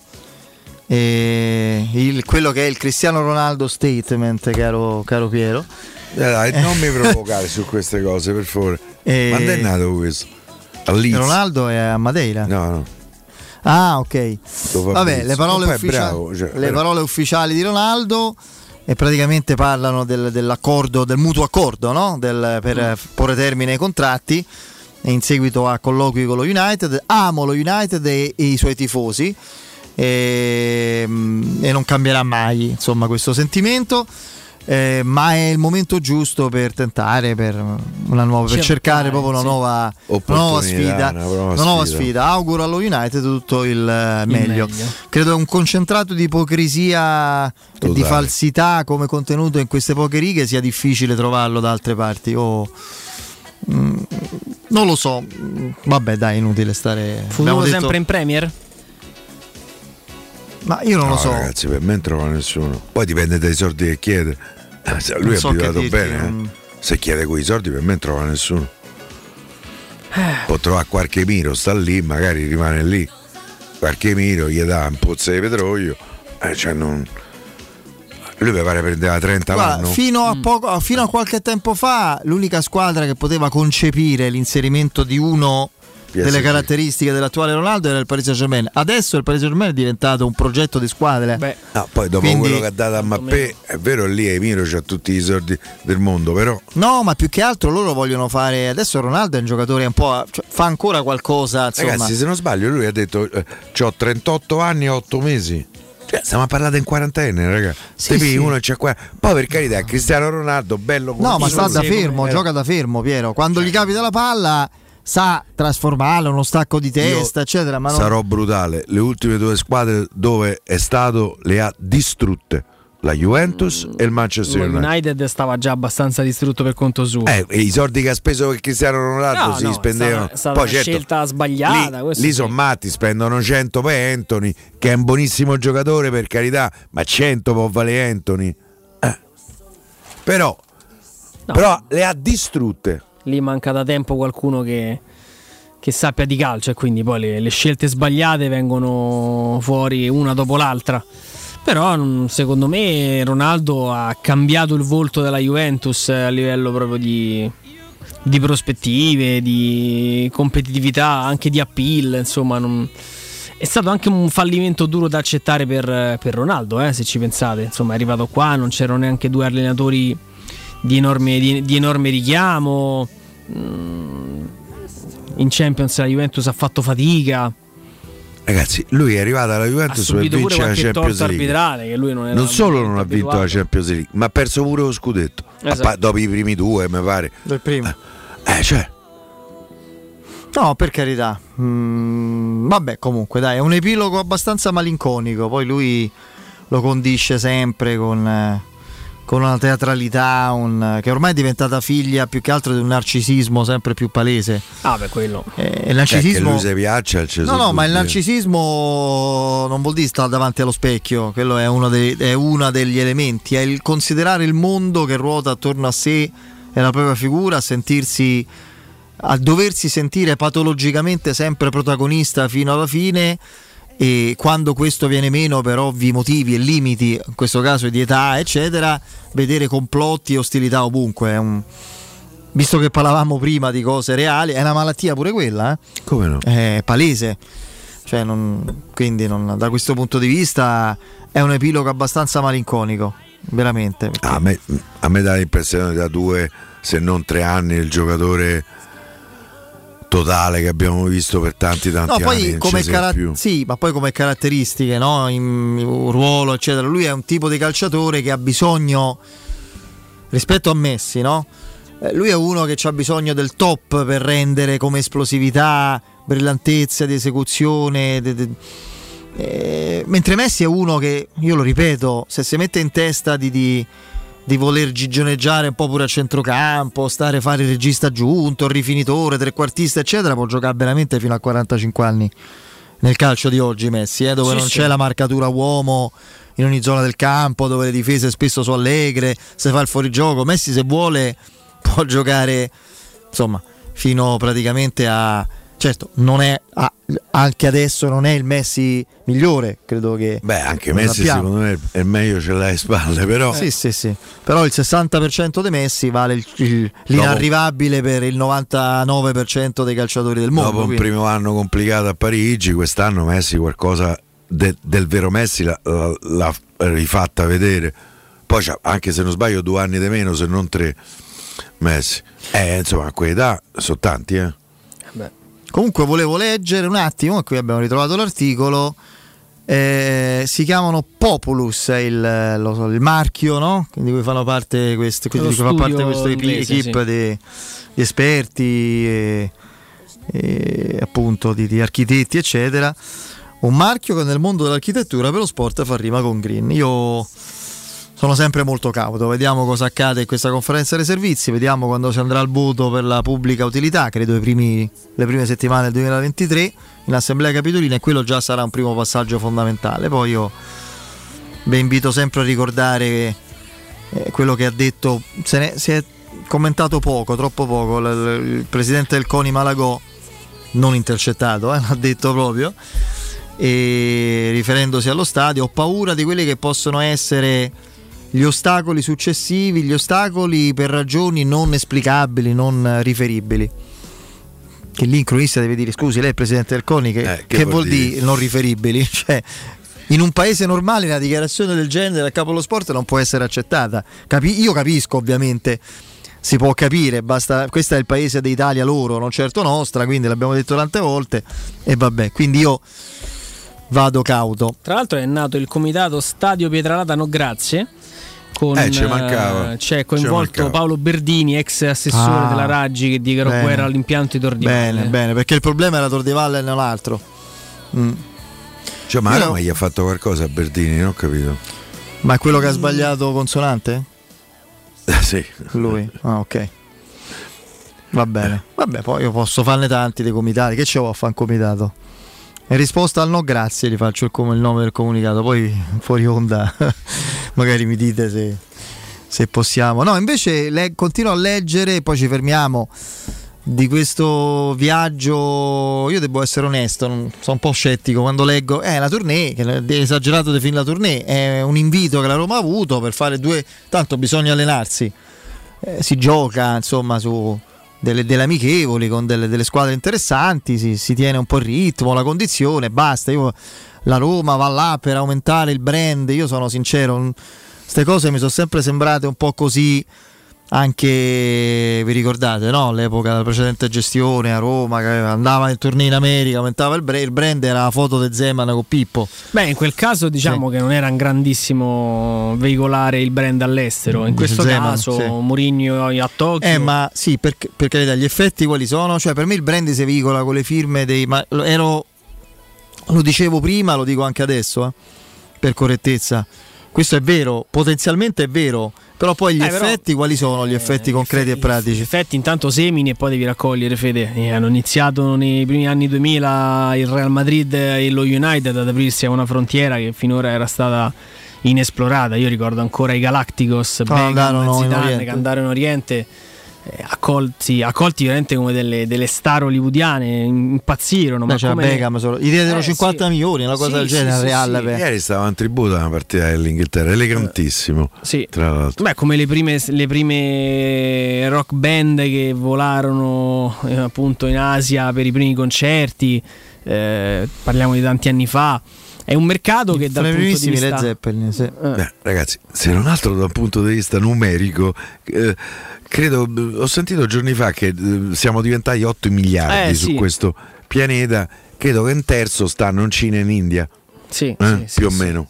e il, quello che è il Cristiano Ronaldo statement, caro, caro Piero. Eh dai, non mi provocare su queste cose, per favore. E... Quando è nato questo? Ronaldo è a Madeira. No, no. Ah, ok. Vabbè, le parole, ufficia- bravo, cioè, le parole ufficiali di Ronaldo e praticamente parlano del, dell'accordo, del mutuo accordo, no? Del, per porre termine ai contratti e in seguito a colloqui con lo United. Amo lo United e, e i suoi tifosi e, e non cambierà mai, insomma, questo sentimento. Eh, ma è il momento giusto per tentare per una nuova per Cercare, cercare proprio una sì. nuova, una nuova sfida una nuova, una nuova sfida. sfida. Auguro allo United tutto il, il meglio. meglio. Credo è un concentrato di ipocrisia e Totale. di falsità come contenuto in queste poche righe sia difficile trovarlo da altre parti o mm, non lo so. Vabbè, dai, inutile stare. Futuro detto... sempre in Premier? Ma io non no, lo so, ragazzi, per me non trova nessuno. Poi dipende dai soldi che chiede. Se lui Non è so abituato che dirti, bene, non- eh. Se chiede quei soldi per me non trova nessuno. Può trovare qualche miro, sta lì, magari rimane lì. Qualche miro gli dà un pozzo di petrolio. Eh, cioè non... Lui mi pare prendeva trenta Guarda, l'anno. fino a poco, fino a qualche tempo fa l'unica squadra che poteva concepire l'inserimento di uno P S G. delle caratteristiche dell'attuale Ronaldo era il Paris Saint-Germain. Adesso il Paris Saint-Germain è diventato un progetto di squadre. Beh, No, poi dopo Quindi- quello che ha dato a Mappé, è vero, lì ai Miro c'ha tutti i soldi del mondo, però No, ma più che altro loro vogliono fare. Adesso Ronaldo è un giocatore un po'. Cioè, fa ancora qualcosa. Insomma. ragazzi, se non sbaglio, lui ha detto eh, c'ho trentotto anni e otto mesi. Cioè, stiamo a parlare in quarantenne, raga. Sì, Te pigli sì. uno c'è qua. Poi per carità, Cristiano Ronaldo, bello come No, ma sta da sì, fermo, come- gioca da fermo, Piero. Quando gli capita la palla sa trasformarla, uno stacco di testa, Io eccetera. Ma non... sarò brutale. Le ultime due squadre dove è stato le ha distrutte. La Juventus e il Manchester lo United. United stava già abbastanza distrutto per conto suo. Eh, e i soldi che ha speso per Cristiano Ronaldo No, si no, spendevano. è stata- è stata Poi una certo, scelta sbagliata, Lì, questo lì sì. sono matti, spendono cento per Anthony, che è un buonissimo giocatore, per carità, ma cento può valere Anthony. Eh. Però, No. però le ha distrutte. Lì manca da tempo qualcuno che, che sappia di calcio e quindi poi le, le scelte sbagliate vengono fuori una dopo l'altra. Però mm, secondo me Ronaldo ha cambiato il volto della Juventus a livello proprio di, di prospettive, di competitività, anche di appeal, insomma non... È stato anche un fallimento duro da accettare per, per Ronaldo, eh, se ci pensate. Insomma, è arrivato qua, non c'erano neanche due allenatori di enorme, di, di enorme richiamo. Mm, in Champions la Juventus ha fatto fatica. Ragazzi, lui è arrivato alla Ha Juventus per subito pure vincere la qualche Champions torto League. arbitrale che lui non era Non solo non ha vinto la abituato. Champions League, ma ha perso pure lo scudetto. Esatto. A pa- dopo i primi due, mi pare. Del primo. Eh, cioè, No, per carità. Mm, vabbè, comunque, dai, è un epilogo abbastanza malinconico. Poi lui lo condisce sempre con, eh, con una teatralità un, che ormai è diventata figlia più che altro di un narcisismo sempre più palese. Ah, beh, quello. Eh, il cioè, che narcisismo. lui si piaccia. No, no, ma il narcisismo non vuol dire stare davanti allo specchio, quello è uno dei, è uno degli elementi, è il considerare il mondo che ruota attorno a sé e la propria figura, a sentirsi, a doversi sentire patologicamente sempre protagonista fino alla fine, e quando questo viene meno per ovvi motivi e limiti, in questo caso di età eccetera, vedere complotti e ostilità ovunque. È un... Visto che parlavamo prima di cose reali, è una malattia pure quella, eh? Come no? È palese, cioè non, quindi non, da questo punto di vista è un epilogo abbastanza malinconico, veramente. A me, a me dà l'impressione da due, se non tre anni, il giocatore totale che abbiamo visto per tanti tanti No, anni. poi non come ci sia cara- più. sì, ma poi come caratteristiche, no? In, in ruolo, eccetera. Lui è un tipo di calciatore che ha bisogno, rispetto a Messi, no? Eh, lui è uno che ha bisogno del top per rendere come esplosività, brillantezza di esecuzione, de, de, Eh, mentre Messi è uno che, io lo ripeto, se si mette in testa di, di, di voler gigioneggiare un po' pure a centrocampo, stare a fare il regista aggiunto, il rifinitore, trequartista eccetera, può giocare veramente fino a quarantacinque anni nel calcio di oggi Messi, eh, dove sì, non sì. c'è la marcatura uomo in ogni zona del campo, dove le difese spesso sono allegre, se fa il fuorigioco. Messi, se vuole, può giocare insomma fino praticamente a... Certo, non è ah, anche adesso non è il Messi migliore, credo che... Beh, anche Messi sappiamo. Secondo me è meglio ce l'ha alle spalle, però... Sì, sì, sì. Però il sessanta per cento dei Messi vale il, il, l'inarrivabile per il novantanove per cento dei calciatori del mondo. Dopo quindi. un primo anno complicato a Parigi, quest'anno Messi qualcosa de, del vero Messi l'ha, l'ha rifatta vedere. Poi c'ha, anche se non sbaglio, due anni di meno, se non tre, Messi. Eh, insomma, a quell'età sono tanti, eh. Beh. Comunque volevo leggere un attimo, qui abbiamo ritrovato l'articolo, eh, si chiamano Populus, è il, lo so, il marchio, no? Di cui fanno parte queste, quindi fa parte questa equipe sì. di, di esperti e, e appunto di, di architetti eccetera, un marchio che nel mondo dell'architettura per lo sport fa rima con green. Io sono sempre molto cauto, vediamo cosa accade in questa conferenza dei servizi, vediamo quando si andrà al voto per la pubblica utilità, credo i primi, le prime settimane del duemilaventitré in Assemblea Capitolina, e quello già sarà un primo passaggio fondamentale. Poi io vi invito sempre a ricordare eh, quello che ha detto, se ne, si è commentato poco, troppo poco, l- il presidente del CONI Malagò, non intercettato, eh, l'ha detto proprio, e riferendosi allo stadio: ho paura di quelli che possono essere gli ostacoli successivi, gli ostacoli per ragioni non esplicabili, non riferibili. Che lì in cronista deve dire: scusi, lei è il presidente del CONI, che, eh, che, che vuol dire? dire non riferibili? Cioè, in un paese normale una dichiarazione del genere a capo dello sport non può essere accettata. Capi- io capisco, ovviamente si può capire, basta, questo è il paese d'Italia loro, non certo nostra, quindi l'abbiamo detto tante volte e vabbè, quindi io vado cauto. Tra l'altro è nato il comitato Stadio Pietralata No Grazie, con, eh, ci mancava. Uh, c'è coinvolto c'è Paolo Berdini, ex assessore ah, della Raggi, che dichiarò bene. guerra all'impianto di Tor di Valle. Bene, bene, perché il problema era Tor di Valle e non altro. Mm. Cioè, ma Roma gli ha fatto qualcosa a Berdini, non ho capito. Ma è quello che ha sbagliato consonante? Eh, sì. Lui. Ah, ok. Va bene. Vabbè, poi io posso farne tanti dei comitati. Che ce l'ho a fare un comitato? In risposta al no grazie gli faccio il, com- il nome del comunicato, poi fuori onda magari mi dite se, se possiamo. No, invece le- continuo a leggere e poi ci fermiamo di questo viaggio. Io devo essere onesto, non, sono un po' scettico quando leggo eh, la tournée, che è esagerato definire la tournée, è un invito che la Roma ha avuto per fare due, tanto bisogna allenarsi, eh, si gioca insomma su Delle, delle amichevoli con delle, delle squadre interessanti, si, si tiene un po' il ritmo, la condizione, basta. Io, la Roma va là per aumentare il brand, io sono sincero, queste cose mi sono sempre sembrate un po' così, anche vi ricordate, no? L'epoca della precedente gestione a Roma, che andava nel torneo in America, aumentava il brand, il brand era la foto di Zeman con Pippo. Beh, in quel caso diciamo sì. che non era un grandissimo veicolare il brand all'estero, in questo Zeman, caso sì. Mourinho a Tokyo. Eh ma sì, perché, perché gli effetti quali sono? Cioè per me il brand si veicola con le firme dei... Ma ero, lo dicevo prima, lo dico anche adesso, eh, per correttezza. Questo è vero, potenzialmente è vero, però poi gli eh, effetti però, quali sono gli effetti eh, concreti effetti, e pratici? Gli effetti intanto semini e poi devi raccogliere, Fede. Eh, hanno iniziato nei primi anni duemila il Real Madrid e lo United ad aprirsi a una frontiera che finora era stata inesplorata. Io ricordo ancora i Galacticos, no, Beckham, Zidane che andarono in Oriente, eh, accolti, accolti veramente come delle, delle star hollywoodiane, impazzirono. Beh, ma c'era come... Beckham solo. Gli diedero eh, cinquanta sì. milioni, una cosa sì, del genere. Sì, Real sì, per... Ieri stava in tribuna una partita dell'Inghilterra, elegantissimo. Sì. Tra l'altro. Beh, come le prime, le prime rock band che volarono eh, appunto in Asia per i primi concerti, eh, parliamo di tanti anni fa. È un mercato che dal punto di vista Led Zeppelin, sì. eh. Beh, ragazzi, se non altro dal punto di vista numerico, eh, credo, ho sentito giorni fa che eh, siamo diventati otto miliardi eh, su sì. questo pianeta. Credo che un terzo stanno in Cina e in India, sì, eh, sì, più sì, o meno.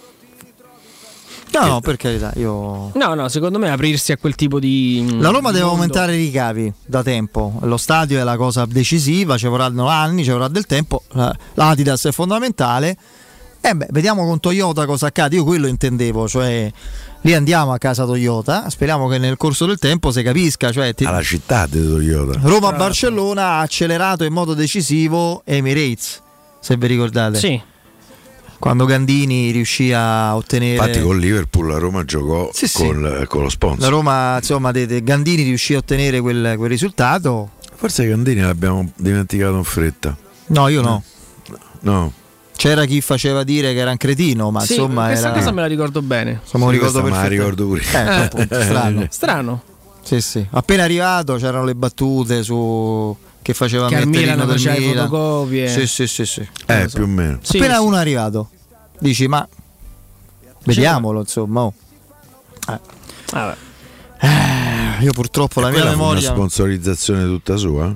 No, no, per carità, io... No, no, secondo me aprirsi a quel tipo di... La Roma di deve mondo. aumentare i ricavi da tempo. Lo stadio è la cosa decisiva, ci vorranno anni, ci vorrà del tempo. L'Adidas è fondamentale. Eh beh, vediamo con Toyota cosa accade. Io quello intendevo, cioè lì andiamo a casa Toyota, speriamo che nel corso del tempo si capisca, cioè ti... alla città di Toyota. Roma-Barcellona ha accelerato in modo decisivo Emirates, se vi ricordate. Sì. Quando Gandini riuscì a ottenere. Infatti con Liverpool la Roma giocò sì, con, sì. con lo sponsor. La Roma, insomma, de, de Gandini riuscì a ottenere quel, quel risultato. Forse Gandini l'abbiamo dimenticato in fretta. No, io no. No. C'era chi faceva dire che era un cretino, ma sì, insomma questa era... cosa me la ricordo bene. Insomma, sì, ricordo me la ricordo pure. Eh, appunto, strano. Strano. Sì, sì. Appena arrivato c'erano le battute su che faceva che mettere Milan del faceva Milan. fotocopie. Sì, sì, sì, sì. Eh, so. più o meno. Sì, appena sì. uno è arrivato, dici ma vediamolo, insomma. Oh. Eh. Vabbè. Eh, io purtroppo e la mia memoria. Una sponsorizzazione tutta sua?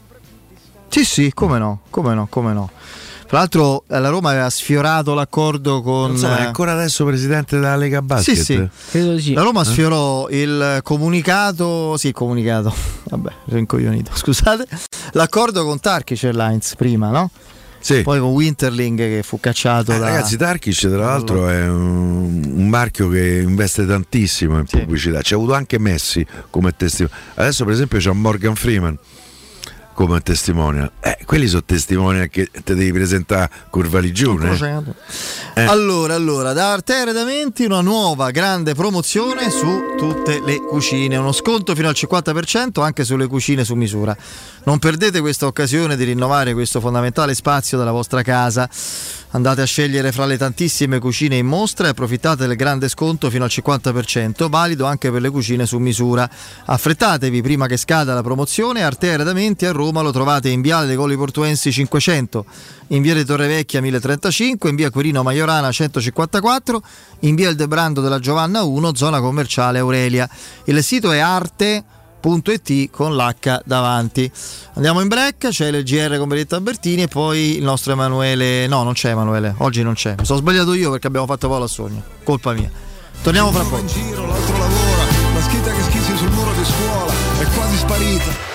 Sì, sì, come no, come no, come no. Tra l'altro la Roma aveva sfiorato l'accordo con... Non so, è ancora adesso presidente della Lega Basket? Sì, sì. Credo sì. La Roma eh? sfiorò il comunicato, sì, il comunicato, vabbè, rincoglionito, scusate, l'accordo con Turkish Airlines prima, no? Sì. Poi con Winterling che fu cacciato eh, da... Ragazzi, Turkish tra l'altro è un, un marchio che investe tantissimo in sì. pubblicità. C'è avuto anche Messi come testimone. Adesso per esempio c'è Morgan Freeman come testimonial. Eh, quelli sono testimonial che te devi presentare curva lì giù, eh? eh. Allora, allora, da Arte Arredamenti una nuova grande promozione su tutte le cucine, uno sconto fino al cinquanta per cento anche sulle cucine su misura. Non perdete questa occasione di rinnovare questo fondamentale spazio della vostra casa. Andate a scegliere fra le tantissime cucine in mostra e approfittate del grande sconto fino al cinquanta per cento, valido anche per le cucine su misura. Affrettatevi prima che scada la promozione. Arte Arredamenti a Roma lo trovate in Viale dei Colli Portuensi cinquecento, in Via di Torrevecchia mille trentacinque, in Via Quirino Maiorana centocinquantaquattro, in Via Il Debrando della Giovanna uno, zona commerciale Aurelia. Il sito è arte punto it con l'H davanti. Andiamo in break, c'è il G R con Benedetta Albertini e poi il nostro Emanuele. No, non c'è Emanuele, oggi non c'è. Mi sono sbagliato io perché abbiamo fatto Paolo a sogno, colpa mia. Torniamo fra poco. In giro, l'altro lavora, la scritta che schizzi sul muro di scuola è quasi sparita.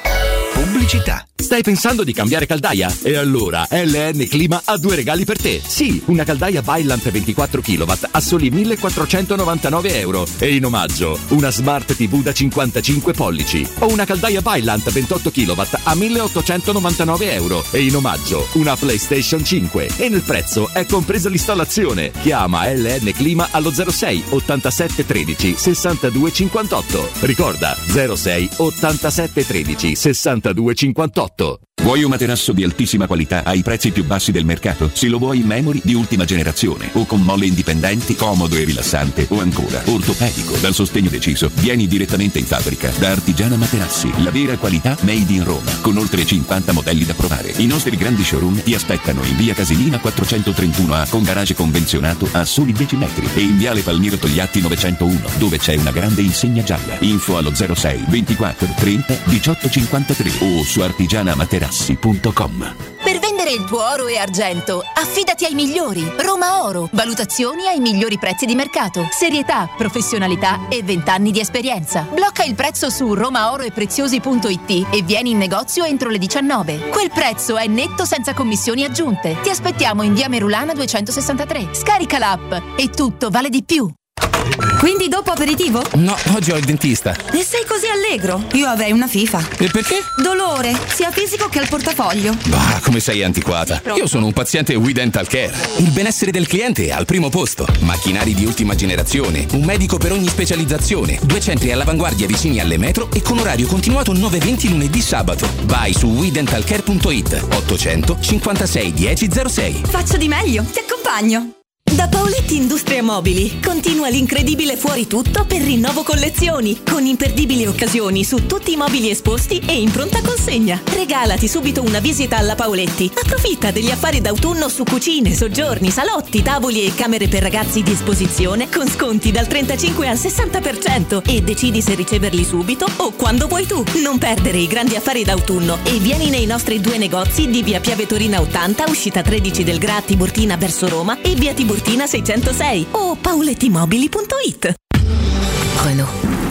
Pubblicità. Stai pensando di cambiare caldaia? E allora L N Clima ha due regali per te. Sì, una caldaia Vaillant ventiquattro chilowatt a soli millequattrocentonovantanove euro e in omaggio una Smart tivù da cinquantacinque pollici o una caldaia Vaillant ventotto chilowatt a milleottocentonovantanove euro e in omaggio una PlayStation cinque e nel prezzo è compresa l'installazione. Chiama L N Clima allo zero sei ottantasette tredici sessantadue cinquantotto. Ricorda zero sei ottantasette tredici sessantadue cinquantotto. Vuoi un materasso di altissima qualità ai prezzi più bassi del mercato? Se lo vuoi in memory di ultima generazione o con molle indipendenti, comodo e rilassante o ancora ortopedico dal sostegno deciso, vieni direttamente in fabbrica da Artigiana Materassi, la vera qualità made in Roma, con oltre cinquanta modelli da provare. I nostri grandi showroom ti aspettano in via Casilina quattrocentotrentuno A con garage convenzionato a soli dieci metri e in viale Palmiro Togliatti novecentouno dove c'è una grande insegna gialla. Info allo zero sei ventiquattro trenta diciotto cinquantatré o su artigiana materassi punto com. Per vendere il tuo oro e argento, affidati ai migliori. Roma Oro. Valutazioni ai migliori prezzi di mercato. Serietà, professionalità e vent'anni di esperienza. Blocca il prezzo su romaoroepreziosi punto it e vieni in negozio entro le diciannove. Quel prezzo è netto senza commissioni aggiunte. Ti aspettiamo in via Merulana duecentosessantatré. Scarica l'app e tutto vale di più. Quindi dopo aperitivo? No, oggi ho il dentista. E sei così allegro? Io avrei una FIFA. E perché? Dolore, sia fisico che al portafoglio. Bah, come sei antiquata. Io sono un paziente We Dental Care. Il benessere del cliente è al primo posto. Macchinari di ultima generazione, un medico per ogni specializzazione, due centri all'avanguardia vicini alle metro e con orario continuato nove venti lunedì sabato. Vai su we dental care punto it ottocento cinquantasei dieci zero sei. Faccio di meglio, ti accompagno. Da Paoletti Industrie Mobili continua l'incredibile fuori tutto per rinnovo collezioni, con imperdibili occasioni su tutti i mobili esposti e in pronta consegna. Regalati subito una visita alla Paoletti. Approfitta degli affari d'autunno su cucine, soggiorni, salotti, tavoli e camere per ragazzi di esposizione con sconti dal trentacinque al sessanta per cento e decidi se riceverli subito o quando vuoi tu. Non perdere i grandi affari d'autunno e vieni nei nostri due negozi di via Piave Torina ottanta, uscita tredici del Gra Tiburtina verso Roma e via Tiburtina seicentosei o paolettimobili punto it. Renault.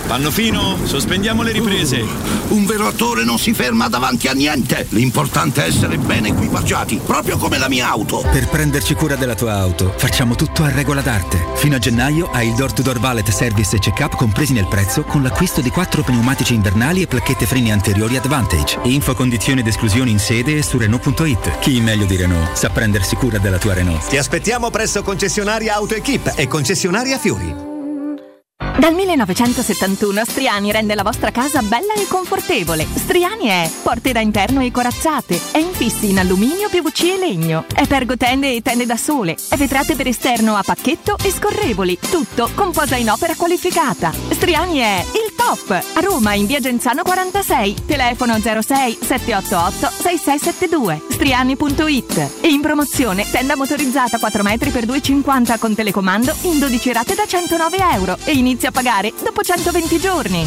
Pannofino, sospendiamo le riprese. Uh, un vero attore non si ferma davanti a niente. L'importante è essere ben equipaggiati, proprio come la mia auto. Per prenderci cura della tua auto, facciamo tutto a regola d'arte. Fino a gennaio hai il door-to-door valet service e check-up compresi nel prezzo con l'acquisto di quattro pneumatici invernali e placchette freni anteriori Advantage. Info, condizioni ed esclusioni in sede e su Renault punto it. Chi meglio di Renault sa prendersi cura della tua Renault. Ti aspettiamo presso concessionaria AutoEquip e concessionaria Fiori. Dal millenovecentosettantuno Striani rende la vostra casa bella e confortevole. Striani è porte da interno e corazzate, è infissi in alluminio, P V C e legno, è pergotende e tende da sole, è vetrate per esterno a pacchetto e scorrevoli, tutto con posa in opera qualificata. Striani è il top! A Roma in via Genzano quarantasei, telefono zero sei sette otto otto sei sei sette due, striani punto it. E in promozione tenda motorizzata quattro metri per due e cinquanta con telecomando in dodici rate da centonove euro e inizia a pagare dopo centoventi giorni.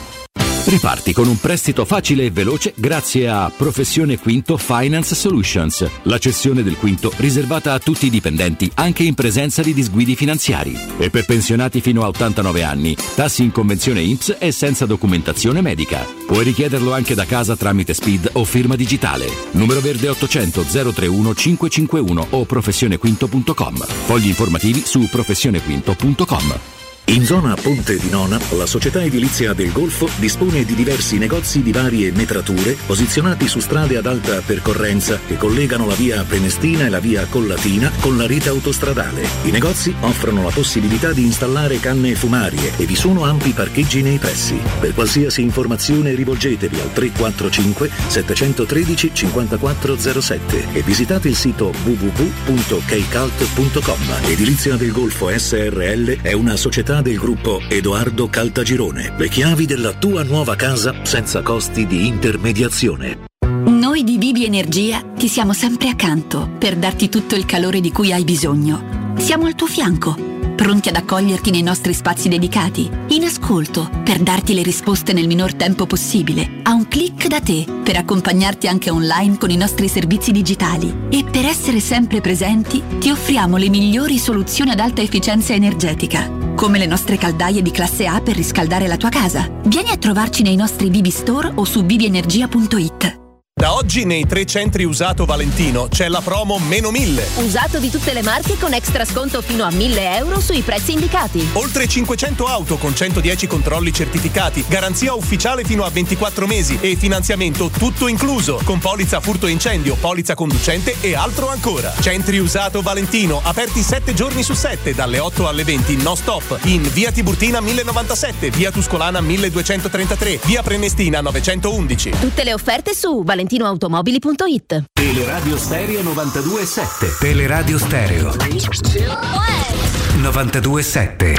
Riparti con un prestito facile e veloce grazie a Professione Quinto Finance Solutions, la cessione del quinto riservata a tutti i dipendenti anche in presenza di disguidi finanziari. E per pensionati fino a ottantanove anni, tassi in convenzione I N P S e senza documentazione medica. Puoi richiederlo anche da casa tramite S P I D o firma digitale. Numero verde ottocento zero trentuno cinquecentocinquantuno o professionequinto punto com. Fogli informativi su professionequinto punto com. In zona Ponte di Nona, la società edilizia del Golfo dispone di diversi negozi di varie metrature posizionati su strade ad alta percorrenza che collegano la via Prenestina e la via Collatina con la rete autostradale. I negozi offrono la possibilità di installare canne fumarie e vi sono ampi parcheggi nei pressi. Per qualsiasi informazione rivolgetevi al tre quattro cinque sette uno tre cinque zero sette e visitate il sito w w w punto keicalt punto com. Edilizia del Golfo S R L è una società del gruppo Edoardo Caltagirone. Le chiavi della tua nuova casa senza costi di intermediazione. Noi di Bibi Energia ti siamo sempre accanto per darti tutto il calore di cui hai bisogno. Siamo al tuo fianco, pronti ad accoglierti nei nostri spazi dedicati, in ascolto per darti le risposte nel minor tempo possibile, a un click da te, per accompagnarti anche online con i nostri servizi digitali. E per essere sempre presenti ti offriamo le migliori soluzioni ad alta efficienza energetica, come le nostre caldaie di classe A per riscaldare la tua casa. Vieni a trovarci nei nostri Bibi Store o su bibi energia punto it. Da oggi nei tre centri usato Valentino c'è la promo meno mille. Usato di tutte le marche con extra sconto fino a mille euro sui prezzi indicati. Oltre cinquecento auto con centodieci controlli certificati, garanzia ufficiale fino a ventiquattro mesi e finanziamento tutto incluso, con polizza furto incendio, polizza conducente e altro ancora. Centri usato Valentino, aperti sette giorni su sette, dalle otto alle venti, no stop, in via Tiburtina mille novantasette, via Tuscolana milleduecentotrentatré, via Prenestina novecentoundici. Tutte le offerte su valentinoautomobili punto it. Teleradio Stereo novantadue sette. Teleradio Stereo novantadue sette.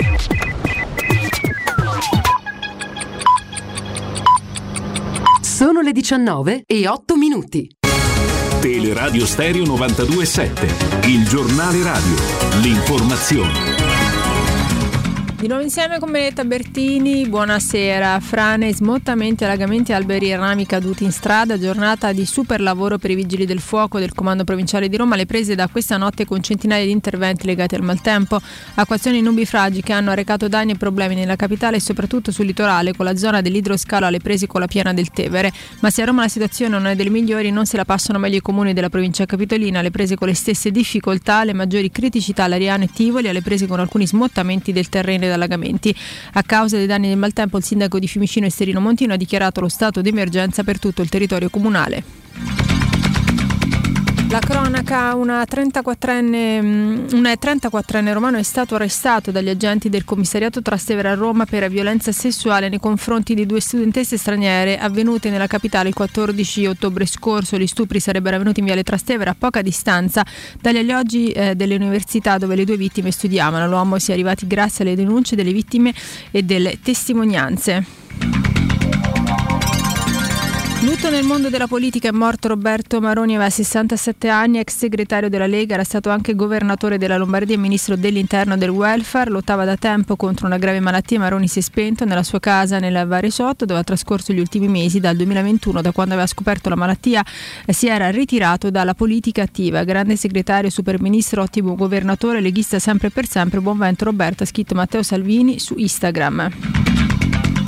Sono le diciannove e otto minuti. Teleradio Stereo novantadue sette. Il giornale radio. L'informazione. Di nuovo insieme con Benedetta Bertini, buonasera. Frane, smottamenti, allagamenti, alberi e rami caduti in strada, giornata di super lavoro per i vigili del fuoco del Comando Provinciale di Roma, le prese da questa notte con centinaia di interventi legati al maltempo, acquazioni nubifragi che hanno arrecato danni e problemi nella capitale e soprattutto sul litorale, con la zona dell'idroscalo alle prese con la piana del Tevere. Ma se a Roma la situazione non è delle migliori, non se la passano meglio i comuni della provincia capitolina, alle prese con le stesse difficoltà, le maggiori criticità a Lariano e Tivoli, alle prese con alcuni smottamenti del terreno ed allagamenti. A causa dei danni del maltempo, il sindaco di Fiumicino Esterino Montino ha dichiarato lo stato di emergenza per tutto il territorio comunale. La cronaca, una trentaquattrenne, un trentaquattrenne romano è stato arrestato dagli agenti del commissariato Trastevere a Roma per violenza sessuale nei confronti di due studentesse straniere avvenute nella capitale il quattordici ottobre scorso. Gli stupri sarebbero avvenuti in viale Trastevere, a poca distanza dagli alloggi eh, delle università dove le due vittime studiavano. All'uomo si è arrivati grazie alle denunce delle vittime e delle testimonianze. Lutto nel mondo della politica, è morto Roberto Maroni, aveva sessantasette anni, ex segretario della Lega, era stato anche governatore della Lombardia e ministro dell'interno e del welfare, lottava da tempo contro una grave malattia. Maroni si è spento nella sua casa nel Varesotto, dove ha trascorso gli ultimi mesi. Dal duemilaventuno, da quando aveva scoperto la malattia, si era ritirato dalla politica attiva. Grande segretario, superministro, ottimo governatore, leghista sempre e per sempre, buon vento Roberto, ha scritto Matteo Salvini su Instagram.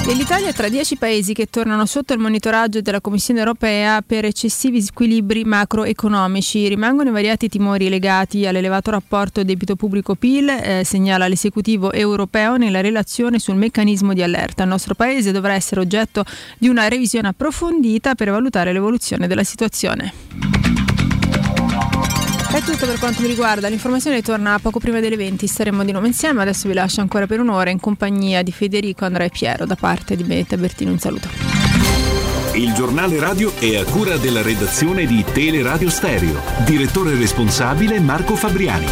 E l'Italia è tra dieci paesi che tornano sotto il monitoraggio della Commissione europea per eccessivi squilibri macroeconomici. Rimangono invariati timori legati all'elevato rapporto debito pubblico-P I L, eh, segnala l'esecutivo europeo nella relazione sul meccanismo di allerta. Il nostro paese dovrà essere oggetto di una revisione approfondita per valutare l'evoluzione della situazione. È tutto per quanto mi riguarda, l'informazione torna poco prima delle venti, staremo di nuovo insieme, adesso vi lascio ancora per un'ora in compagnia di Federico, Andrea e Piero. Da parte di Benetta Bertini un saluto. Il giornale radio è a cura della redazione di Teleradio Stereo, direttore responsabile Marco Fabriani.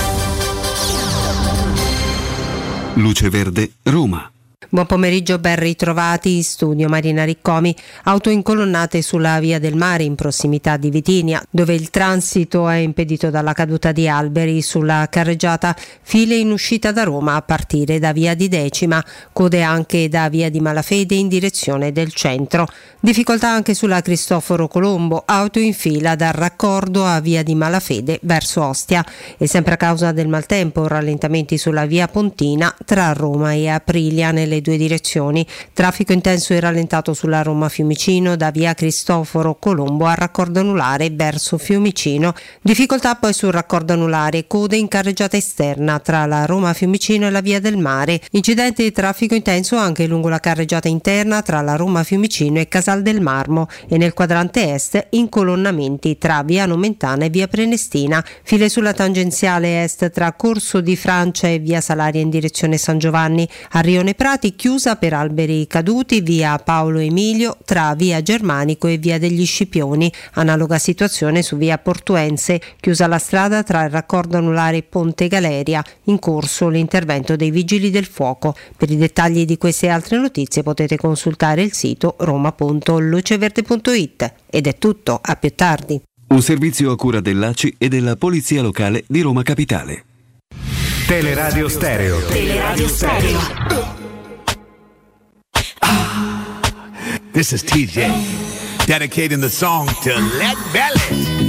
Luce Verde, Roma. Buon pomeriggio, ben ritrovati in studio Marina Riccomi. Auto incolonnate sulla via del mare in prossimità di Vitinia, dove il transito è impedito dalla caduta di alberi. Sulla carreggiata file in uscita da Roma a partire da via di Decima, code anche da via di Malafede in direzione del centro. Difficoltà anche sulla Cristoforo Colombo, auto in fila dal raccordo a via di Malafede verso Ostia. E sempre a causa del maltempo, rallentamenti sulla via Pontina tra Roma e Aprilia nelle due direzioni. Traffico intenso e rallentato sulla Roma Fiumicino da via Cristoforo Colombo al raccordo anulare verso Fiumicino. Difficoltà poi sul raccordo anulare, code in carreggiata esterna tra la Roma Fiumicino e la via del mare. Incidente di traffico intenso anche lungo la carreggiata interna tra la Roma Fiumicino e Casal del Marmo, e nel quadrante est incolonnamenti tra via Nomentana e via Prenestina. File sulla tangenziale est tra Corso di Francia e via Salaria in direzione San Giovanni. A Rione Prati chiusa per alberi caduti via Paolo Emilio tra via Germanico e via degli Scipioni. Analoga situazione su via Portuense, chiusa la strada tra il raccordo anulare e Ponte Galeria, in corso l'intervento dei vigili del fuoco. Per i dettagli di queste e altre notizie potete consultare il sito roma punto luceverde punto it. Ed è tutto, a più tardi. Un servizio a cura dell'A C I e della Polizia Locale di Roma Capitale. Teleradio Stereo. Teleradio Stereo. This is T J, dedicating the song to Lead Belly.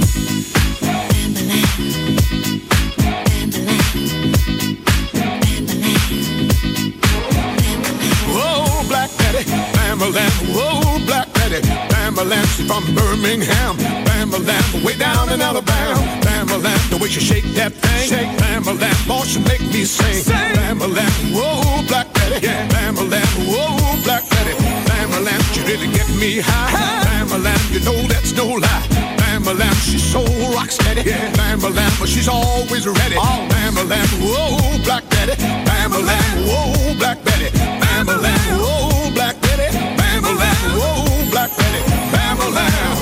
Whoa, Black Betty, Bam-a-lam, whoa, Black Betty, Bam-a-lam, she's from Birmingham, Bam-a-lam, way down in Alabama, Bam-a-lam, the way she shake that thing, shake, Bam-a-lam, boy, she make me sing, Bam-a-lam, whoa, Black Betty, yeah, Bam-a-lam, whoa, Black Betty, Bam-a-lam, she really get me high, Bam-a-lam, you know that's no lie, Bam-a-lam, she's so rock steady, yeah, Bam-a-lam, but she's always ready, Bam-a-lam, whoa, Black Betty, Bam-a-lam, whoa, Black Betty, Bam-a-lam, whoa, Black Betty, Bam-a-lam, whoa, Black Betty, Bam-a-lam.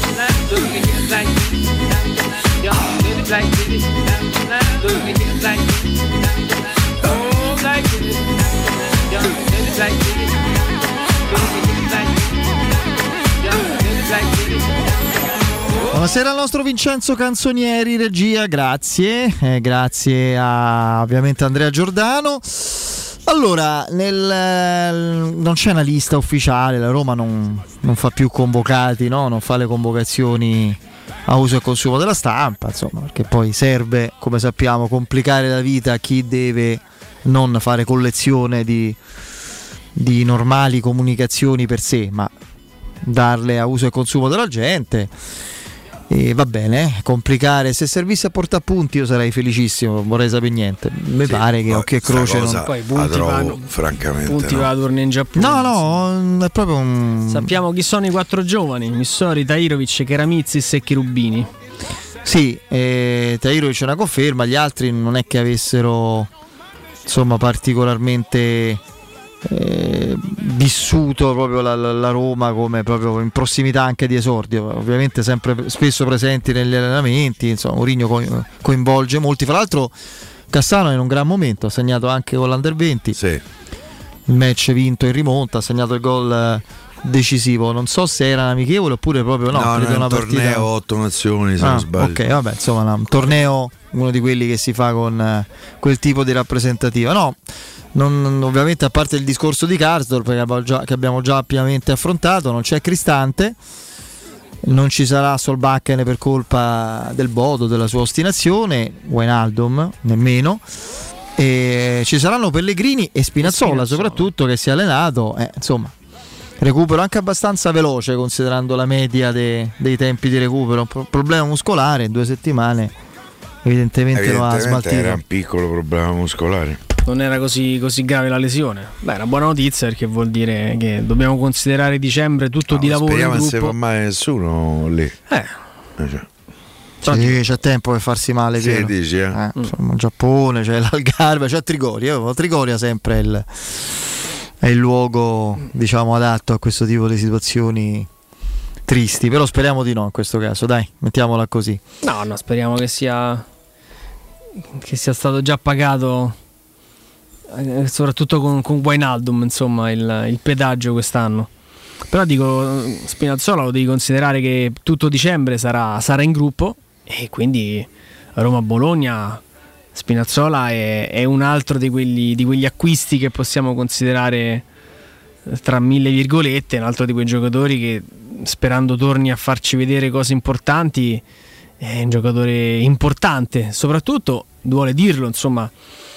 Buonasera al nostro Vincenzo Canzonieri, regia, grazie, eh, grazie a ovviamente Andrea Giordano. Allora, nel, non c'è una lista ufficiale, la Roma non, non fa più convocati, no? Non fa le convocazioni a uso e consumo della stampa, insomma, perché poi serve, come sappiamo, complicare la vita a chi deve non fare collezione di, di normali comunicazioni per sé, ma darle a uso e consumo della gente. E va bene, complicare, se servisse a portapunti io sarei felicissimo, non vorrei sapere niente. Mi sì, pare che occhio e croce non... Poi punti vanno, francamente punti no. va a tornare in Giappone. No, no, è proprio un... Sappiamo chi sono i quattro giovani: Missori, Tahirovic, Keramitsis e Cherubini. Sì, eh, Tahirovic è una conferma, gli altri non è che avessero insomma particolarmente Eh, vissuto proprio la, la, la Roma come proprio in prossimità anche di esordio, ovviamente sempre spesso presenti negli allenamenti, insomma Mourinho co- coinvolge molti, fra l'altro Cassano è in un gran momento, ha segnato anche con l'Under venti, sì. Il match vinto in rimonta, ha segnato il gol decisivo, non so se era un amichevole oppure proprio no, no, credo no è una un partita... torneo otto nazioni se ah, non sbaglio. Ok, vabbè, insomma un torneo, uno di quelli che si fa con eh, quel tipo di rappresentativa, no. Non, ovviamente a parte il discorso di Karsdorp che abbiamo, già, che abbiamo già ampiamente affrontato, non c'è Cristante, non ci sarà Solbakken per colpa del Bodo, della sua ostinazione, Wijnaldum nemmeno, E ci saranno Pellegrini e Spinazzola, soprattutto, che si è allenato, eh, insomma, recupero anche abbastanza veloce considerando la media de, dei tempi di recupero. Pro- problema muscolare in due settimane evidentemente, evidentemente lo ha smaltito. Era un piccolo problema muscolare, non era così, così grave la lesione. Beh, è una buona notizia, perché vuol dire che dobbiamo considerare dicembre tutto no, di lavoro in gruppo. Speriamo non si fa male nessuno lì. Eh. Cioè. Sì, c'è tempo per farsi male, sì, dici, eh? Eh, insomma, Giappone, c'è l'Algarve, c'è Trigoria. Trigoria sempre il, è il luogo, diciamo, adatto a questo tipo di situazioni tristi, però speriamo di no in questo caso, dai, mettiamola così. No, no, speriamo che sia che sia stato già pagato, eh, soprattutto con, con Wijnaldum, insomma, il, il pedaggio quest'anno. Però dico, Spinazzola lo devi considerare che tutto dicembre sarà, sarà in gruppo, e quindi Roma-Bologna, Spinazzola è, è un altro di quegli, di quegli acquisti che possiamo considerare, tra mille virgolette, un altro di quei giocatori che, sperando torni a farci vedere cose importanti, è un giocatore importante. Soprattutto, duole dirlo, insomma,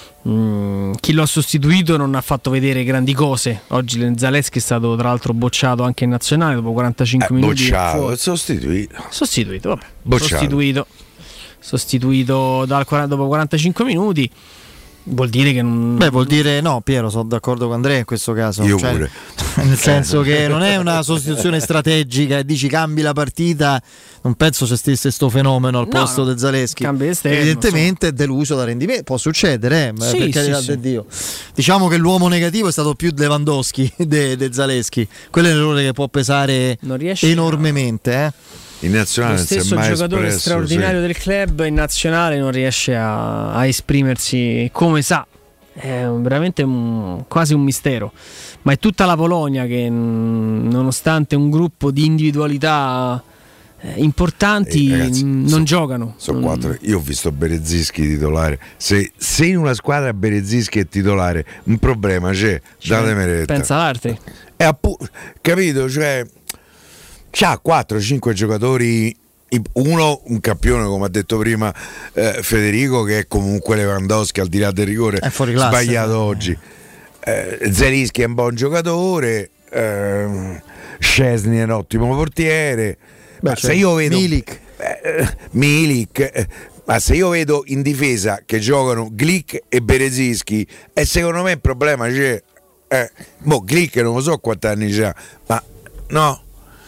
mh, chi lo ha sostituito non ha fatto vedere grandi cose. Oggi Zalewski è stato tra l'altro bocciato anche in nazionale dopo quarantacinque eh, minuti. Bocciato, sostituito. Sostituito, vabbè. Bocciato. Sostituito. Sostituito dal, dopo quarantacinque minuti. Vuol dire che non... Beh, vuol dire no, Piero, sono d'accordo con Andrea in questo caso. Io cioè, pure. Nel senso che non è una sostituzione strategica e dici cambi la partita. Non penso c'è stesse sto fenomeno al no, posto no. di Zalewski. Esterno, evidentemente è deluso da rendimento. Può succedere, eh, sì, per carità sì, di sì. Dio. Diciamo che l'uomo negativo è stato più Lewandowski de, de Zalewski. Quello è un errore che può pesare enormemente, eh. In nazionale lo stesso mai giocatore espresso, straordinario sì. del club in nazionale non riesce a, a esprimersi come sa. È un, veramente un, quasi un mistero. Ma è tutta la Polonia che, nonostante un gruppo di individualità eh, importanti, eh, ragazzi, non so, giocano. Sono non... quattro. Io ho visto Berezinski titolare. Se, se in una squadra Berezinski è titolare, un problema c'è. Datemi retta. Pensa all'altri. È appu- capito? Cioè, c'ha quattro cinque giocatori. Uno, un campione, come ha detto prima eh, Federico, che è comunque Lewandowski, al di là del rigore è fuori classe, sbagliato eh. oggi. eh, Zelinski è un buon giocatore, eh, Szczesny è un ottimo portiere. Beh, ma cioè, se io vedo Milik, eh, Milik eh, ma se io vedo in difesa che giocano Glick e Berezinski, e secondo me il problema c'è. eh, boh, Glick non lo so quanti anni c'ha, ma no,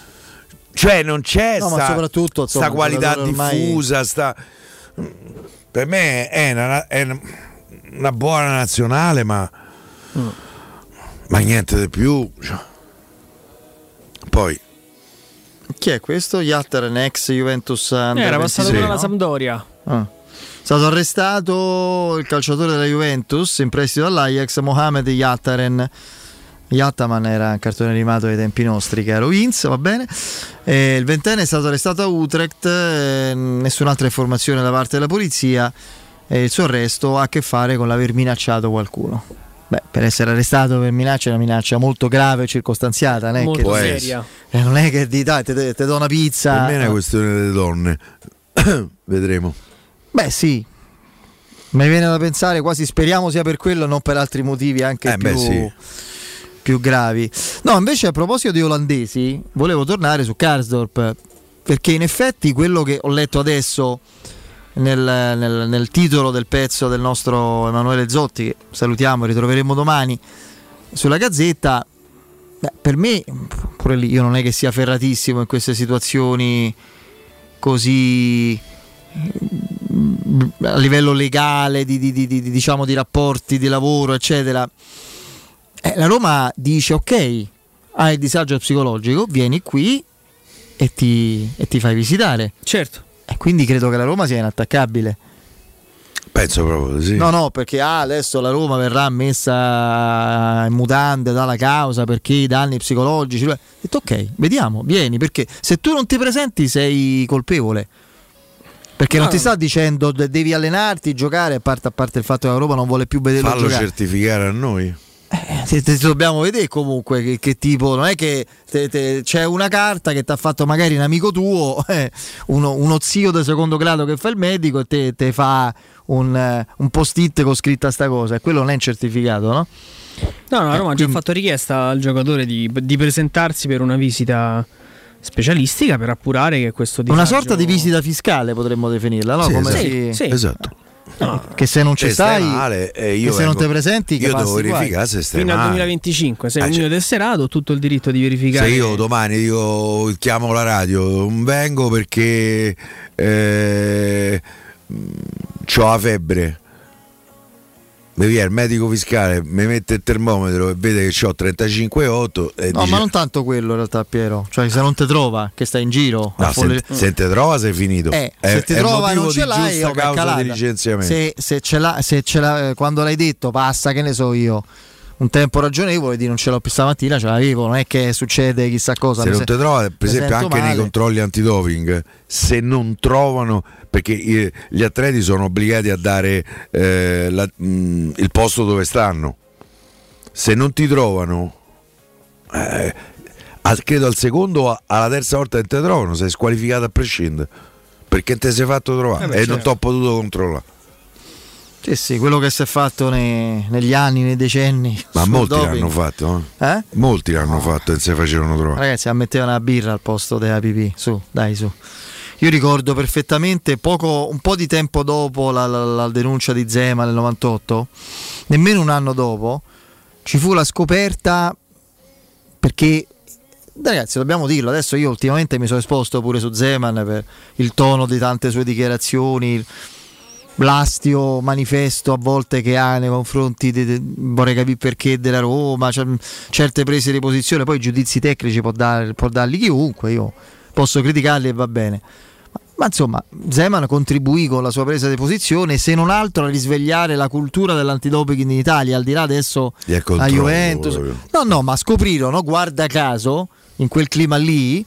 cioè non c'è no, sta, ma soprattutto, insomma, sta qualità ormai... diffusa, sta... per me è una, è una buona nazionale, ma mm. ma niente di più. Poi chi è questo? Yatteren, ex Juventus eh, era passato con la Sampdoria. Ah. È stato arrestato il calciatore della Juventus in prestito dall'Ajax, Mohamed Yatteren. Yattaman era un cartone animato ai tempi nostri, caro Vince, va bene. E il ventenne è stato arrestato a Utrecht, eh, nessun'altra informazione da parte della polizia, e il suo arresto ha a che fare con l'aver minacciato qualcuno. Beh, per essere arrestato per minaccia è una minaccia molto grave e circostanziata, non è molto che seria. Eh, non è che di dai, te, te, te do una pizza. Per me è una questione delle donne. Vedremo. Beh, sì. Mi viene da pensare, quasi speriamo sia per quello, non per altri motivi anche eh, più beh, sì. più gravi. No, invece a proposito di olandesi, volevo tornare su Karsdorp, perché in effetti quello che ho letto adesso nel, nel, nel titolo del pezzo del nostro Emanuele Zotti, che salutiamo e ritroveremo domani sulla Gazzetta, beh, per me pure lì io non è che sia ferratissimo in queste situazioni così a livello legale di, di, di, di, diciamo di rapporti di lavoro eccetera. Eh, la Roma dice ok, hai il disagio psicologico, vieni qui e ti, e ti fai visitare. Certo. E quindi credo che la Roma sia inattaccabile. Penso proprio sì. No, no, perché ah, adesso la Roma verrà messa in mutande dalla causa perché i danni psicologici. Ho detto ok, vediamo, vieni, perché se tu non ti presenti sei colpevole. Perché no, non ti sta dicendo devi allenarti, giocare, a parte, a parte il fatto che la Roma non vuole più vederlo fallo giocare. certificare a noi. Eh, Eh, te, te dobbiamo vedere comunque che, che tipo, non è che te, te, c'è una carta che ti ha fatto magari un amico tuo, eh, uno, uno zio di secondo grado che fa il medico e te, te fa un, un post-it con scritta sta cosa, e quello non è certificato, no? No, no, Roma eh, ha già quindi... fatto richiesta al giocatore di, di presentarsi per una visita specialistica per appurare che questo disagio... Una sorta di visita fiscale potremmo definirla, no? Sì, Come esatto. si... Sì, esatto. No, che se non ci stai, male, eh, io che se vengo, non ti presenti, io devo verificare se stai fino al male. duemilaventicinque sei ah, un mio tesserato, tutto il diritto di verificare. Se io domani dico, chiamo la radio, non vengo perché eh, ho la febbre, mi viene il medico fiscale, mi mette il termometro e vede che ho trentacinque virgola otto e no, dice, ma non tanto quello in realtà, Piero, cioè se non ti trova, che stai in giro, no, se, se te trova sei finito, eh, è, se ti è trova e motivo non ce di l'hai, giusta oh, causa di licenziamento. se, se ce l'ha, se ce l'ha, quando l'hai detto passa, che ne so io, un tempo ragionevole di non ce l'ho più stamattina, ce l'avevo, non è che succede chissà cosa. Se non se, ti trova, per esempio anche male. nei controlli antidoping, se non trovano, perché gli atleti sono obbligati a dare eh, la, mh, il posto dove stanno, se non ti trovano, eh, credo al secondo o alla terza volta che ti trovano sei squalificato a prescindere, perché te sei fatto trovare eh beh, e certo. non ti ho potuto controllare. Sì, sì, quello che si è fatto nei, negli anni, nei decenni. Ma molti doping. l'hanno fatto, eh? eh? Molti l'hanno no. fatto e si facevano trovare. Ragazzi, ammettevano una birra al posto della pipì, su, dai, su. Io ricordo perfettamente, poco, un po' di tempo dopo la, la, la denuncia di Zema nel novantotto, nemmeno un anno dopo, ci fu la scoperta, perché, ragazzi, dobbiamo dirlo, adesso io ultimamente mi sono esposto pure su Zeman per il tono di tante sue dichiarazioni, l'astio manifesto a volte che ha nei confronti di, di, vorrei capire perché, della Roma, cioè, certe prese di posizione, poi i giudizi tecnici può, dar, può darli chiunque, io posso criticarli e va bene, ma, ma insomma Zeman contribuì con la sua presa di posizione, se non altro a risvegliare la cultura dell'antidoping in Italia, al di là adesso a Juventus, no no, ma scoprirono, guarda caso, in quel clima lì,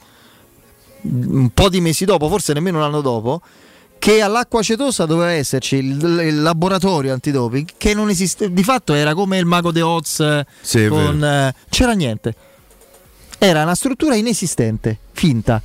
un po' di mesi dopo, forse nemmeno un anno dopo, che all'acqua acetosa doveva esserci il, il laboratorio antidoping, che non esiste, di fatto era come il mago de Oz, sì, con, eh, c'era niente, era una struttura inesistente, finta,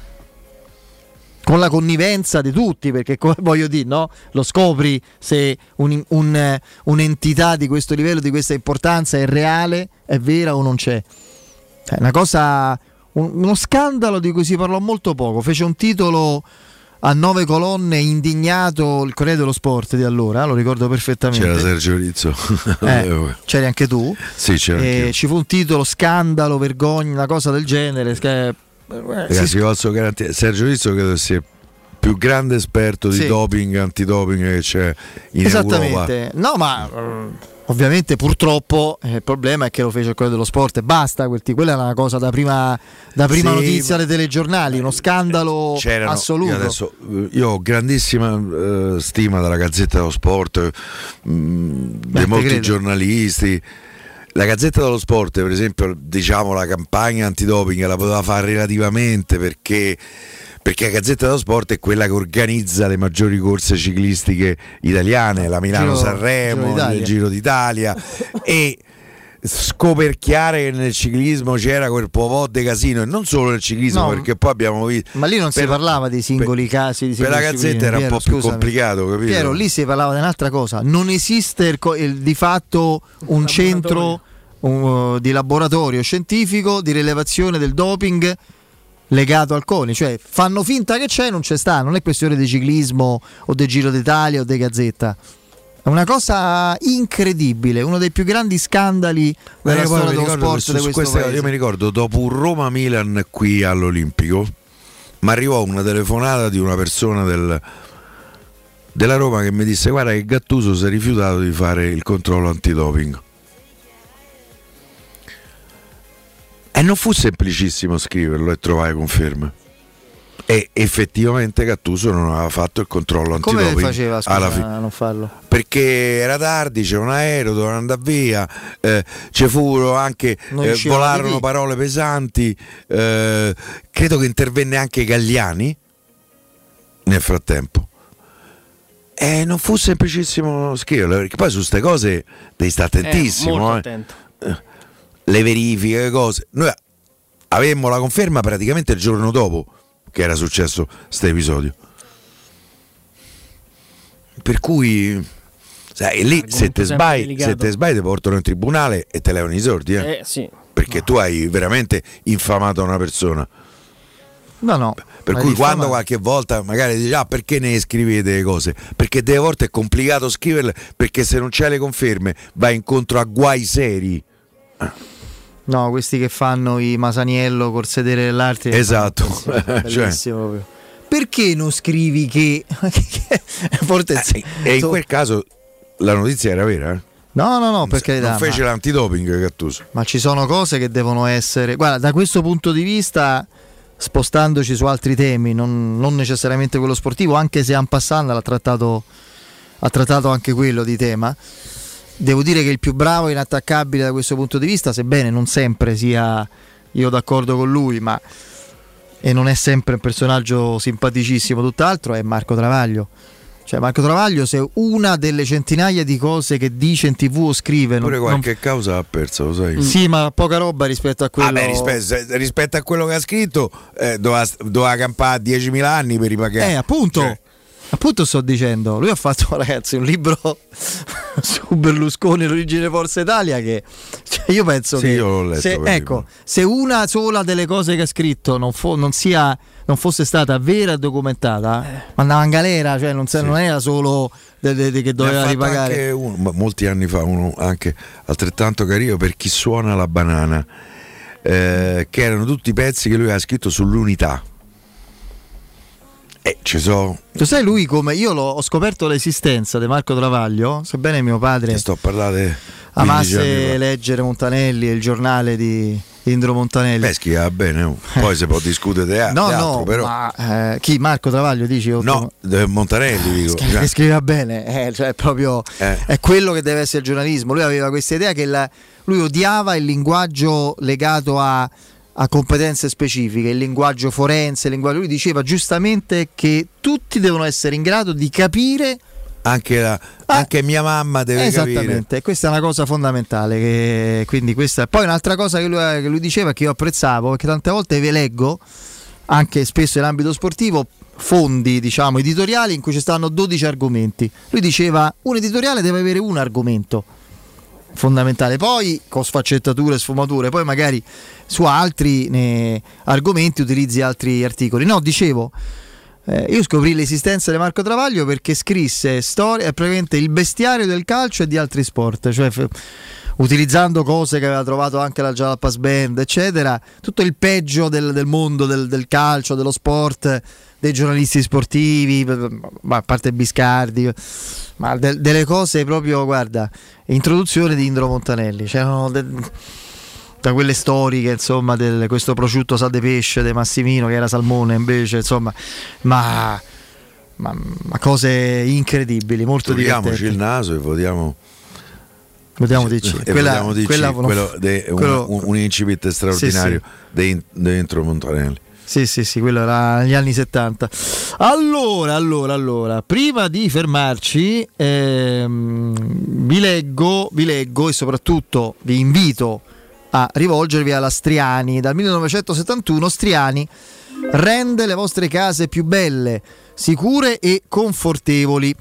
con la connivenza di tutti, perché come voglio dire, no? Lo scopri se un, un, un'entità di questo livello, di questa importanza è reale, è vera o non c'è. È una cosa, un, uno scandalo di cui si parlò molto poco, fece un titolo a nove colonne, indignato, il Corriere dello Sport di allora, lo ricordo perfettamente. C'era Sergio Rizzo. Eh, c'eri anche tu? Sì, c'era eh, ci fu un titolo, scandalo, vergogna, una cosa del genere. Che, Ragazzi, si... posso garantire, Sergio Rizzo credo sia il più grande esperto di sì. doping, antidoping che c'è in Esattamente. Europa. No, ma ovviamente purtroppo eh, il problema è che lo fece il Corriere dello Sport e basta, quel t- quella era una cosa da prima, da prima sì, notizia dei telegiornali, uno scandalo c'erano, assoluto. Io, adesso, io ho grandissima uh, stima della Gazzetta dello Sport, mh, di molti credo. giornalisti. La Gazzetta dello Sport, per esempio, diciamo la campagna antidoping la poteva fare relativamente perché perché la Gazzetta dello Sport è quella che organizza le maggiori corse ciclistiche italiane, la Milano-Sanremo, Giro il Giro d'Italia, e scoperchiare che nel ciclismo c'era quel po' di casino, e non solo nel ciclismo, no, perché poi abbiamo visto, ma lì non per, si parlava dei singoli per, casi di per la Gazzetta era Piero, un po' più scusami. complicato, capito? Piero, lì si parlava di un'altra cosa, non esiste il, il, di fatto un centro un, di laboratorio scientifico di rilevazione del doping legato al CONI, cioè fanno finta che c'è, non c'è sta, non è questione di ciclismo o del Giro d'Italia o di Gazzetta. È una cosa incredibile, uno dei più grandi scandali della storia dello sport di questo queste, paese. Io mi ricordo, dopo un Roma-Milan qui all'Olimpico, mi arrivò una telefonata di una persona del, della Roma che mi disse: guarda che Gattuso si è rifiutato di fare il controllo antidoping. E non fu semplicissimo scriverlo e trovare conferme. E effettivamente Gattuso non aveva fatto il controllo antidoping. Come faceva, scusa, alla fi- a non farlo? Perché era tardi, c'era un aereo, dovevano andare via, eh, ci furono anche, eh, volarono parole pesanti, eh, credo che intervenne anche Galliani nel frattempo. E non fu semplicissimo scriverlo, perché poi su queste cose devi stare attentissimo. Eh, molto eh. attento. Eh. le verifiche, le cose. Noi avemmo la conferma praticamente il giorno dopo che era successo questo episodio. Per cui sai, lì se te sbagli, se te sbagli ti portano in tribunale e te levano i soldi, eh? Eh, sì. Perché no. tu hai veramente infamato una persona. No, no. Per cui quando qualche volta magari dici ah perché ne scrivete le cose? Perché delle volte è complicato scriverle, perché se non c'è le conferme vai incontro a guai seri. No, questi che fanno i Masaniello col sedere dell'arte. Esatto. Bellissimo cioè. proprio. Perché non scrivi che forte eh, e in quel caso la notizia era vera, eh? No, no, no, perché non fece ma... l'antidoping Gattuso. Ma ci sono cose che devono essere. Guarda, da questo punto di vista, spostandoci su altri temi, non, non necessariamente quello sportivo, anche se Ampassanda l'ha trattato, ha trattato anche quello di tema. Devo dire che il più bravo e inattaccabile da questo punto di vista, sebbene non sempre sia io d'accordo con lui, ma e non è sempre un personaggio simpaticissimo, tutt'altro, è Marco Travaglio. Cioè Marco Travaglio, se una delle centinaia di cose che dice in tv o scrive pure non, qualche non... causa ha perso, lo sai. Sì, ma poca roba rispetto a quello. Ah, beh, rispetto, rispetto a quello che ha scritto eh, doveva, doveva campare diecimila anni per ripagare. Eh, appunto. Cioè. Appunto sto dicendo, lui ha fatto, ragazzi, un libro su Berlusconi, l'origine Forza Italia, che cioè io penso sì, che io l'ho letto, se, ecco, se una sola delle cose che ha scritto non, fo- non sia non fosse stata vera e documentata, eh. andava in galera, cioè non, sì. non era solo de- de- de- che doveva ripagare. Anche uno, molti anni fa uno anche altrettanto carino, Per chi suona la banana, eh, che erano tutti pezzi che lui aveva scritto sull'unità. Eh, ci so. Tu sai lui come io l'ho, ho scoperto l'esistenza di Marco Travaglio, sebbene mio padre sto a parlare amasse leggere Montanelli e il giornale di Indro Montanelli. Beh, scriveva bene, oh. Poi si può discutere di no, altro, no, però. Ma, eh, chi? Marco Travaglio dici? No, Montanelli dico. Che scriveva bene, eh, cioè proprio eh. è quello che deve essere il giornalismo. Lui aveva questa idea che la, lui odiava il linguaggio legato a a competenze specifiche, il linguaggio forense, il linguaggio... lui diceva giustamente che tutti devono essere in grado di capire anche, la, ah, anche mia mamma deve esattamente, capire esattamente, questa è una cosa fondamentale che, quindi questa poi un'altra cosa che lui, che lui diceva che io apprezzavo, perché tante volte vi leggo anche spesso in ambito sportivo fondi diciamo editoriali in cui ci stanno dodici argomenti. Lui diceva un editoriale deve avere un argomento fondamentale, poi con sfaccettature e sfumature, poi magari su altri ne, argomenti utilizzi altri articoli. No, dicevo, eh, io scoprì l'esistenza di Marco Travaglio perché scrisse storie, eh, praticamente il bestiario del calcio e di altri sport, cioè f- utilizzando cose che aveva trovato anche la Jalapas Band, eccetera, tutto il peggio del, del mondo del, del calcio, dello sport, dei giornalisti sportivi, a parte Biscardi, ma de- delle cose proprio, guarda, introduzione di Indro Montanelli, c'erano de- da quelle storiche, insomma, del questo prosciutto sa de pesce di Massimino che era salmone invece, insomma, ma, ma, ma cose incredibili, molto divertenti. divertenti. Il naso e votiamo Votiamo D C, quella, D C, quella quello de, quello, un, un incipit straordinario sì, sì. dentro Montanelli. Sì, sì, sì, quello era negli anni settanta. Allora, allora, allora, prima di fermarci, ehm, vi leggo, vi leggo e soprattutto vi invito a rivolgervi alla Striani. Dal millenovecentosettantuno Striani rende le vostre case più belle, sicure e confortevoli.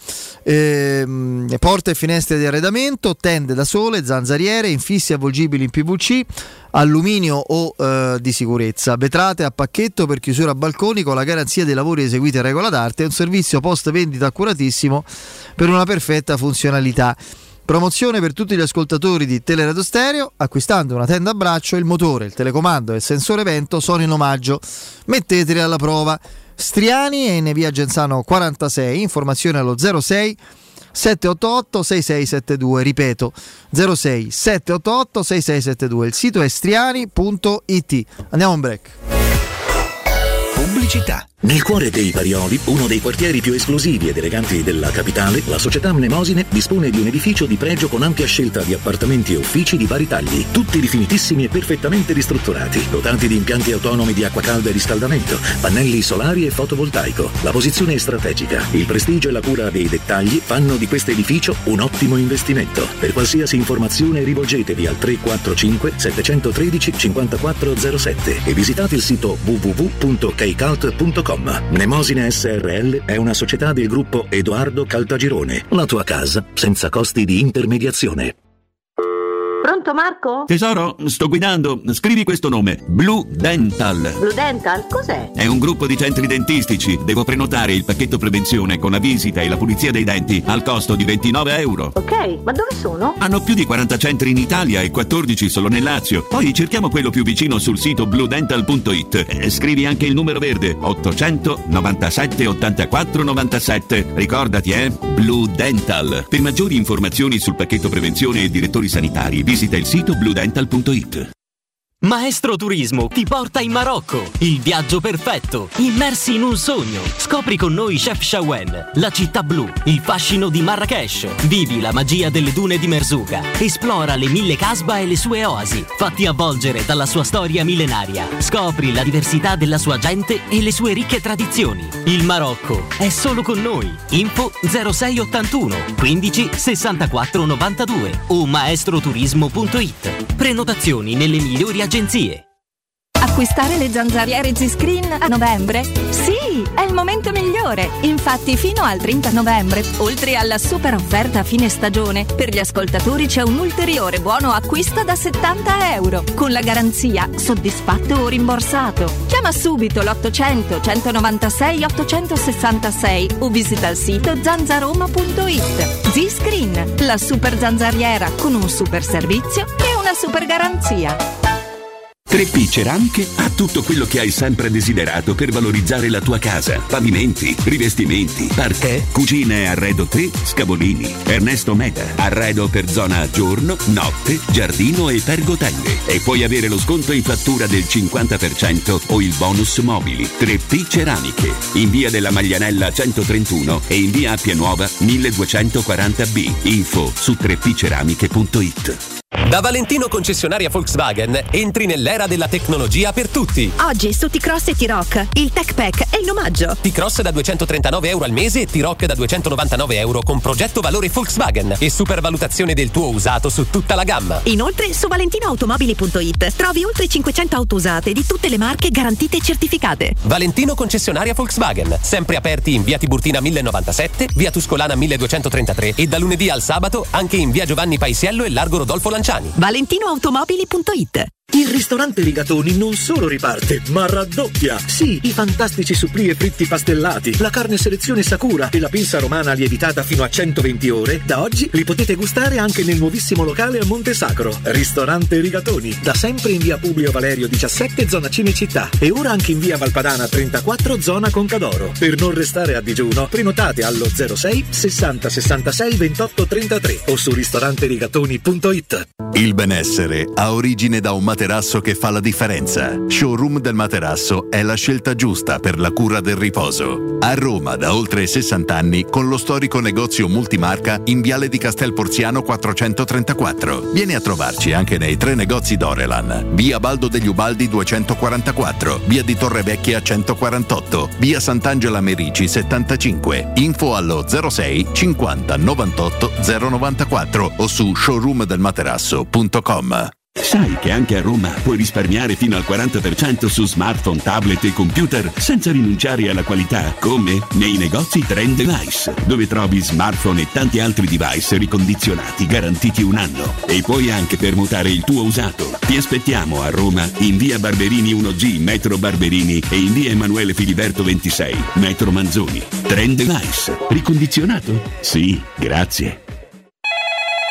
Ehm, porte e finestre di arredamento, tende da sole, zanzariere, infissi avvolgibili in P V C, alluminio o eh, di sicurezza, vetrate a pacchetto per chiusura a balconi con la garanzia dei lavori eseguiti a regola d'arte e un servizio post vendita accuratissimo per una perfetta funzionalità. Promozione per tutti gli ascoltatori di Teleradio Stereo: acquistando una tenda a braccio, il motore, il telecomando e il sensore vento sono in omaggio. Metteteli alla prova. Striani è in via Genzano quarantasei, informazioni allo zero sei sette otto otto sei sei sette due, ripeto zero sei sette otto otto sei sei sette due, il sito è striani punto it. Andiamo in break. Pubblicità. Nel cuore dei Parioli, uno dei quartieri più esclusivi ed eleganti della capitale, la società Mnemosine dispone di un edificio di pregio con ampia scelta di appartamenti e uffici di vari tagli, tutti rifinitissimi e perfettamente ristrutturati, dotati di impianti autonomi di acqua calda e riscaldamento, pannelli solari e fotovoltaico. La posizione è strategica, il prestigio e la cura dei dettagli fanno di questo edificio un ottimo investimento. Per qualsiasi informazione rivolgetevi al tre quattro cinque sette uno tre cinque quattro zero sette e visitate il sito w w w punto keycult punto com. Mnemosine S R L è una società del gruppo Edoardo Caltagirone. La tua casa senza costi di intermediazione. Pronto Marco? Tesoro, sto guidando. Scrivi questo nome: Blue Dental. Blue Dental? Cos'è? È un gruppo di centri dentistici. Devo prenotare il pacchetto prevenzione con la visita e la pulizia dei denti al costo di ventinove euro. Ok, ma dove sono? Hanno più di quaranta centri in Italia e quattordici solo nel Lazio. Poi cerchiamo quello più vicino sul sito blue dental punto it. E scrivi anche il numero verde: ottocento novantasette ottantaquattro novantasette. Ricordati, eh? Blue Dental. Per maggiori informazioni sul pacchetto prevenzione e direttori sanitari, visita il sito blue dental punto it. Maestro Turismo ti porta in Marocco, il viaggio perfetto, immersi in un sogno. Scopri con noi Chef Shawen, la città blu, il fascino di Marrakech. Vivi la magia delle dune di Merzouga. Esplora le mille casba e le sue oasi. Fatti avvolgere dalla sua storia millenaria. Scopri la diversità della sua gente e le sue ricche tradizioni. Il Marocco è solo con noi. Info zero sei ottantuno quindici sessantaquattro novantadue o maestroturismo punto it. Prenotazioni nelle migliori agenzie. Acquistare le zanzariere Z-Screen a novembre? Sì, è il momento migliore! Infatti fino al trenta novembre, oltre alla super offerta a fine stagione, per gli ascoltatori c'è un ulteriore buono acquisto da settanta euro, con la garanzia soddisfatto o rimborsato. Chiama subito l'ottocento centonovantasei ottocentosessantasei o visita il sito zanzaroma punto it. Z-Screen, la super zanzariera con un super servizio e una super garanzia. tre P Ceramiche ha tutto quello che hai sempre desiderato per valorizzare la tua casa. Pavimenti, rivestimenti, parquet, cucine e arredo tre, Scavolini. Ernesto Meda, arredo per zona giorno, notte, giardino e pergotelle. E puoi avere lo sconto in fattura del cinquanta per cento o il bonus mobili. tre P Ceramiche, in via della Maglianella centotrentuno e in via Appia Nuova milleduecentoquaranta B. Info su tre p ceramiche punto it. Da Valentino concessionaria Volkswagen entri nell'era della tecnologia per tutti. Oggi su T-Cross e T-Rock il Tech Pack è in omaggio. T-Cross da duecentotrentanove euro al mese e T-Rock da duecentonovantanove euro con progetto valore Volkswagen e supervalutazione del tuo usato su tutta la gamma. Inoltre su valentinoautomobili punto it trovi oltre cinquecento auto usate di tutte le marche garantite e certificate. Valentino concessionaria Volkswagen, sempre aperti in via Tiburtina mille novantasette, via Tuscolana milleduecentotrentatré e da lunedì al sabato anche in via Giovanni Paisiello e largo Rodolfo Lanciani. valentinoautomobili punto it. Il ristorante Rigatoni non solo riparte, ma raddoppia. Sì, i fantastici supplì e fritti pastellati, la carne selezione Sakura e la pinza romana lievitata fino a centoventi ore, da oggi li potete gustare anche nel nuovissimo locale a Monte Sacro. Ristorante Rigatoni, da sempre in via Publio Valerio diciassette, zona Cinecittà, e ora anche in via Valpadana trentaquattro, zona Concadoro. Per non restare a digiuno, prenotate allo zero sei sessanta sessantasei ventotto trentatré o su ristorante rigatoni punto it. Il benessere ha origine da un materasso che fa la differenza. Showroom del Materasso è la scelta giusta per la cura del riposo. A Roma da oltre sessanta anni con lo storico negozio multimarca in Viale di Castel Porziano quattrocentotrentaquattro. Vieni a trovarci anche nei tre negozi Dorelan: via Baldo degli Ubaldi duecentoquarantaquattro, via di Torrevecchia centoquarantotto, via Sant'Angela Merici settantacinque. Info allo zero sei cinquanta novantotto zero novantaquattro o su showroom del materasso punto com. Sai che anche a Roma puoi risparmiare fino al quaranta per cento su smartphone, tablet e computer senza rinunciare alla qualità? Come? Nei negozi Trend Device, dove trovi smartphone e tanti altri device ricondizionati garantiti un anno. E puoi anche permutare il tuo usato. Ti aspettiamo a Roma in via Barberini uno G, metro Barberini, e in via Emanuele Filiberto ventisei, metro Manzoni. Trend Device. Ricondizionato? Sì, grazie.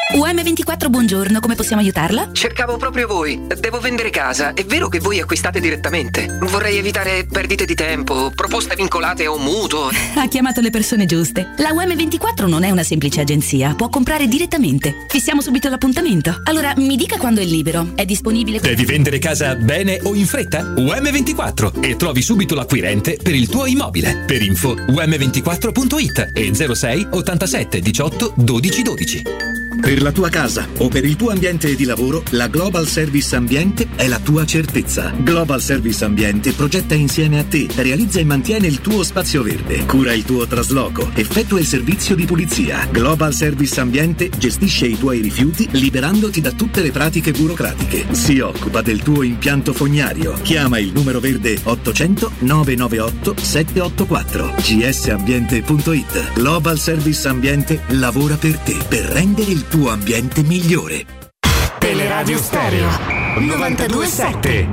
U M ventiquattro, buongiorno, come possiamo aiutarla? Cercavo proprio voi. Devo vendere casa. È vero che voi acquistate direttamente? Vorrei evitare perdite di tempo, proposte vincolate o mutuo. Ha chiamato le persone giuste. La U M ventiquattro non è una semplice agenzia, può comprare direttamente. Fissiamo subito l'appuntamento. Allora, mi dica quando è libero. È disponibile... Devi vendere casa bene o in fretta? U M ventiquattro e trovi subito l'acquirente per il tuo immobile. Per info u m ventiquattro punto i t e zero sei ottantasette diciotto dodici dodici. Per la tua casa o per il tuo ambiente di lavoro, la Global Service Ambiente è la tua certezza. Global Service Ambiente progetta insieme a te, realizza e mantiene il tuo spazio verde, cura il tuo trasloco, effettua il servizio di pulizia. Global Service Ambiente gestisce i tuoi rifiuti liberandoti da tutte le pratiche burocratiche. Si occupa del tuo impianto fognario. Chiama il numero verde ottocento nove nove otto sette otto quattro g s ambiente punto i t. Global Service Ambiente lavora per te, per rendere il tuo ambiente migliore. Teleradio Stereo novantadue sette.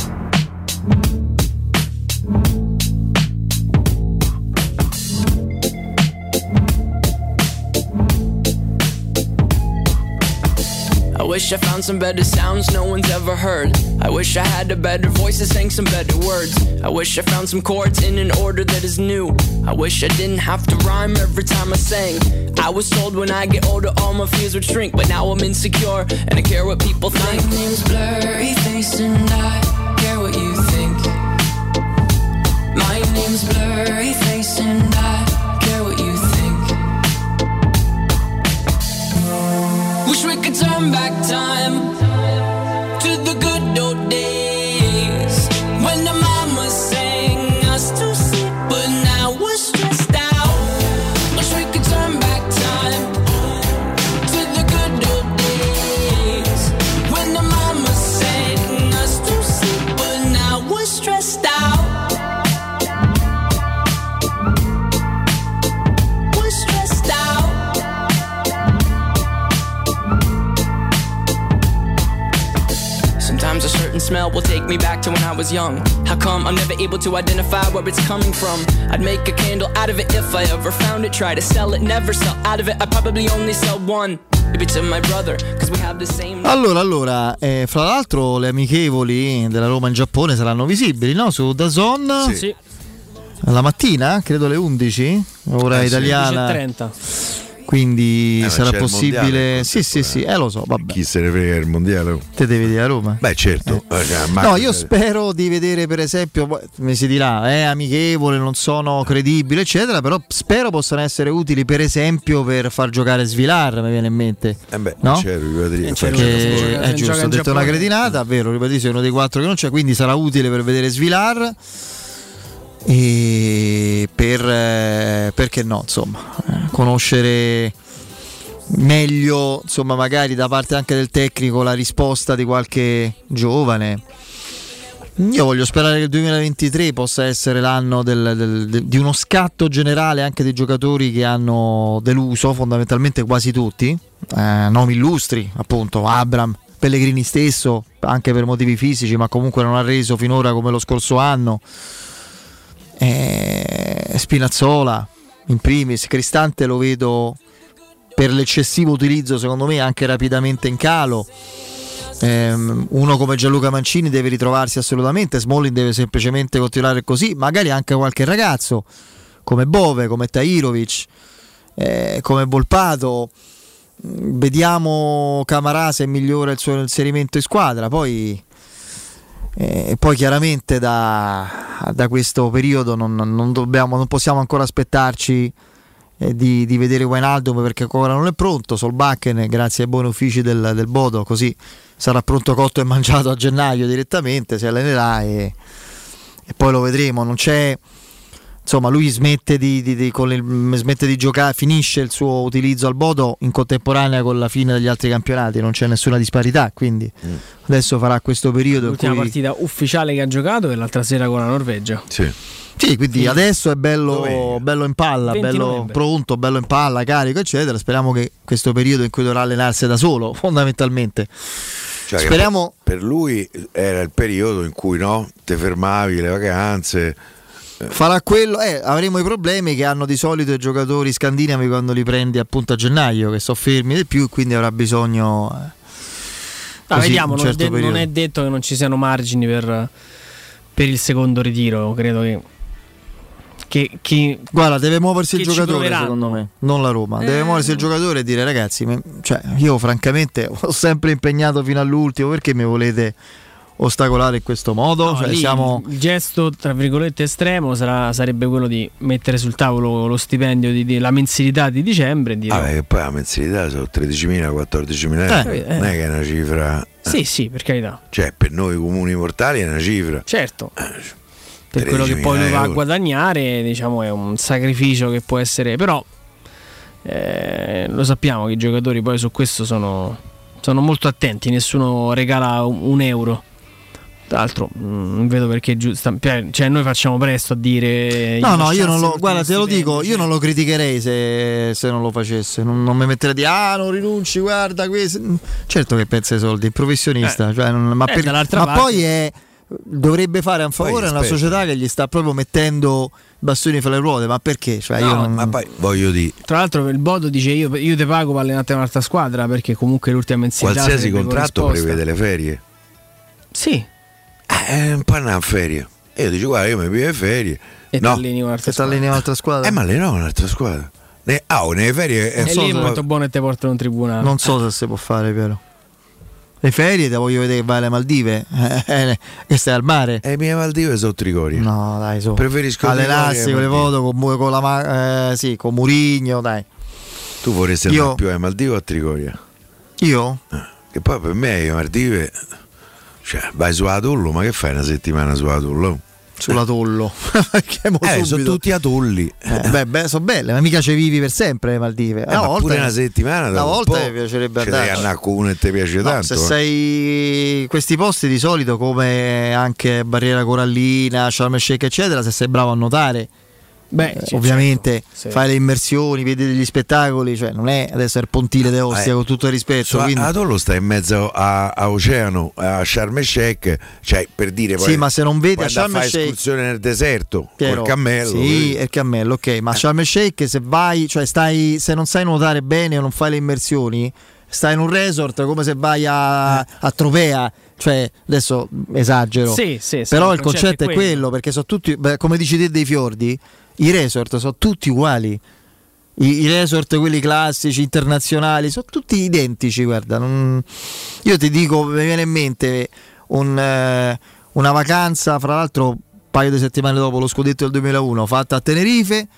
I wish I found some better sounds no one's ever heard. I wish I had a better voice that sang some better words. I wish I found some chords in an order that is new. I wish I didn't have to rhyme every time I sang. I was told when I get older all my fears would shrink, but now I'm insecure and I care what people think. My name's Blurry Face and I care what you think. My name's Blurry Face and I care what you think. Wish we could turn back time to the good old days when the mama sang us to sleep, but now we're stressed out. Wish we could turn back time to the good old days when the mama sang us to sleep, but now we're stressed out. We're stressed out. Sometimes a certain smell will take me back to when I was young. How come I'm never able to identify where it's coming from? I'd make a candle out of it if I ever found it. Try to sell it, never sell out of it. I probably only sell one. Maybe to my brother, because we have the same. Allora, allora, eh, fra l'altro le amichevoli della Roma in Giappone saranno visibili, no? Su DAZN. Sì. Sì. La mattina, credo alle undici, ora eh, italiana. undici e trenta. Quindi eh, sarà possibile. Mondiale, sì, sì, sì, eh lo so, vabbè. Chi se ne frega il mondiale? Te devi vedere a Roma? Beh, certo. Eh. No, io spero di vedere, per esempio, mi si dirà, è eh, amichevole, non sono credibili, eccetera, però spero possano essere utili, per esempio, per far giocare Svilar, mi viene in mente. Eh beh, no? c'è Ripatrizi. Perché è giusto, ho detto una cretinata, vero, Ripatrizi è uno dei quattro che non c'è, quindi sarà utile per vedere Svilar. E per eh, perché no, insomma, eh, conoscere meglio, insomma, magari da parte anche del tecnico la risposta di qualche giovane. Io voglio sperare che il duemilaventitré possa essere l'anno del, del, del, di uno scatto generale anche dei giocatori che hanno deluso, fondamentalmente quasi tutti, eh, nomi illustri, appunto Abram, Pellegrini stesso, anche per motivi fisici, ma comunque non ha reso finora come lo scorso anno. Eh, Spinazzola in primis, Cristante lo vedo per l'eccessivo utilizzo secondo me anche rapidamente in calo. Eh, uno come Gianluca Mancini deve ritrovarsi assolutamente, Smalling deve semplicemente continuare così, magari anche qualche ragazzo come Bove, come Tahirovic, eh, come Volpato. Vediamo Camarà se migliora il suo inserimento in squadra, poi E poi chiaramente da, da questo periodo non, non, dobbiamo, non possiamo ancora aspettarci eh, di, di vedere Wijnaldum, perché ancora non è pronto. Solbakken, grazie ai buoni uffici del, del Bodo, così sarà pronto, cotto e mangiato a gennaio direttamente, si allenerà e, e poi lo vedremo. Non c'è, insomma, lui smette di, di, di, con il, smette di giocare, finisce il suo utilizzo al Bodo in contemporanea con la fine degli altri campionati, non c'è nessuna disparità, quindi mm. adesso farà questo periodo. L'ultima in cui... partita ufficiale che ha giocato è l'altra sera con la Norvegia. Sì. Sì, quindi sì. Adesso è bello, bello in palla, bello novembre. Pronto, bello in palla, carico, eccetera. Speriamo che questo periodo in cui dovrà allenarsi da solo, fondamentalmente. Cioè, speriamo. Per lui era il periodo in cui no, te fermavi le vacanze. farà quello, eh, avremo i problemi che hanno di solito i giocatori scandinavi quando li prendi appunto a gennaio, che sono fermi di più, quindi avrà bisogno eh, ah, così, vediamo, un non, certo è de- non è detto che non ci siano margini per, per il secondo ritiro. Credo che Che, che, guarda, deve muoversi il giocatore, secondo me, non la Roma. Deve eh. muoversi il giocatore e dire: ragazzi, me, cioè, io francamente ho sempre impegnato fino all'ultimo, perché mi volete ostacolare in questo modo? No, cioè, lì siamo... il gesto tra virgolette estremo sarà, sarebbe quello di mettere sul tavolo lo stipendio di, di la mensilità di dicembre e dire, ah, beh, poi la mensilità sono tredicimila quattordicimila euro, eh, non è che è una cifra, sì sì, per carità, cioè per noi comuni mortali è una cifra, certo, per quello che poi lui va a guadagnare, diciamo, è un sacrificio che può essere, però eh, lo sappiamo che i giocatori poi su questo sono, sono molto attenti, nessuno regala un, un euro. Tra l'altro non vedo perché giusto, cioè noi facciamo presto a dire no no io non lo, guarda te lo dico, io non lo criticherei se, se non lo facesse, non, non mi metterei a dire ah non rinunci, guarda questo. Certo che pensa ai soldi, il professionista, eh. cioè, non, ma, eh, per, ma parte... poi è dovrebbe fare un favore a una società che gli sta proprio mettendo bastoni fra le ruote, ma perché? Cioè, no, io non... ma poi voglio dire, tra l'altro il Bodo dice io, io te pago per allenare un'altra squadra, perché comunque l'ultima mensilità qualsiasi contratto prevede le ferie, sì, è un po' una ferie, e io dico guarda io mi piglio le ferie e no. ti alleni un'altra squadra, un'altra squadra. eh ma alleniamo un'altra squadra ne, ah, oh, nelle ferie e so lì è molto buono e te portano in tribunale, non so se si può fare, Piero. Le ferie te voglio vedere che vai alle Maldive, eh, che stai al mare. E le mie Maldive sono Trigoria. No, dai, so. Preferisco allenarsi con le foto con, con la eh, sì, con Murigno, dai. Tu vorresti io... andare più alle Maldive o a Trigoria? Io? Eh, che poi per me le Maldive, cioè vai su Atullo, ma che fai una settimana su Atullo? Sull'atollo. eh, sono tutti atolli. Eh, beh, beh, sono belle, ma mica ci vivi per sempre le Maldive. Eh, una volta pure una settimana. Una volta mi piacerebbe andare. C'è andare con uno e ti piace no, tanto. Se sei questi posti di solito, come anche Barriera Corallina, Sharm el Sheikh, eccetera, se sei bravo a nuotare. Beh, eh, ovviamente certo. Sì. Fai le immersioni, vedi degli spettacoli, cioè non è adesso il pontile de Ostia, eh, con tutto il rispetto. So, quindi... Atollo sta in mezzo a, a oceano, a Sharm el Sheikh, cioè per dire poi. Sì, ma se non vedi a Sharm el Sheikh escursione nel deserto, Piero, col cammello. Sì, il cammello, ok, ma eh. Sharm el Sheikh se vai, cioè stai, se non sai nuotare bene o non fai le immersioni, stai in un resort come se vai a, a Tropea. Cioè, adesso esagero, sì, sì, sì, però il il concetto è quello, è quello perché sono tutti, beh, come dici te dei fiordi, i resort sono tutti uguali. I, i resort, quelli classici, internazionali, sono tutti identici. Guarda, non... io ti dico, mi viene in mente un, eh, una vacanza, fra l'altro, un paio di settimane dopo lo scudetto del duemilauno, fatta a Tenerife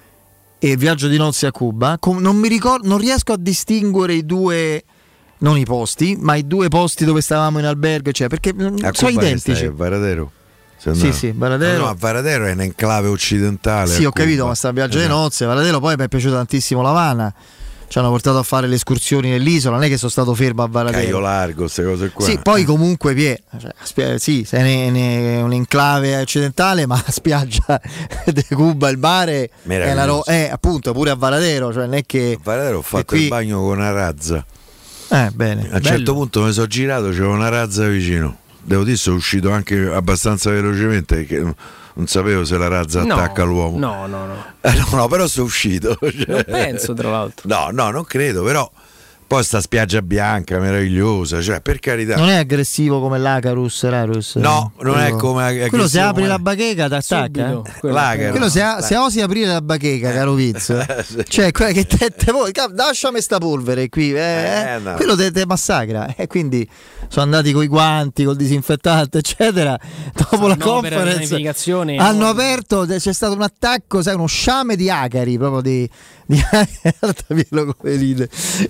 e viaggio di nozze a Cuba. Com- non mi ricordo, non riesco a distinguere i due. Non i posti, ma i due posti dove stavamo in albergo, cioè, perché a sono Cuba identici. A Varadero? Sì, sì, Varadero. No, no, a Varadero è un'enclave occidentale. Sì, ho capito, ma sta a viaggio di nozze. Varadero poi mi è piaciuta tantissimo l'Havana. Ci hanno portato a fare le escursioni nell'isola, non è che sono stato fermo a Varadero. Caio Largo, queste cose qua. Sì, poi comunque Pie, cioè, sì, sei ne, un'enclave occidentale, ma la spiaggia di Cuba, il mare è una ro- eh, appunto, pure a Varadero, cioè non è che a Varadero ho fatto qui... il bagno con una razza. Eh, bene. A un certo punto mi sono girato, c'era una razza vicino. Devo dire, sono uscito anche abbastanza velocemente perché non sapevo se la razza no, attacca l'uomo. No, no, no. Eh, no, no, però sono uscito. Cioè... Non penso, tra l'altro. No, no, non credo, però poi sta spiaggia bianca meravigliosa, cioè per carità. Non è aggressivo come l'Acarus, Rarus. No, non quello, è come aggressivo. Quello se apri come... la bacheca ti attacca. Subito, eh? quello, quello, quello se, a, se osi aprire la bacheca, caro Viz. Sì. Cioè, quella che te, te voi, lasciami sta polvere qui, eh, eh, no. Quello te, te massacra. E quindi sono andati coi guanti, col disinfettante, eccetera. Dopo sono la conference hanno no. aperto, c'è stato un attacco, sai, uno sciame di acari, proprio di di come ride.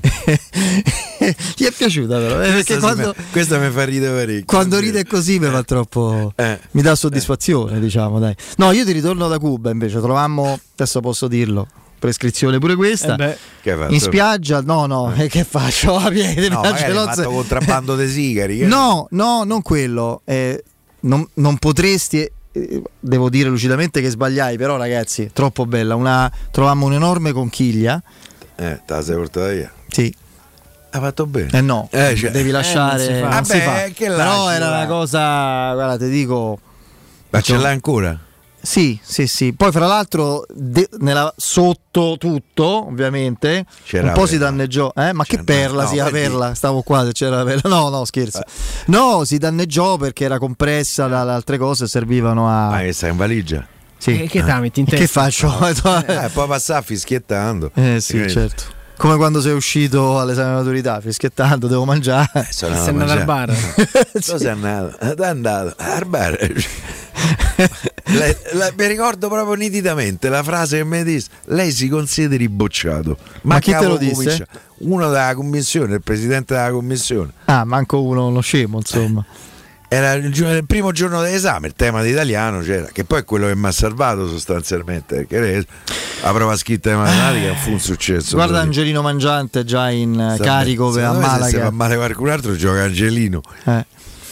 Gli è piaciuta però, eh, perché quando, me, questa mi fa ridere parecchio. Quando ride così mi fa troppo eh. mi dà soddisfazione, eh. diciamo, dai. No, io ti ritorno da Cuba invece, trovammo, adesso posso dirlo, prescrizione pure questa, eh in spiaggia, no no, eh. che faccio a piedi? No, magari hai fatto contrabbando dei sigari. Che no, no, non quello, eh, non, non potresti... Devo dire lucidamente che sbagliai, però ragazzi, troppo bella. Una, trovammo un'enorme conchiglia. Eh, te la sei portata via? Sì. Ha fatto bene. Eh no, eh, cioè, devi lasciare. Eh, non Vabbè, si fa. Che però lasci, era là. una cosa, guarda, ti dico. Ma ce l'hai ancora? Sì, sì, sì. Poi fra l'altro de- nella, sotto tutto, ovviamente, c'era un po' perla. si danneggiò, eh? Ma c'era che perla, no, sì, la perdi. perla, stavo qua se c'era la perla. No, no, scherzo. No, si danneggiò perché era compressa dalle altre cose, servivano a... Ma che stai in valigia? Sì. E che te metti in Che testa? faccio? Eh, poi passare fischiettando. Eh sì, certo. Come quando sei uscito all'esame di maturità, fischiettando, devo mangiare. Eh, sono Sei andato al bar. Dove sei andato? Dove è andato? Al bar. La- la- mi ricordo proprio nitidamente la frase che mi disse: lei si consideri bocciato. Ma chi te cavolo lo disse? comincia- Uno della commissione, il presidente della commissione. Ah, manco uno, uno scemo, insomma. Era il, gio- il primo giorno dell'esame, il tema di italiano c'era, che poi è quello che mi ha salvato sostanzialmente, perché la prova scritta di matematica fu un successo. Guarda così. Angelino Mangiante già in eh, Sta carico bene. per a Secondo me se si Malaga. fa male qualcun altro gioca Angelino. Eh.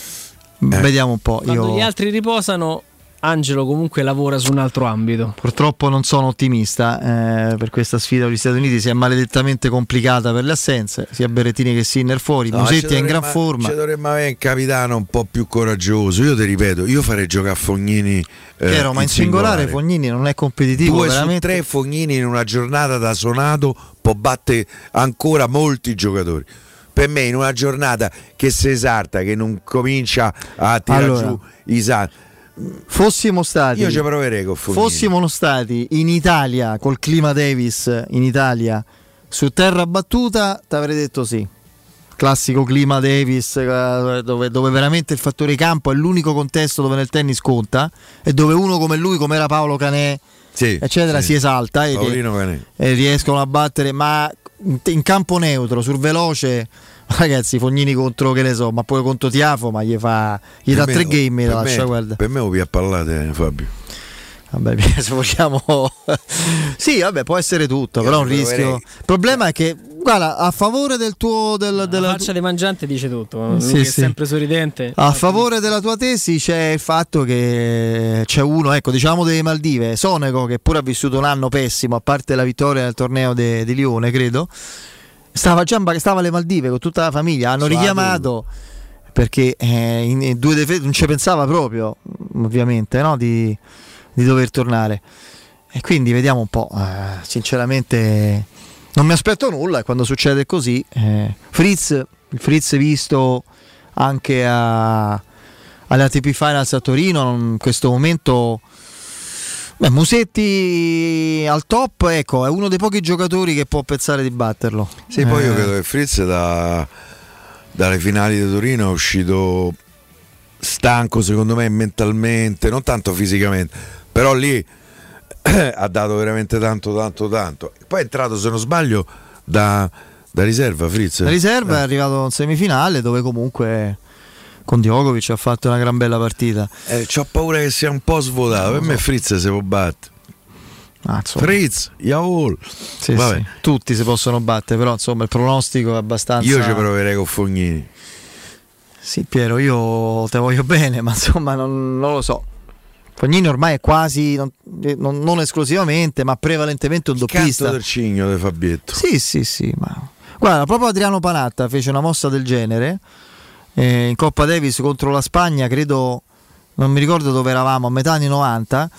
Vediamo un po'. Quando Io gli altri riposano, Angelo comunque lavora su un altro ambito. purtroppo non sono ottimista eh, per questa sfida con gli Stati Uniti. Si è maledettamente complicata per le assenze, sia Berrettini che Sinner fuori. No, Musetti ci è in gran dovremmo- forma. Ci dovremmo avere un capitano un po' più coraggioso. Io ti ripeto, io farei giocare Fognini. eh, Chiaro, ma in singolare Fognini non è competitivo. Due veramente. su tre Fognini in una giornata da sonato può battere ancora molti giocatori. Per me in una giornata che si esarta, che non comincia a tirare Allora, giù i santi. Fossimo stati, Io ci proverei con Fognini. fossimo stati in Italia col clima Davis in Italia su terra battuta, ti avrei detto sì. Classico clima Davis eh, dove, dove veramente il fattore campo è l'unico contesto dove nel tennis conta e dove uno come lui, come era Paolo Canè, Sì, eccetera, sì. si esalta e, Paolino Canè. e riescono a battere, ma in, in campo neutro, sul veloce. Ragazzi, Fognini contro, che ne so, ma poi contro Tiafo, ma gli fa gli dà Per tre me- game, per la lascia, me- guarda. Per me vi appallate, Fabio. Vabbè, se vogliamo, sì, vabbè, può essere tutto, Io però è un lo proverei. rischio. Il problema è che, guarda, a favore del tuo. Del, La della, faccia di Mangiante dice tutto. Lui Sì, che è sì. sempre sorridente. a favore della tua tesi c'è il fatto che c'è uno, ecco, diciamo delle Maldive, Sonego, che pure ha vissuto un anno pessimo, a parte la vittoria nel torneo de- di Lione, credo. Stava già che stava alle Maldive con tutta la famiglia, hanno Su richiamato perché eh, in, in due defe- non ci pensava proprio, ovviamente, no, di, di dover tornare. E quindi vediamo un po'. Eh, sinceramente non mi aspetto nulla e quando succede così, eh, Fritz, il Fritz visto anche a, alle A T P Finals a Torino in questo momento. Beh, Musetti al top, ecco, è uno dei pochi giocatori che può pensare di batterlo. Sì, poi io Eh, credo che Fritz da, dalle finali di Torino è uscito stanco, secondo me, mentalmente, non tanto fisicamente, però lì ha dato veramente tanto, tanto, tanto. Poi è entrato, se non sbaglio, da, da riserva Fritz. La riserva Eh. è arrivato in semifinale dove comunque con Djokovic ha fatto una gran bella partita. Eh, c'ho paura che sia un po' svuotato. Per me Fritz si può battere. Ah, insomma, Fritz, Jawohl. sì, Vabbè. sì, tutti si possono battere, però insomma il pronostico è abbastanza. Io ci proverei con Fognini. Sì, Piero, io te voglio bene, ma insomma non, non lo so. Fognini ormai è quasi, non, non- non esclusivamente, ma prevalentemente un Canto doppista. del cigno di Fabietto. Sì, sì, sì, ma guarda, proprio Adriano Panatta fece una mossa del genere eh, in Coppa Davis contro la Spagna, credo, non mi ricordo dove eravamo, a metà anni novanta,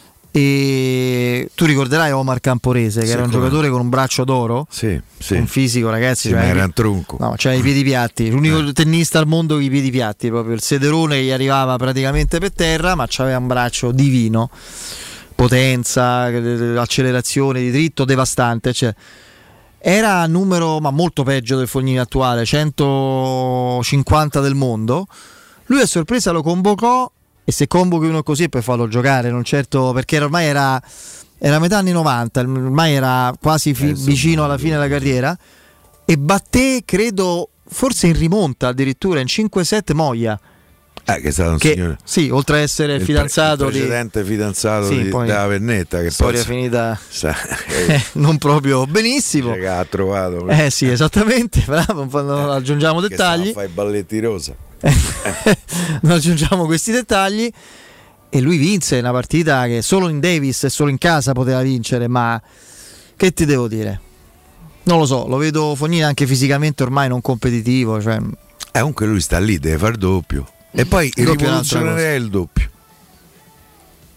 e tu ricorderai Omar Camporese, che Sì, era un come giocatore con un braccio d'oro, Sì, sì. un fisico, ragazzi, Sì, cioè, ma era un tronco. no, c'era i piedi piatti, l'unico tennista al mondo con i piedi piatti, proprio il sederone gli arrivava praticamente per terra, ma c'aveva un braccio divino, potenza, eh, accelerazione di dritto devastante, cioè. Era numero, ma molto peggio del Fognini attuale, centocinquanta del mondo. Lui a sorpresa lo convocò, e se convochi uno così è per farlo giocare, non certo, perché ormai era, era metà anni novanta, ormai era quasi fi- Eh, insomma, vicino alla fine della carriera, e batté, credo, forse in rimonta addirittura, in cinque sette Moia. Eh, che è stato un Che, signore. sì, oltre a essere il Il fidanzato pre- il di precedente fidanzato Sì, di, poi- della Vernetta, che storia poi finita sa, eh, non proprio benissimo. che ha trovato. Eh sì, esattamente, bravo, non aggiungiamo Che dettagli. sta a fare i balletti rosa. Non aggiungiamo questi dettagli. E lui vinse una partita che solo in Davis e solo in casa poteva vincere, ma che ti devo dire? Non lo so, lo vedo Fognini anche fisicamente ormai non competitivo, cioè. Eh, comunque lui sta lì, deve fare il doppio. E poi Il doppio è un'altra rivoluzionerei il doppio.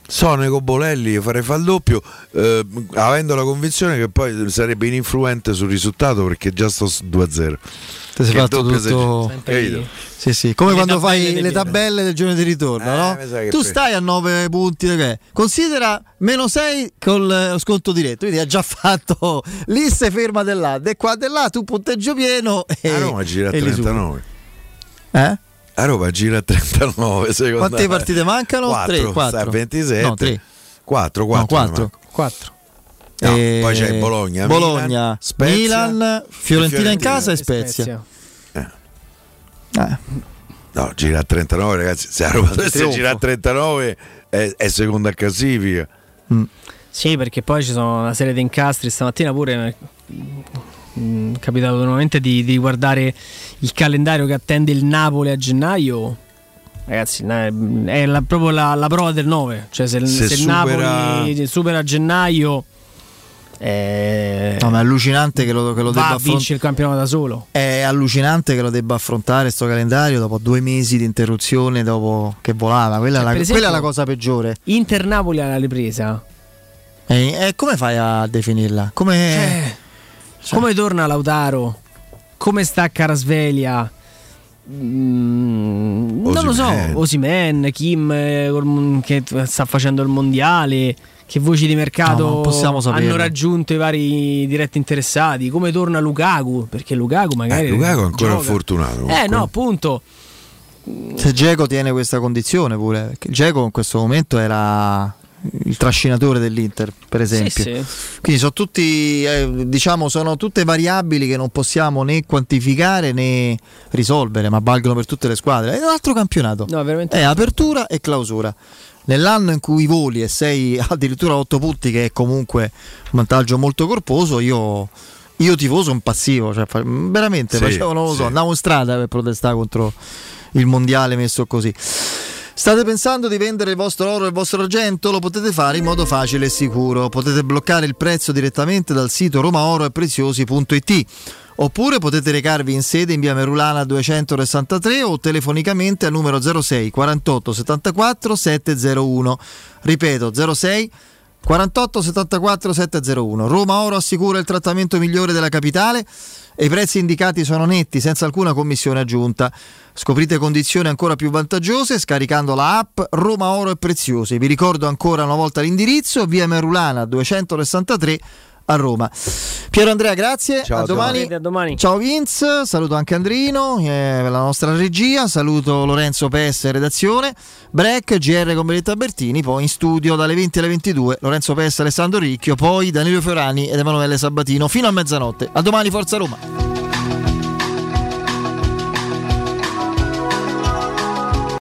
Sonego, Bolelli, farei fa il doppio, eh, avendo la convinzione che poi sarebbe ininfluente sul risultato, perché già sto due a zero. Ti sei fatto tutto sì, sì. Come le quando fai le tabelle del giorno di ritorno, eh, no? Tu stai a nove punti, che considera meno sei con lo sconto diretto, quindi ha già fatto lì, se ferma dell'A e qua dell'A, tu punteggio pieno e a Roma gira a trentanove. Eh? A Roma gira a trentanove, secondo quante me. partite mancano? quattro, tre, quattro. sta a ventisette. No, tre. quattro, quattro. No, quattro. quattro. No, e... poi c'è Bologna, Bologna, Milan, Spezia, Milan, Fiorentina, Fiorentina in casa e Spezia. Spezia. Eh. Eh. No, gira a trentanove, ragazzi. Se a Roma dovesse girare a trentanove è, è seconda classifica. Mm. Sì, perché poi ci sono una serie di incastri. Stamattina pure è capitato nuovamente di, di guardare il calendario che attende il Napoli a gennaio. Ragazzi, è la, proprio la, la prova del nove. Cioè, se, se, se il supera... Napoli supera gennaio, eh, no, ma è allucinante che lo, che lo va debba a vincere il campionato da solo. È allucinante che lo debba affrontare sto calendario dopo due mesi di interruzione, dopo che volava. Quella, cioè, è, la, esempio, quella è la cosa peggiore. Inter-Napoli alla ripresa. E, e come fai a definirla? Come, cioè, cioè. come torna Lautaro? Come sta Kvaratskhelia? Mm, non lo so. Osimhen, Kim eh, che sta facendo il mondiale. Che voci di mercato no, hanno raggiunto i vari diretti interessati? Come torna Lukaku? Perché Lukaku magari eh, Lukaku è ancora gioca. Fortunato. Eh no, appunto. Se Dzeko tiene questa condizione pure, perché Dzeko in questo momento era il trascinatore dell'Inter, per esempio. Sì, sì. Quindi sono tutti, eh, diciamo, sono tutte variabili che non possiamo né quantificare né risolvere, ma valgono per tutte le squadre. È un altro campionato. No, veramente. È apertura e clausura. Nell'anno in cui voli e sei addirittura a otto punti, che è comunque un vantaggio molto corposo, io, io tifoso impassivo, cioè, veramente sì, facevo, non lo so, sì. andavo in strada per protestare contro il mondiale messo così. State pensando di vendere il vostro oro e il vostro argento? Lo potete fare in modo facile e sicuro. Potete bloccare il prezzo direttamente dal sito romaoroepreziosi punto it. Oppure potete recarvi in sede in via Merulana duecentosessantatré o telefonicamente al numero zero sei quarantotto settantaquattro settecentouno. Ripeto, zero sei quarantotto settantaquattro settecentouno. Roma Oro assicura il trattamento migliore della capitale e i prezzi indicati sono netti, senza alcuna commissione aggiunta. Scoprite condizioni ancora più vantaggiose scaricando la app Roma Oro e Preziosi. Vi ricordo ancora una volta l'indirizzo: via Merulana duecentosessantatré a Roma. Piero Andrea, grazie. Ciao, a, domani. a domani. Ciao Vince, saluto anche Andrino, eh, la nostra regia, saluto Lorenzo Pessa, redazione. Break, G R con Benedetta Bertini, poi in studio dalle venti alle ventidue Lorenzo Pessa, Alessandro Ricchio, poi Danilo Fiorani ed Emanuele Sabatino fino a mezzanotte. A domani, forza Roma.